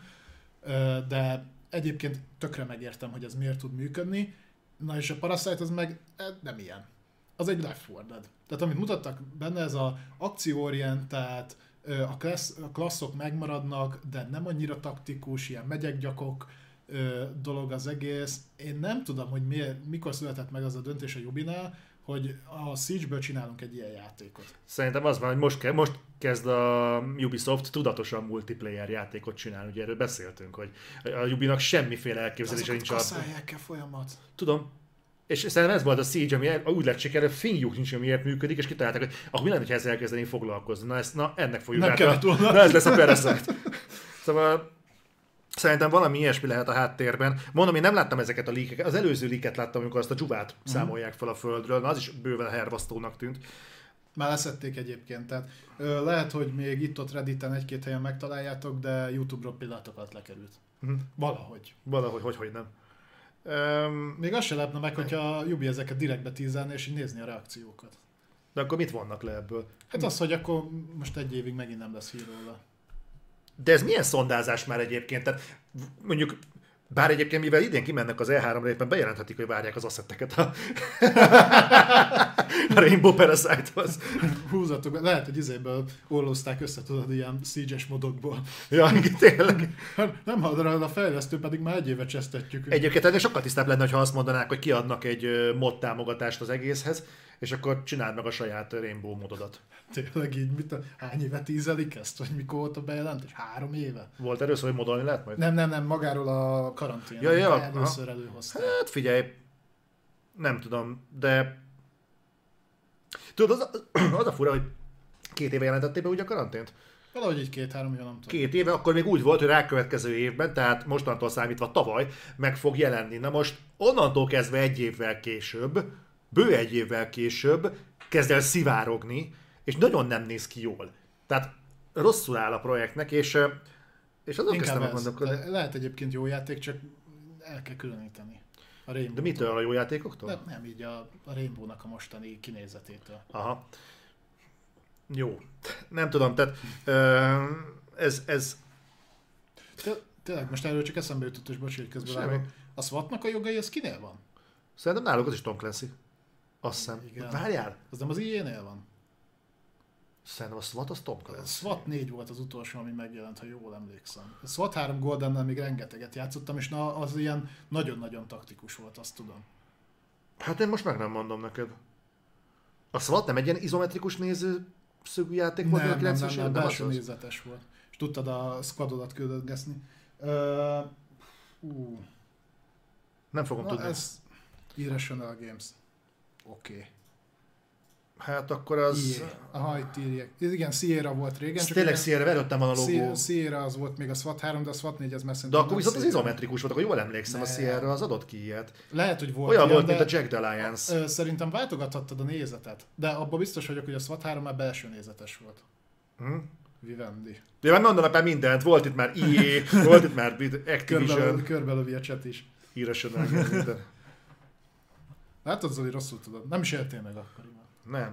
de egyébként tökre megértem, hogy ez miért tud működni. Na és a Parasite az meg nem ilyen. Az egy Left 4 Dead. Tehát amit mutattak benne, ez az akcióorientált, a klasszok megmaradnak, de nem annyira taktikus, ilyen megyek-gyakok dolog az egész. Én nem tudom, hogy mikor született meg az a döntés a Ubinál, hogy a Siege-ből csinálunk egy ilyen játékot.
Szerintem az van, hogy most kezd a Ubisoft tudatosan multiplayer játékot csinálni. Ugye erről beszéltünk, hogy a Ubinak semmiféle elképzelése nincs.
Azokat kaszálják el folyamat.
Tudom. És szerintem ez volt a Siege, ami úgy lett sikerül, fingjuk nincs, hogy miért működik, és kitalálták, hogy akkor mi lenne, ha ezzel elkezdenénk foglalkozni. Na ennek fogjuk át. Na ez lesz a Parasite. Szóval szerintem valami ilyesmi lehet a háttérben. Mondom, én nem láttam ezeket a leakeket. Az előző leaket láttam, amikor azt a dzsuvát számolják fel a földről. Na az is bőven hervasztónak tűnt.
Már leszették egyébként, tehát lehet, hogy még itt-ott Redditen egy-két helyen megtaláljátok, de YouTube-ról pillanatokat lekerült. Valahogy.
Valahogy nem.
Még az se lepne meg, hogyha a Ubi ezeket direktbe tízelni, és így nézni a reakciókat.
De akkor mit vonnak le ebből?
Hát az, hogy akkor most egy évig megint nem lesz hír róla.
De ez milyen szondázás már egyébként? Tehát mondjuk, bár egyébként mivel idén kimennek az E3-ra, éppen bejelenthetik, hogy várják az asszetteket a Rainbow Parasite-hoz.
Húzatok be, lehet, hogy izéből orlózták össze, tudod, ilyen Siege-es modokból.
Ja, tényleg.
Nem hallod, a fejlesztő pedig már egy éve csesztetjük.
Egyébként ennél sokkal tisztább lenne, ha azt mondanák, hogy kiadnak egy mod támogatást az egészhez, és akkor csináld meg a saját Rainbow mododat.
Tényleg így, hány éve tízelik ezt, vagy mikor volt a bejelentés? 3 éve?
Volt erről szó, hogy modolni lehet majd?
Nem, magáról a karantén.
Ja,
először előhozták.
Hát figyelj, nem tudom, de tudod, az a fura, hogy 2 éve jelentették be ugye a karantént?
Valahogy így 2-3 éve, nem tudom.
2 éve, akkor még úgy volt, hogy rákövetkező évben, tehát mostantól számítva tavaly meg fog jelenni. Na most onnantól kezdve 1 évvel később, bő 1 évvel később kezd el szivárogni, és nagyon nem néz ki jól. Tehát rosszul áll a projektnek, és azon kezdtem megmondani.
Lehet egyébként jó játék, csak el kell különíteni.
De mitől a jó játékoktól?
Nem így a Rainbow-nak a mostani kinézetétől.
Aha. Jó. Nem tudom, tehát ez...
Tényleg, most erről csak eszembe jutott, és bocs, hogy közben vágok. A SWAT-nak a jogai, az kinél van?
Szerintem náluk az is Tom Clancy. Azt hiszem. Várjál?
Az nem az EA-nél van?
Szerintem a SWAT az Tom Clancy.
A SWAT 4 volt az utolsó, ami megjelent, ha jól emlékszem. A SWAT 3 Goldennel még rengeteget játszottam, és az ilyen nagyon-nagyon taktikus volt, azt tudom.
Hát én most meg nem mondom neked. A SWAT nem egy ilyen izometrikus nézőszögű játék volt?
Nem, belső nézetes volt. És tudtad a squadodat küldögetni.
Nem fogom tudni.
Ez Irrational Games. Oké.
Hát akkor az...
EA. Aha, itt írják. Igen, Sierra volt régen.
Ez tényleg Sierra, előttem van a logó.
Sierra az volt még a SWAT 3, de a SWAT 4 az messze.
De akkor viszont az izometrikus volt, akkor jól emlékszem, a Sierra az adott ki ilyet.
Lehet, hogy volt
olyan volt, mint a Jack the Alliance.
Szerintem váltogathattad a nézetet, de abban biztos vagyok, hogy a SWAT 3 már belső nézetes volt. Vivendi.
De már mondanak már mindent, volt itt már EA, volt itt már Activision.
Körbelövi a chat is.
Híresen elkezdett minden.
Látod, Zoli, rosszul tudod. Nem is éltél meg akkoriban.
Nem.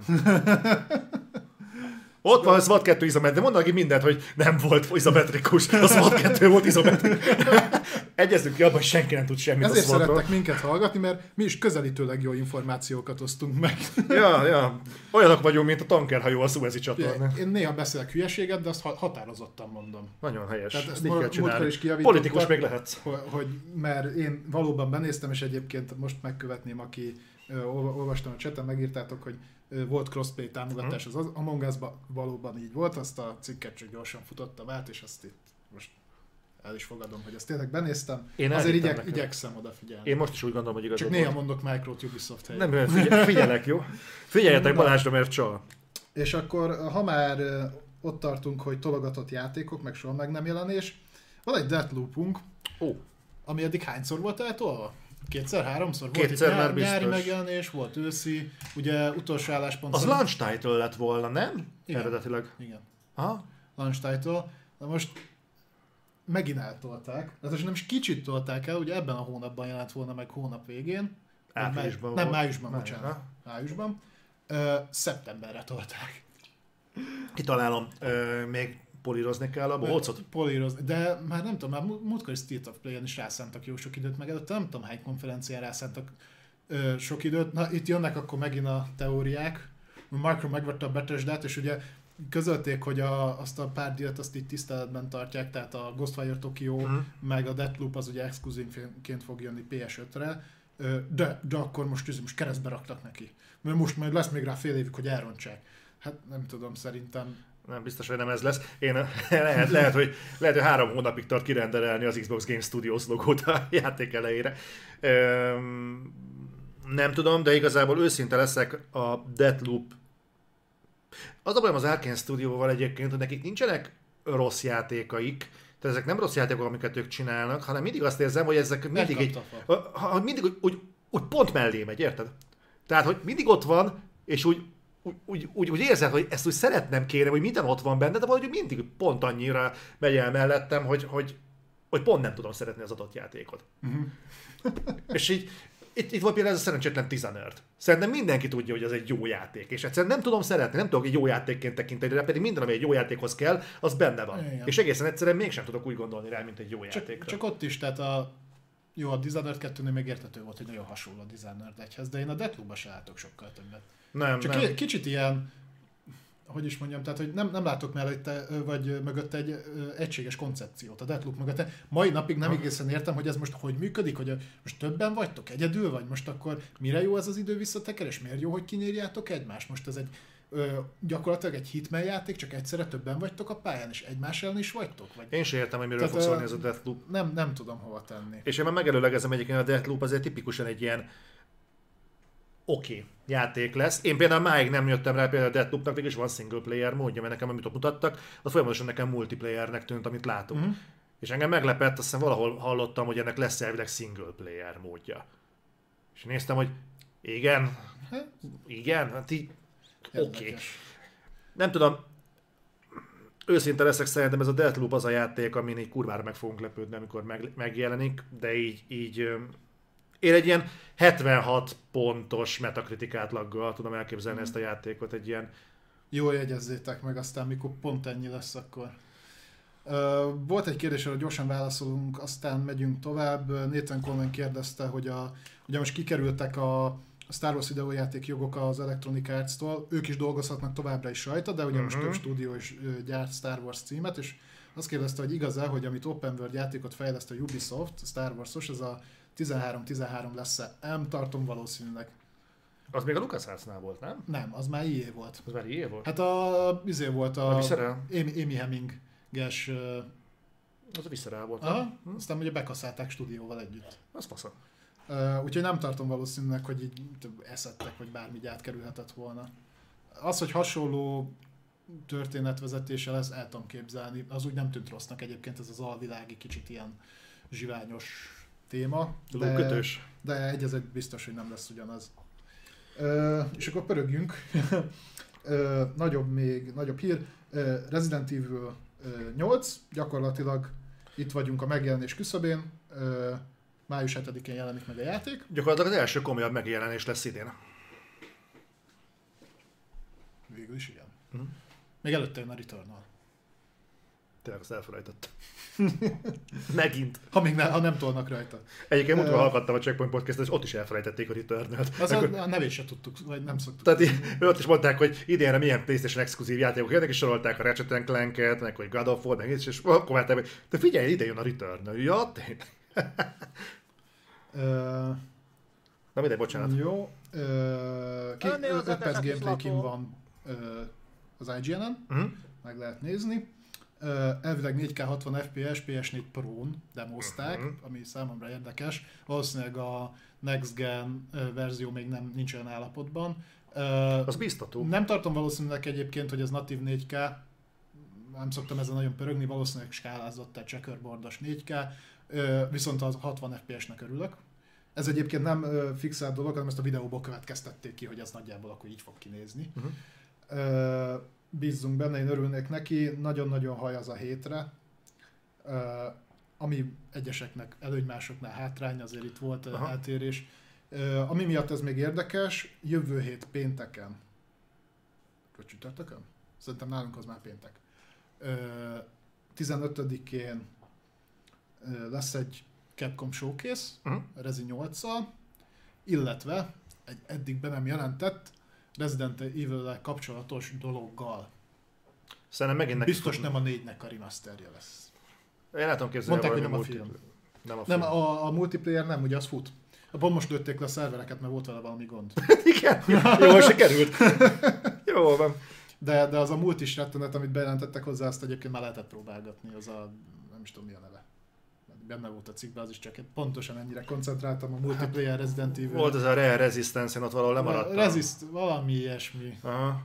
Ott van a SWAT 2 izometrikus, de mondanak ki mindent, hogy nem volt izometrikus. A SWAT 2 volt izometrikus. Egyeztünk ki abban, hogy senki nem tud semmit
ezért
a SWAT-ról.
szerettek minket hallgatni, mert mi is közelítőleg jó információkat osztunk meg.
Ja. Olyanok vagyunk, mint a tankerhajó a Suezi csatornán.
Én néha beszélek hülyeséget, de azt határozottan mondom.
Nagyon helyes.
Tehát ezt
így kell
múltkor
csinálni.
is kijavítottak,
Politikus még lehetsz.
hogy mert én valóban benéztem, és egyébként most megkövetném, aki olvastam a chaten, megírtátok, hogy volt crossplay támogatás az Among Us-ban, valóban így volt, azt a cikket csak gyorsan futottam át, és azt itt most el is fogadom, hogy ezt tényleg benéztem.
Én
azért igyekszem odafigyelni.
Én most is úgy gondolom, hogy igazad
csak
volt.
néha mondok Micro-t Ubisoft helyett.
Nem, figyelek, jó? Figyeljetek Balázsra, mert csal.
És akkor, ha már ott tartunk, hogy tologatott játékok, meg soha meg nem jelenés, van egy Deathloopunk, ami eddig hányszor volt eltolva? Kétszer-háromszor? Volt
Kétszer
itt
már
nyári
biztos.
megjelenés, volt őszi, ugye utolsó álláspont...
Az launch title lett volna, nem?
Igen.
Eredetileg.
Igen.
Aha.
Launch title. Na most megint eltolták. Tehát most nem is kicsit tolták el, ugye ebben a hónapban jelent volna meg hónap végén.
Áprilisban
Nem,
volt.
májusban, bocsánat. Májusban. Szeptemberre tolták.
Kitalálom, még polírozni kell a bolcot?
Polírozni, de már nem tudom, már múltkor is State of Play-en is rászántak jó sok időt, meg előtte nem tudom hány konferencián rászántak sok időt. Na itt jönnek akkor megint a teóriák. Micro megvette a Bethesdát, és ugye közölték, hogy azt a pár díjat azt így tiszteletben tartják, tehát a Ghostwire Tokyo, meg a Deathloop az ugye exkluzívként fog jönni PS5-re, de akkor most keresztbe raktak neki. Mert most majd lesz még rá fél évig, hogy elrontsák. Hát nem tudom, szerintem.
Nem, biztos, hogy nem ez lesz. Lehet, hogy 3 hónapig tart kirendelni az Xbox Game Studios logót a játék elejére. Nem tudom, de igazából őszinte leszek, a Deathloop. Az a bajom az Arkane Studio-val egyébként, hogy nekik nincsenek rossz játékaik, tehát ezek nem rossz játékok, amiket ők csinálnak, hanem mindig azt érzem, hogy ezek mindig úgy pont mellé megy, érted? Tehát, hogy mindig ott van, és úgy érzed, hogy ezt úgy szeretnem kéne, hogy minden ott van benne, de valahogy mindig pont annyira megy el mellettem, hogy pont nem tudom szeretni az adott játékot. És így itt volt például ez a szerencsétlen Dishonored. Szerintem mindenki tudja, hogy ez egy jó játék, és egyszerűen nem tudom szeretni, nem tudok egy jó játékként tekinteni, de pedig minden, ami egy jó játékhoz kell, az benne van.
Igen.
És egészen egyszerűen mégsem tudok úgy gondolni rá, mint egy jó játékra.
Csak ott is, tehát a Dishonored 2-nél még értető volt, hogy nagyon hasonló a Dishonored 1-hez, de én a Deathloop-ba se látok sokkal többet.
Nem.
Kicsit ilyen, hogy is mondjam, tehát hogy nem látok mellette, vagy mögötte egy egységes koncepciót a Deathloop mögötte. Mai napig nem egészen értem, hogy ez most hogy működik, hogy most többen vagytok, egyedül vagy, most akkor mire jó ez az idő visszatekerés, miért jó, hogy kinyírjátok egymást? Most ez egy gyakorlatilag egy Hitman játék, csak egyszerre többen vagytok a pályán, és egymás ellen is vagytok? Vagy...
Én sem értem, hogy miről fog szólni ez a Deathloop.
Nem tudom hova tenni.
És én már megelőlegezem egyébként, a Deathloop azért tipikusan egy ilyen játék lesz. Én például máig nem jöttem rá, például a Deathloopnak végül is van single player módja, mert nekem amit ott mutattak, az folyamatosan nekem multiplayernek tűnt, amit látunk. És engem meglepett, azt hiszem valahol hallottam, hogy ennek lesz elvileg single player módja. És néztem, hogy igen, hát így Nem tudom, őszinte leszek, szerintem ez a Deathloop az a játék, amin így kurvára meg fogunk lepődni, amikor megjelenik, de így én egy ilyen 76 pontos Metacritic átlaggal tudom elképzelni ezt a játékot, egy ilyen...
Jól jegyezzétek meg, aztán mikor pont ennyi lesz, akkor... Volt egy kérdés, hogy gyorsan válaszolunk, aztán megyünk tovább. Nathan Coleman kérdezte, hogy ugye most kikerültek a Star Wars videójáték jogok az Electronic Arts-tól, ők is dolgozhatnak továbbra is rajta, de ugye most több stúdió is gyárt Star Wars címet, és azt kérdezte, hogy igaz-e, hogy amit Open World játékot fejleszt a Ubisoft, Star Wars-os, ez a 13-13 lesz-e? Nem tartom valószínűleg.
Az még a LucasArts-nál volt, nem?
Nem, az már EA volt.
Az már EA volt?
Hát volt a Amy Hemming-es...
Az a Visceral volt.
Aha, aztán ugye bekaszálták stúdióval együtt.
Az fasza.
Úgyhogy nem tartom valószínűleg, hogy így eszettek, vagy bármi így átkerülhetett volna. Az, hogy hasonló történetvezetése lesz, el tudom képzelni. Az úgy nem tűnt rossznak egyébként, ez az alvilági kicsit ilyen zsiványos téma. De egy biztos, hogy nem lesz ugyanaz. És akkor pörögjünk. Nagyobb hír. Resident Evil 8, gyakorlatilag itt vagyunk a megjelenés küszöbén. Május 7-én jelenik meg a játék.
Gyakorlatilag az első komolyabb megjelenés lesz idén.
Végül is igen. Még előtte jön a Returnal.
Tényleg azt elfelejtettem. Megint.
Ha nem tolnak rajta.
Egyébként múltkor hallgattam a Checkpoint Podcast-et, és ott is elfelejtették a Returnal-t.
A nevét sem tudtuk, vagy nem szoktuk.
Tehát ott is mondták, hogy idénre milyen PlayStation exkluzív játékok jönnek, és sorolták a Ratchet & Clank-et, meg hogy God of War, meg és akkor várták, hogy de figyelj, ide jön a Returnal. Ja, tényleg. Na mindegy, bocsánat.
Jó. 5 perc gameplay kim van az IGN-en, meg lehet nézni. Elvileg 4K 60 FPS PS4 Pro-n demozták, ami számomra érdekes. Valószínűleg a Next Gen verzió még nincs olyan állapotban.
Az biztató.
Nem tartom valószínűleg egyébként, hogy ez natív 4K. Nem szoktam ezen nagyon pörögni, valószínűleg skálázott, tehát checkerboardos 4K. Viszont az 60 FPS-nek örülök. Ez egyébként nem fixált dolog, hanem ezt a videóból következtették ki, hogy ez nagyjából akkor így fog kinézni. Bízzunk benne, én örülnék neki, nagyon-nagyon haj az a hétre, ami egyeseknek előny, másoknál hátrány, azért itt volt eltérés. Ami miatt ez még érdekes, jövő hét pénteken, vagy csütörtökön? Szerintem nálunk az már péntek. 15-én lesz egy Capcom Showcase, Rezi 8-szal, illetve egy eddig be nem jelentett Resident Evil-lel kapcsolatos dologgal.
Szerintem megint
biztos nem a 4-nek a remasterje lesz.
Én látom képzelni,
mondták, hogy nem a film. Nem, a multiplayer nem, ugye az fut. Pont most lőtték le a szervereket, mert volt vele valami gond.
Igen, jól se került. Jól van.
De az a multis rettenet, amit bejelentettek hozzá, azt egyébként már lehetett próbálgatni, az a, nem is tudom mi a neve. Benne volt a cikkben, az is csak pontosan ennyire koncentráltam a multiplayer Resident Evil.
Volt ez a Rare Resistance, én ott valahol lemaradtam.
Valami ilyesmi.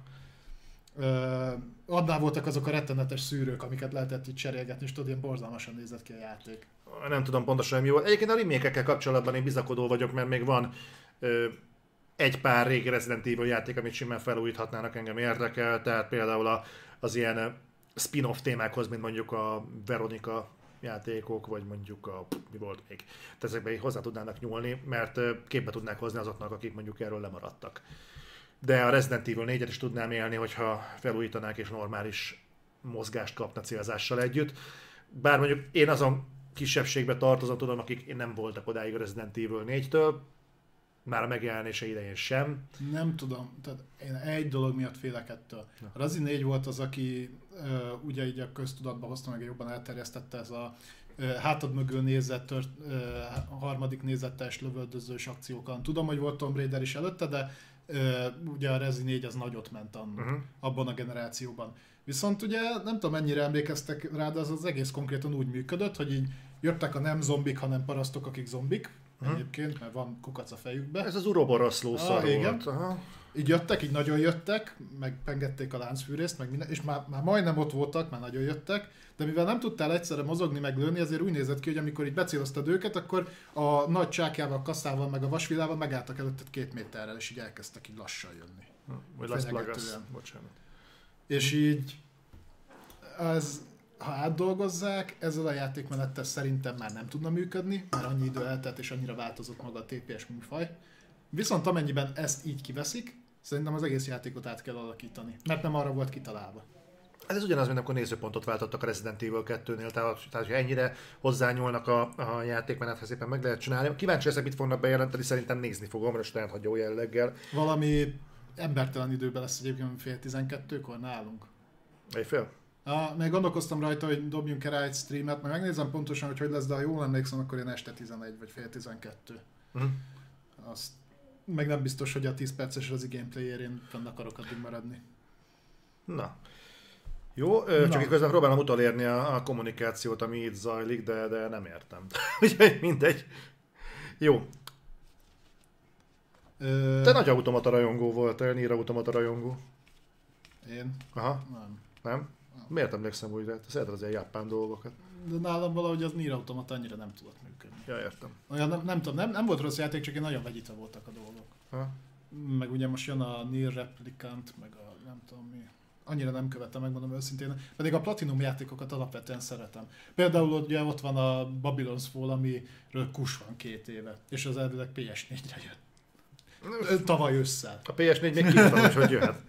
Annál voltak azok a rettenetes szűrők, amiket lehetett itt cserélgetni, és tudod, ilyen borzalmasan nézett ki a játék.
Nem tudom pontosan mi volt. Egyébként a remake-ekkel kapcsolatban én bizakodó vagyok, mert még van egy pár régi Resident Evil játék, amit simán felújíthatnának, engem érdekel. Tehát például az ilyen spin-off témákhoz, mint mondjuk a Veronica játékok, vagy mondjuk mi volt még. Tehát ezekbe hozzá tudnának nyúlni, mert képbe tudnák hozni azoknak, akik mondjuk erről lemaradtak. De a Resident Evil 4-et is tudnám élni, hogyha felújítanák és normális mozgást kapna célzással együtt. Bár mondjuk én azon kisebbségbe tartozom, tudom, akik nem voltak odáig a Resident Evil 4-től, már a megjelenése idején sem.
Nem tudom, tehát én egy dolog miatt félek ettől. A Rezi 4 volt az, aki ugye így a köztudatba hozta meg, jobban elterjesztette ez a hátad mögül nézett, harmadik nézetes lövöldözős akciókkal. Tudom, hogy volt Tomb Raider is előtte, de ugye a Rezi 4 az nagyot ment abban a generációban. Viszont ugye nem tudom mennyire emlékeztek rá, de az egész konkrétan úgy működött, hogy így jöttek a nem zombik, hanem parasztok, akik zombik. Egyébként, mert van kukac a fejükbe.
Ez az uroboroszló szar volt.
Így jöttek, így nagyon jöttek, meg pengették a láncfűrészt, meg minden, és már majdnem ott voltak, már nagyon jöttek, de mivel nem tudtál egyszerre mozogni, meg lőni, azért úgy nézett ki, hogy amikor így becéloztad őket, akkor a nagy csákjával, kasszával, meg a vasvilával megálltak előtted 2 méterrel, és így elkezdtek így lassan jönni.
Vagy Las Plagas, bocsánat.
És így, ha átdolgozzák, ezzel a játékmenettel szerintem már nem tudna működni, mert annyi idő eltelt és annyira változott maga a TPS műfaj. Viszont amennyiben ezt így kiveszik, szerintem az egész játékot át kell alakítani, mert nem arra volt kitalálva.
Ez ugyanaz, mint amikor nézőpontot váltottak a Resident Evil 2-nél, tehát hogy ennyire hozzányúlnak a játékmenethez, éppen meg lehet csinálni. Kíváncsi leszek, mit fognak bejelenteni, szerintem nézni fogom, most lehet hagyó jelleggel.
Valami embertelen időben lesz egyébként 11:30-kor nálunk.
Éjfél?
Még gondolkoztam rajta, hogy dobjunk rá egy streamet, majd megnézem pontosan, hogy lesz, de ha jól emlékszem, akkor én este 11 vagy fél 12. Azt meg nem biztos, hogy a 10 perces Rezi gameplayérén fenn akarok addig maradni.
Na. Jó, csak közben próbálom utolérni a kommunikációt, ami itt zajlik, de nem értem. Úgyhogy mindegy. Jó. Te nagy automata rajongó voltál, Nier automata rajongó.
Én?
Aha.
Nem.
Miért emlékszem úgy rá? Te szereted az ilyen japán dolgokat.
De nálam valahogy az Nier automata annyira nem tudott működni.
Ja, értem.
Olyan nem tudom, nem volt rossz játék, csak nagyon vegyítve voltak a dolgok.
Ha?
Meg ugye most jön a Nier Replicant, meg a nem tudom mi. Annyira nem követtem, megmondom őszintén. Pedig a Platinum játékokat alapvetően szeretem. Például ugye ott van a Babylon's Fall, amiről kus van 2 éve. És az elvileg PS4-re jött. Tavaly ősszel.
A PS4 még kiadta, hogy jöhet.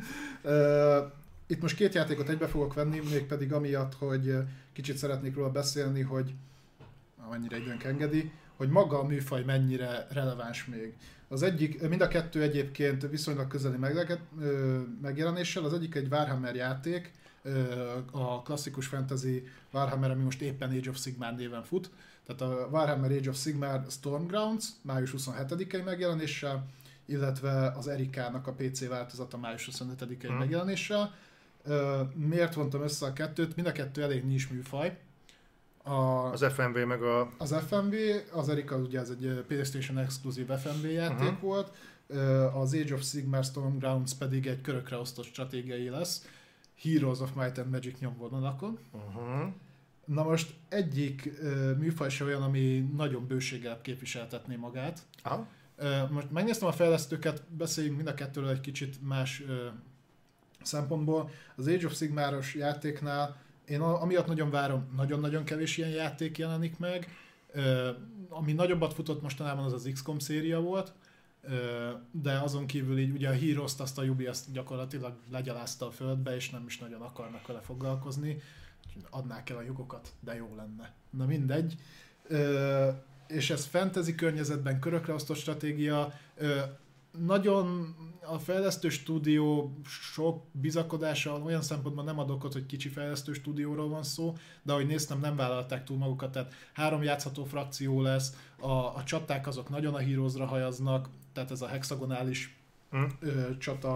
Itt most 2 játékot egybe fogok venni, mégpedig amiatt, hogy kicsit szeretnék róla beszélni, hogy amennyire időnk engedi, hogy maga a műfaj mennyire releváns még. Az egyik, mind a 2 egyébként viszonylag közeli megjelenéssel, az egyik egy Warhammer játék, a klasszikus fantasy Warhammer, ami most éppen Age of Sigmar néven fut. Tehát a Warhammer Age of Sigmar Stormgrounds, május 27-i megjelenéssel, illetve az Erikának a PC változata május 25-i megjelenéssel. Miért vontam össze a 2-t? Mind a 2 elég nincs műfaj.
Az FMV meg a...
Az FMV, az Erika ugye ez egy PlayStation exkluzív FMV játék volt, az Age of Sigmar Stormgrounds pedig egy körökre osztott stratégiai lesz, Heroes of Might and Magic nyomvonalakon. Na most egyik műfaj se olyan, ami nagyon bőséggel képviseltetné magát.
Aha.
Most megnéztem a fejlesztőket, beszéljünk mind a 2-ről egy kicsit más szempontból. Az Age of Sigmaros játéknál én amiatt nagyon várom, nagyon-nagyon kevés ilyen játék jelenik meg. Ami nagyobbat futott mostanában az XCOM széria volt, de azon kívül így ugye a Heroes-t, azt a Ubi azt gyakorlatilag legyalázta a földbe, és nem is nagyon akarnak vele foglalkozni. Adnák el a jogokat, de jó lenne. Na mindegy. És ez fantasy környezetben körökre osztott stratégia. Nagyon a fejlesztő stúdió sok bizakodása olyan szempontban nem ad okot, hogy kicsi fejlesztő stúdióról van szó, de ahogy néztem, nem vállalták túl magukat, tehát 3 játszható frakció lesz, a csaták azok nagyon a Heroesra hajaznak, tehát ez a hexagonális csata.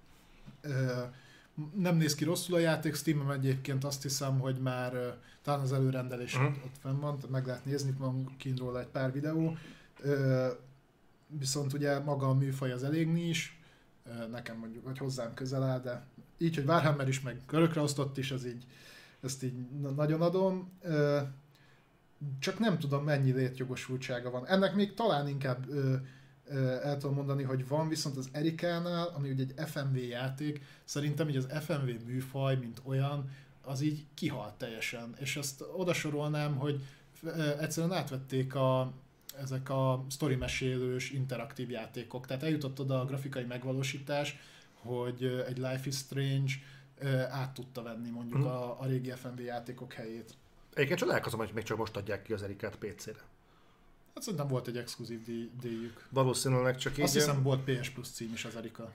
Nem néz ki rosszul a játék, Steam-en egyébként azt hiszem, hogy már talán az előrendelés ott fenn van, tehát meg lehet nézni, van kint róla egy pár videó. Viszont ugye maga a műfaj az elég nis, nekem mondjuk, vagy hozzám közel áll, de így, hogy Warhammer is, meg körökre osztott is, ezt így nagyon adom. Csak nem tudom, mennyi létjogosultsága van. Ennek még talán inkább el tudom mondani, hogy van, viszont az Erikánál, ami ugye egy FMV játék, szerintem így az FMV műfaj, mint olyan, az így kihalt teljesen. És ezt odasorolnám, hogy egyszerűen átvették ezek a sztori mesélős, interaktív játékok. Tehát eljutott oda a grafikai megvalósítás, hogy egy Life is Strange át tudta venni mondjuk a régi FMV játékok helyét.
Egyébként csodálkozom, hogy még csak most adják ki az Erikát PC-re.
Hát szerintem volt egy exkluzív díjük.
Valószínűleg csak így...
Azt hiszem volt PS Plus cím is az Erika.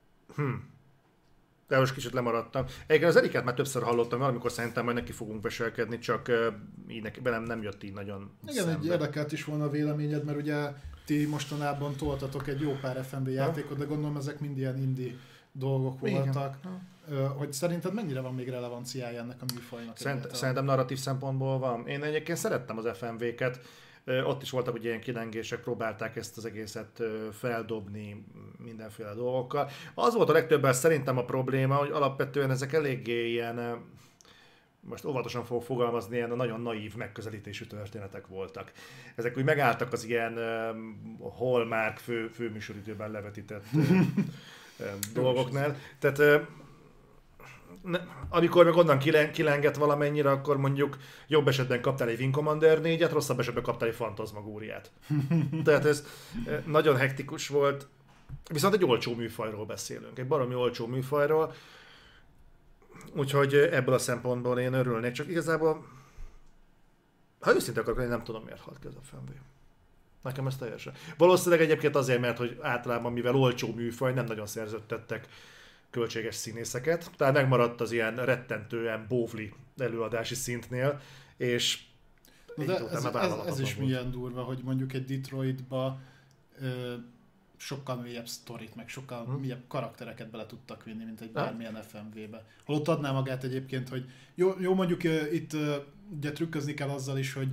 De most kicsit lemaradtam. Egyébként az Erikát már többször hallottam, valamikor szerintem majd neki fogunk beselkedni, csak így belem nem jött így nagyon
igen, szembe. Egy érdekelt is volna a véleményed, mert ugye ti mostanában toltatok egy jó pár FMV játékot, de gondolom ezek mind ilyen indie dolgok voltak. Hogy szerinted mennyire van még relevanciája ennek a műfajnak?
Szerintem narratív szempontból van. Én egyébként szerettem az FMV-ket. Ott is voltak ugye ilyen kilengések, próbálták ezt az egészet feldobni mindenféle dolgokkal. Az volt a legtöbben szerintem a probléma, hogy alapvetően ezek eléggé ilyen, most óvatosan fogok fogalmazni, ilyen nagyon naív megközelítésű történetek voltak. Ezek úgy megálltak az ilyen Hallmark főműsoridőben levetített dolgoknál. Tehát amikor meg onnan kilengett valamennyire, akkor mondjuk jobb esetben kaptál egy Wing Commander 4-et, rosszabb esetben kaptál egy Fantasmagóriát. Tehát ez nagyon hektikus volt. Viszont egy olcsó műfajról beszélünk, egy baromi olcsó műfajról. Úgyhogy ebből a szempontból én örülnék, csak igazából, ha őszinte akarok lenni, nem tudom, miért halt ki ez a FMV. Nekem ez teljesen. Valószínűleg egyébként azért, mert hogy általában, mivel olcsó műfaj, nem nagyon szerződtettek költséges színészeket, tehát megmaradt az ilyen rettentően bóvli előadási szintnél, és
ez is milyen durva, hogy mondjuk egy Detroitba sokkal mélyebb sztorit, meg sokkal mélyebb karaktereket bele tudtak vinni, mint egy bármilyen FMV-be. Holott adná magát egyébként, hogy jó mondjuk itt ugye trükközni kell azzal is, hogy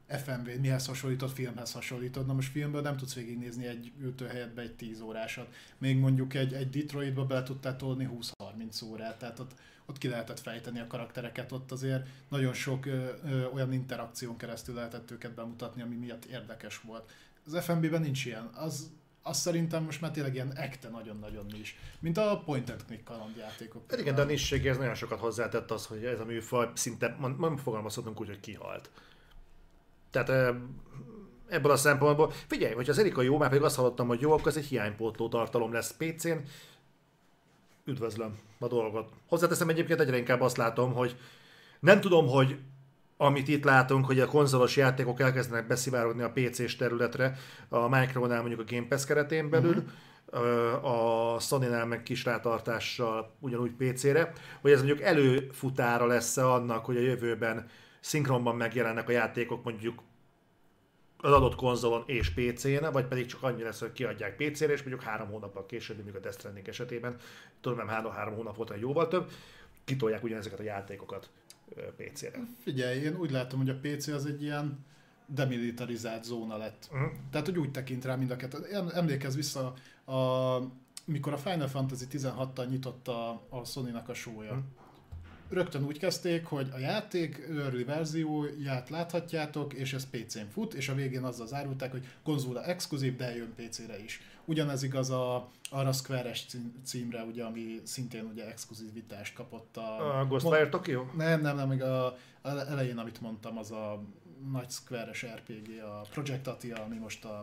FMV, mihez hasonlítod, filmhez hasonlítod. Na most filmből nem tudsz végignézni egy ültőhelyetbe egy 10 órásat. Még mondjuk egy Detroitba bele tudtál tolni 20-30 órát, tehát ott ki lehetett fejteni a karaktereket, ott azért nagyon sok olyan interakción keresztül lehetett őket bemutatni, ami miatt érdekes volt. Az FMB-ben nincs ilyen. Az szerintem most már tényleg ilyen ekte nagyon-nagyon is. Mint a point and click kalandjátékok.
Igen, de a nisségéhez nagyon sokat hozzátett az, hogy ez a műfaj szinte, nem fogalmazhatunk úgy, hogy kihalt. Tehát ebből a szempontból, figyelj, hogyha az Erika jó, már pedig azt hallottam, hogy jó, akkor ez egy hiánypótló tartalom lesz PC-n. Üdvözlöm a dolgot. Hozzáteszem egyébként egyre inkább azt látom, hogy nem tudom, hogy amit itt látunk, hogy a konzolos játékok elkezdenek beszivárogni a PC-s területre, a Micronál mondjuk a Game Pass keretén belül, a Sony-nál meg kis rátartással ugyanúgy PC-re, hogy ez mondjuk előfutára lesz annak, hogy a jövőben szinkronban megjelennek a játékok mondjuk az adott konzolon és PC-n, vagy pedig csak annyi lesz, hogy kiadják PC-re, és mondjuk 3 hónappal később, mondjuk a Death Stranding esetében, tudom nem 3 hónap volt, hanem jóval több, kitolják ugyanezeket a játékokat PC-re.
Figyelj, én úgy látom, hogy a PC az egy ilyen demilitarizált zóna lett. Tehát, hogy úgy tekint rá mind a kettő. Emlékezz vissza, mikor a Final Fantasy 16-tal nyitotta a Sony-nak a show-ja. Rögtön úgy kezdték, hogy a játék early verzióját láthatjátok, és ez PC-n fut, és a végén azzal zárulták, hogy konzola exkluzív, de jön PC-re is. Ugyanez igaz arra a Square-es címre, ugye, ami szintén ugye exkluzivitást kapott
a Ghostwire Tokyo?
Nem, még a elején, amit mondtam, az a nagy Square-es RPG, a Project Atia, ami most a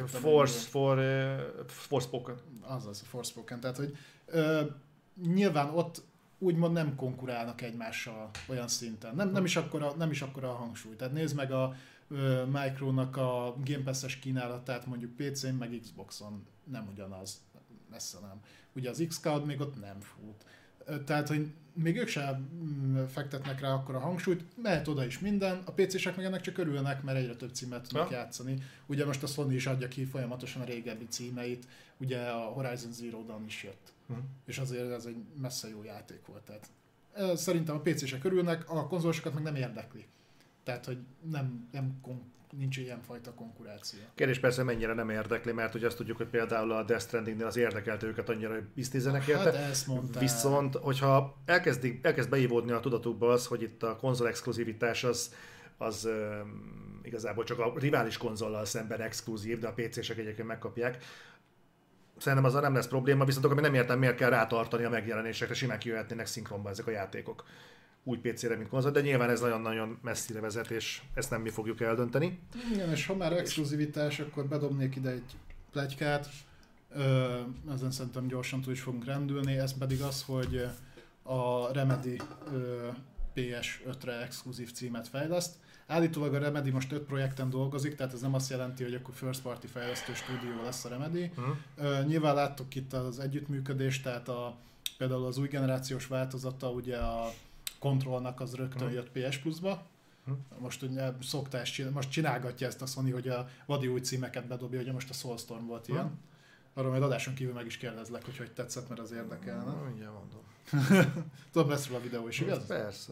Forspoken.
Azaz, Forspoken. Tehát, hogy nyilván ott úgymond nem konkurálnak egymással olyan szinten. Nem is akkora a hangsúly. Tehát nézd meg a Micronak a Game Pass-es kínálatát mondjuk PC-n, meg Xboxon. Nem ugyanaz. Messze nem. Ugye az Xcloud még ott nem fut. Tehát, hogy még ők sem fektetnek rá akkor a hangsúlyt, mehet oda is minden, a PC-sek meg ennek csak örülnek, mert egyre több címet tudnak játszani. Ugye most a Sony is adja ki folyamatosan a régebbi címeit, ugye a Horizon Zero Dawn is jött. És azért ez egy messze jó játék volt. Tehát szerintem a PC-sek örülnek, a konzolosokat meg nem érdekli. Tehát, hogy nincs ilyen fajta konkuráció.
Kérdés persze mennyire nem érdekli, mert ugye azt tudjuk, hogy például a Death Strandingnél az érdekelt őket annyira, hogy biznizenek érte.
Hát ezt mondtál.
Viszont, hogyha elkezd beívódni a tudatukba az, hogy itt a konzol exkluzivitás az igazából csak a rivális konzollal szemben exkluzív, de a PC-sek egyébként megkapják. Szerintem azzal nem lesz probléma, viszont akkor nem értem, miért kell rátartani a megjelenésekre, simán kijöhetnének szinkronba ezek a játékok. Úgy PC-re, mint konzol, de nyilván ez nagyon-nagyon messzire vezet, és ezt nem mi fogjuk eldönteni.
Igen, és ha már exkluzivitás, akkor bedobnék ide egy pletykát, ezen szerintem gyorsan túl is fogunk rendülni, ez pedig az, hogy a Remedy PS5-re exkluzív címet fejleszt. Állítólag a Remedy most 5 projekten dolgozik, tehát ez nem azt jelenti, hogy akkor first party fejlesztő stúdió lesz a Remedy. Nyilván láttuk itt az együttműködést, tehát például az új generációs változata, ugye a Controlnak az rögtön jött PS Plus-ba. Most ugye most csinálgatja ezt a Sony, hogy a vadi új címeket bedobja, ugye most a Soulstorm volt ilyen. Arról majd adáson kívül meg is kérdezlek, hogy tetszett, mert az érdekelne.
Mindjárt mondom.
Tudom, lesz róla a videó is, igaz?
Persze.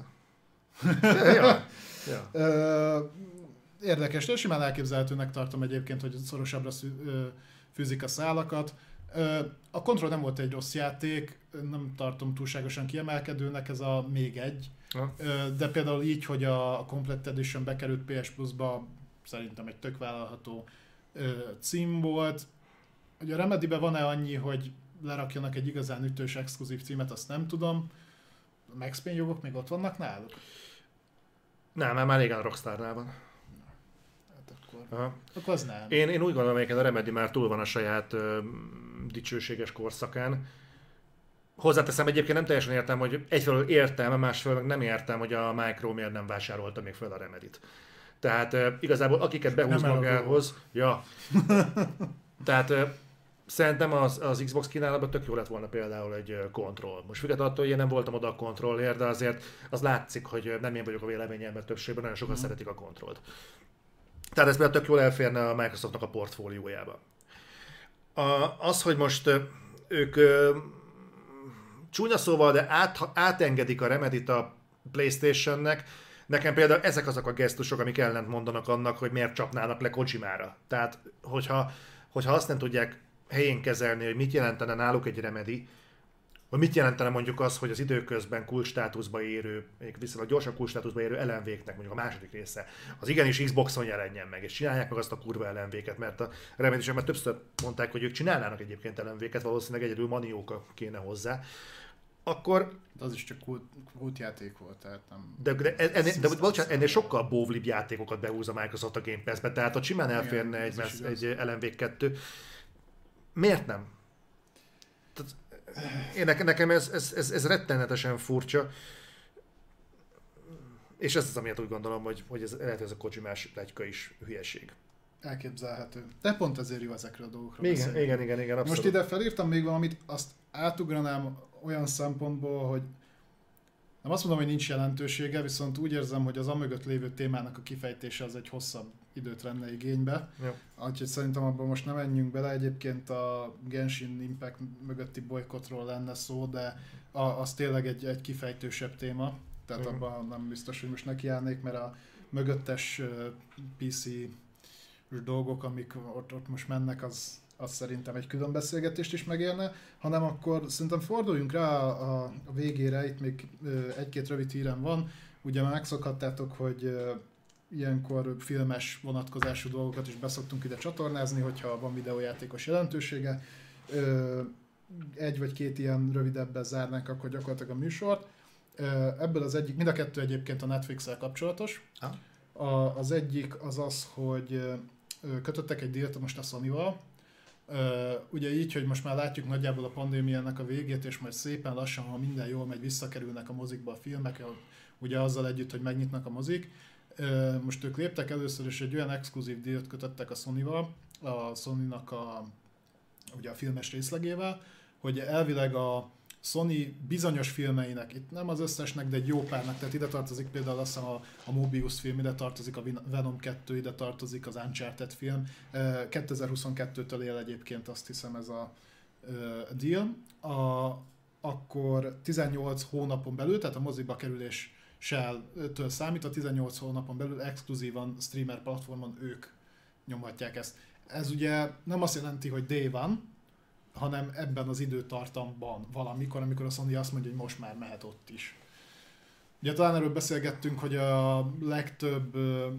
Érdekes, de simán elképzelhetőnek tartom egyébként, hogy szorosabbra fűzik a szálakat. A Control nem volt egy rossz játék, nem tartom túlságosan kiemelkedőnek, ez a még egy. De például így, hogy a Complete Edition bekerült PS Plus-ba, szerintem egy tök vállalható cím volt. Ugye a Remedy-ben van-e annyi, hogy lerakjanak egy igazán ütős exkluzív címet, azt nem tudom. A Max Payne jogok még ott vannak náluk?
Nem, mert már régen a Rockstarnál van.
Hát akkor az nem.
Én úgy gondolom, hogy a Remedy már túl van a saját dicsőséges korszakán. Hozzáteszem, egyébként nem teljesen értem, hogy egyfelől értem, másfelől meg nem értem, hogy a Micro miért nem vásárolta még fel a Remedy-t. Tehát igazából akiket behúz magához, tehát szerintem az Xbox kínálatban tök jó lett volna például egy Control. Most függetlenül attól, hogy én nem voltam oda a Controlért, de azért az látszik, hogy nem én vagyok a véleményemben többségben, nagyon sokan szeretik a Controlt. Tehát ez például tök jól elférne a Microsoftnak a portfóliójába. Az, hogy most ők csúnya szóval, de átengedik a Remedy-t a PlayStation-nek, Nekem például ezek azok a gesztusok, amik ellent mondanak annak, hogy miért csapnának le Kojimára. Tehát, hogyha azt nem tudják helyén kezelni, hogy mit jelentene náluk egy Remedy, vagy mit jelentene mondjuk az, hogy az időközben kulcsstátuszba érő, viszonylag gyorsan kulcsstátuszba érő LMV-knek mondjuk a második része, az igenis Xboxon jelenjen meg, és csinálják meg azt a kurva LMV-ket, mert a Remedy-sek már többször mondták, hogy ők csinálnának egyébként LMV-ket, valószínűleg egyedül Manióka kéne hozzá. Akkor...
De az is csak kultjáték volt, tehát nem...
De ennél sokkal bóvlibb játékokat behúz a Microsoft a Game Pass-be, tehát ott simán elférne egy LMV2. Miért nem? Nekem ez rettenetesen furcsa, és ez az, amiért úgy gondolom, hogy lehet, ez a Kojimás pletyka is hülyeség.
Elképzelhető. De pont ezért jó ezekről a dolgokról
Igen, abszolút.
Most ide felírtam még valamit, azt átugranám olyan szempontból, hogy nem azt mondom, hogy nincs jelentősége, viszont úgy érzem, hogy az amögött lévő témának a kifejtése az egy hosszabb időt venne igénybe. Úgyhogy szerintem abban most nem menjünk bele. Egyébként a Genshin Impact mögötti bolykotról lenne szó, de az tényleg egy kifejtősebb téma. Tehát abban nem biztos, hogy most nekiállnék, mert a mögöttes PC dolgok, amik ott most mennek, az szerintem egy külön beszélgetést is megérne, hanem akkor szerintem forduljunk rá a végére, itt még egy-két rövid hírem van. Ugye már megszokhattátok, hogy ilyenkor filmes vonatkozású dolgokat is beszoktunk ide csatornázni, hogyha van videójátékos jelentősége. Egy vagy két ilyen rövidebben zárnánk akkor gyakorlatilag a műsort. Ebből az egyik, mind a kettő egyébként a Netflix-el kapcsolatos. Az egyik az, hogy kötöttek egy dílt most a Sony-val. Ugye így, hogy most már látjuk nagyjából a pandémiának a végét, és majd szépen lassan, ha minden jól megy, visszakerülnek a mozikba a filmek, ugye azzal együtt, hogy megnyitnak a mozik. Most ők léptek először is egy olyan exkluzív dílt kötöttek a Sony-val, a Sony-nak ugye a filmes részlegével, hogy elvileg a Sony bizonyos filmeinek, itt nem az összesnek, de egy jó párnak, tehát ide tartozik például azt hiszem a Mobius film, ide tartozik a Venom 2, ide tartozik az Uncharted film. 2022-től él egyébként, azt hiszem, ez a deal. Akkor 18 hónapon belül, tehát a moziba kerüléstől számít, a 18 hónapon belül exkluzívan streamer platformon ők nyomhatják ezt. Ez ugye nem azt jelenti, hogy day one, hanem ebben az időtartamban valamikor, amikor a Sony azt mondja, hogy most már mehet ott is. Ugye talán erről beszélgettünk, hogy a legtöbb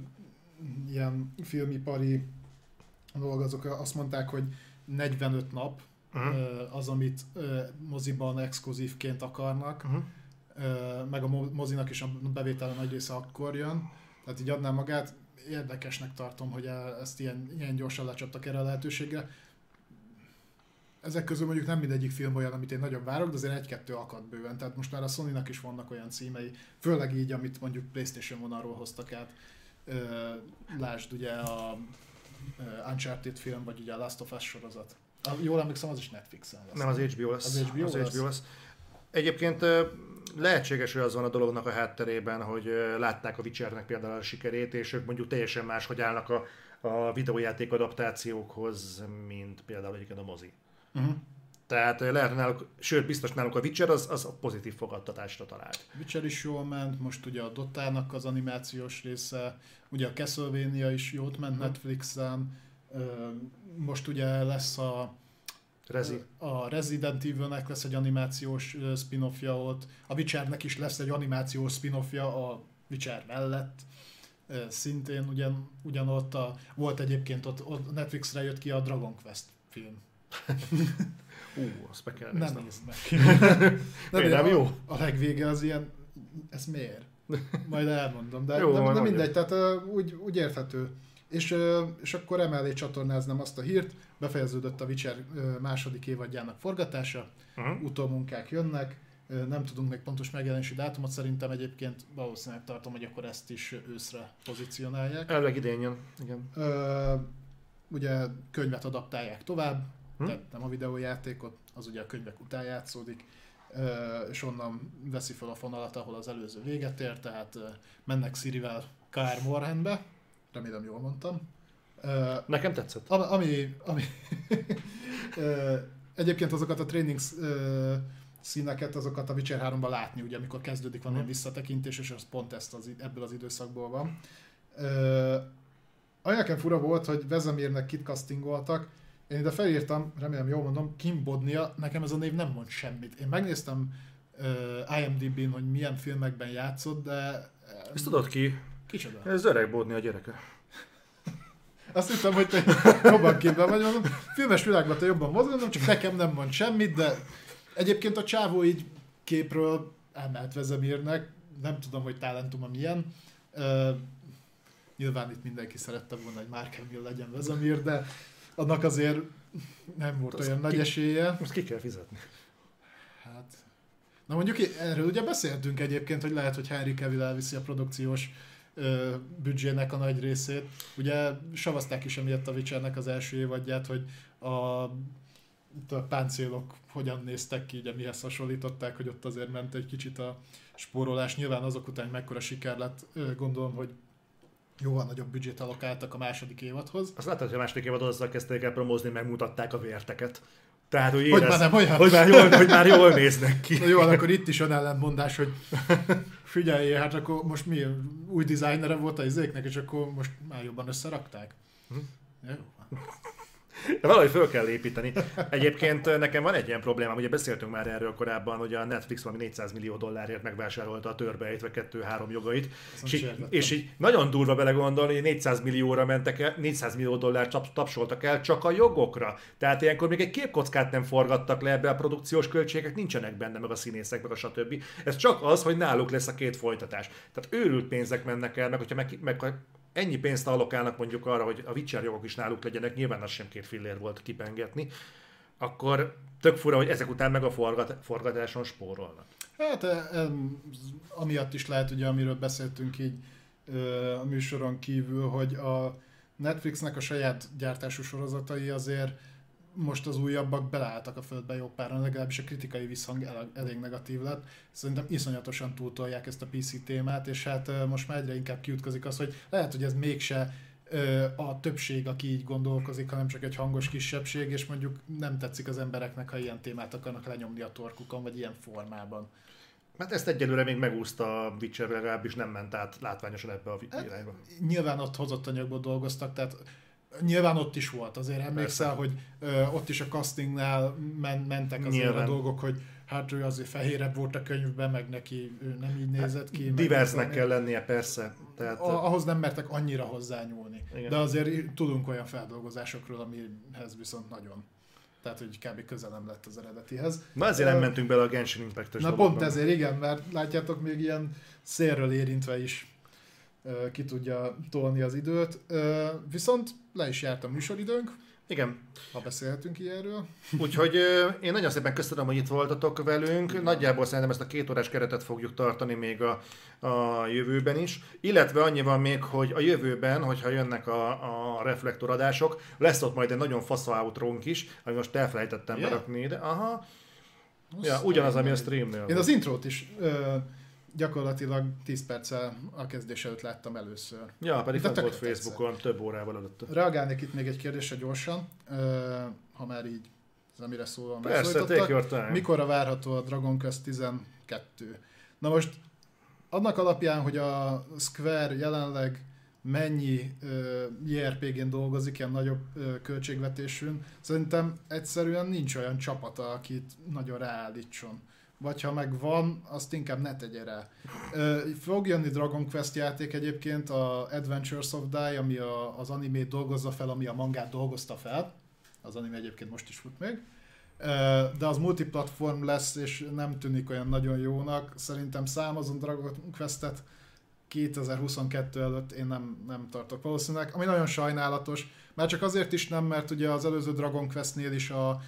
ilyen filmipari dolgozók azt mondták, hogy 45 nap az, amit moziban exkluzívként akarnak, meg a mozinak is a bevétele nagy része akkor jön, tehát így adná magát. Érdekesnek tartom, hogy ezt ilyen gyorsan lecsaptak erre a lehetőségre. Ezek közül mondjuk nem mindegyik film olyan, amit én nagyon várok, de azért egy-kettő akad bőven. Tehát most már a Sony-nak is vannak olyan címei, főleg így, amit mondjuk PlayStation vonalról hoztak át. Lásd ugye a Uncharted film, vagy ugye a Last of Us sorozat. Jól emlékszem, az is Netflixen lesz.
Nem, az HBO lesz. Az HBO lesz. Egyébként lehetséges, hogy az van a dolognak a hátterében, hogy látták a Witchernek például a sikerét, és ők mondjuk teljesen máshogy állnak a videójáték adaptációkhoz, mint például egyébként a mozi. Tehát lehet náluk, sőt biztos náluk a Witcher az pozitív fogadtatásra talált.
Witcher is jól ment, most ugye a Dottának az animációs része, ugye a Castlevania is jót ment Netflixen, most ugye lesz a Resident Evil-nek lesz egy animációs spin-offja ott, a Witchernek is lesz egy animációs spin-offja a Witcher mellett, szintén ugyanott volt egyébként ott Netflixre jött ki a Dragon Quest film.
Azt meg kell nézni.
Nem nézd meg.
Nem jó?
A legvége az ilyen, ez miért? Majd elmondom, de mindegy, tehát úgy érthető. És akkor emellé csatornáznám azt a hírt, befejeződött a Witcher második évadjának forgatása, utómunkák jönnek, nem tudunk még pontos megjelenési dátumot, szerintem egyébként valószínűleg tartom, hogy akkor ezt is őszre pozícionálják.
Elvileg idén jön, igen.
Ugye könyvet adaptálják tovább, tehát nem a videójátékot, az ugye a könyvek után játszódik, és onnan veszi fel a fonalat, ahol az előző véget ér, tehát mennek Cirivel Kaer Morhenbe, remélem jól mondtam.
Nekem tetszett.
Ami egyébként azokat a training színeket, azokat a Witcher 3-ban látni, ugye, amikor kezdődik van egy visszatekintés, és az pont ebből az időszakból van. Olyan nekem fura volt, hogy Vezemirnek kit castingoltak. Én ide felírtam, remélem jól mondom, Kim Bodnia, nekem ez a név nem mond semmit. Én megnéztem IMDb-n, hogy milyen filmekben játszott, de...
Ezt tudod ki?
Kicsoda?
Ez öreg Bodnia gyereke.
Azt hittem, hogy te jobban képben vagy, mondom, filmes világban te jobban mozgondom, csak nekem nem mond semmit, de egyébként a csávó így képről emelt Vezemirnek, nem tudom, hogy talentuma milyen. Nyilván itt mindenki szerette volna, hogy Mark Hamill legyen Vezemir, de annak azért nem volt olyan nagy esélye.
Most ki kell fizetni.
Hát... Na mondjuk erről ugye beszéltünk egyébként, hogy lehet, hogy Henry Cavill elviszi a produkciós büdzsének a nagy részét. Ugye savazták is emiatt a Witchernek az első évadját, hogy a páncélok hogyan néztek ki, ugye mihez hasonlították, hogy ott azért ment egy kicsit a spórolás. Nyilván azok után mekkora siker lett, gondolom, hogy jóval nagyobb büdzsét allokáltak a második évadhoz.
Azt látod, hogy a második évadhoz azzal kezdték el promózni, megmutatták a vérteket. Tehát, hogy már jól néznek ki.
Na jó, akkor itt is önellentmondás, hogy figyelj, hát akkor most mi új dizájnere volt a izéknek, és akkor most már jobban összerakták. Jó.
De valahogy föl kell építeni. Egyébként nekem van egy ilyen problémám, ugye beszéltünk már erről korábban, hogy a Netflix valami $400 millió megvásárolta a törbeejtve 2-3 jogait. És így nagyon durva belegondolni, hogy 400 millióra mentek el, $400 millió tapsoltak el csak a jogokra. Tehát ilyenkor még egy képkockát nem forgattak le, ebbe a produkciós költségek nincsenek benne, meg a színészek, meg a stb. Ez csak az, hogy náluk lesz a 2 folytatás. Tehát őrült pénzek mennek el, meg hogyha meg ennyi pénzt allokálnak mondjuk arra, hogy a Witcher jogok is náluk legyenek, nyilván az sem 2 fillér volt kipengetni, akkor tök fura, hogy ezek után meg a forgatáson spórolnak.
Hát amiatt is lehet, ugye, amiről beszéltünk így a műsoron kívül, hogy a Netflixnek a saját gyártású sorozatai azért most az újabbak beleálltak a földbe jó páran, legalábbis a kritikai visszhang elég negatív lett. Szerintem iszonyatosan túltolják ezt a PC témát, és hát most már egyre inkább kiütközik az, hogy lehet, hogy ez mégse a többség, aki így gondolkozik, hanem csak egy hangos kisebbség, és mondjuk nem tetszik az embereknek, ha ilyen témát akarnak lenyomni a torkukon, vagy ilyen formában.
Hát ezt egyelőre még megúszta a Witcher, legalábbis nem ment át látványosan ebbe a irányba.
Nyilván ott hozott anyagból dolgoztak, tehát nyilván ott is volt, azért emlékszel, hogy ott is a castingnál mentek azért a dolgok, hogy hát ő azért fehérebb volt a könyvben, meg neki ő nem így nézett ki.
Diversnek kell lennie, persze. Tehát...
Ahhoz nem mertek annyira hozzányúlni. Igen. De azért tudunk olyan feldolgozásokról, amihez viszont nagyon. Tehát, hogy kb. Közel nem lett az eredetihez.
Na ezért nem mentünk bele a Genshin Impact-es
dolgokban. Na pont ezért, igen, mert látjátok, még ilyen szélről érintve is ki tudja tolni az időt. Viszont le is járt a műsoridőnk.
Igen.
Ha beszélhetünk ilyenről.
Úgyhogy én nagyon szépen köszönöm, hogy itt voltatok velünk. Igen. Nagyjából szerintem ezt a 2 órás keretet fogjuk tartani még a jövőben is. Illetve annyi van még, hogy a jövőben, hogyha jönnek a reflektoradások, lesz ott majd egy nagyon fasza outrónk is, ami most elfelejtettem berakni ide. Aha. Ja, ugyanaz, ami a streamnél.
Én az intrót is gyakorlatilag 10 perccel a kezdés előtt láttam először.
Ja, pedig fent volt Facebookon több órával előtte.
Reagálnék itt még egy kérdésre gyorsan, ha már így az amire szólal
persze, take your time.
Mikorra várható a Dragon Quest 12? Na most annak alapján, hogy a Square jelenleg mennyi JRPG-n dolgozik, ilyen nagyobb költségvetésűn, szerintem egyszerűen nincs olyan csapata, akit nagyon ráállítson. Vagy ha meg van, azt inkább ne tegye rá. Fog jönni Dragon Quest játék egyébként, a Adventures of Die, ami az animét dolgozza fel, ami a mangát dolgozta fel. Az anime egyébként most is fut még. De az multiplatform lesz, és nem tűnik olyan nagyon jónak. Szerintem számozom Dragon Questet 2022 előtt én nem tartok valószínűleg, ami nagyon sajnálatos. Már csak azért is nem, mert ugye az előző Dragon Questnél is a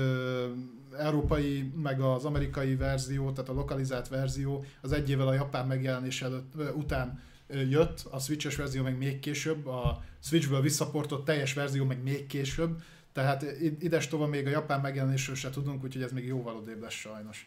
európai, meg az amerikai verzió, tehát a lokalizált verzió az egy évvel a japán megjelenés után jött, a Switch-es verzió meg még később, a Switchből visszaportott teljes verzió meg még később, tehát idestova még a japán megjelenésről se tudunk, úgyhogy ez még jóval odébb lesz sajnos.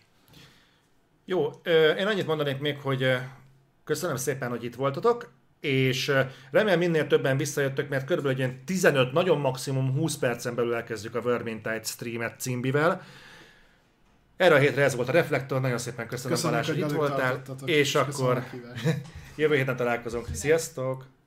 Jó, én annyit mondanék még, hogy köszönöm szépen, hogy itt voltatok, és remélem minél többen visszajöttök, mert körülbelül egy ilyen 15, nagyon maximum 20 percen belül elkezdjük a Vermintide streamet Cimbivel. Erre a hétre ez volt a Reflektor, nagyon szépen köszönöm Balázs, hogy itt voltál, és akkor jövő héten találkozunk. Sziasztok!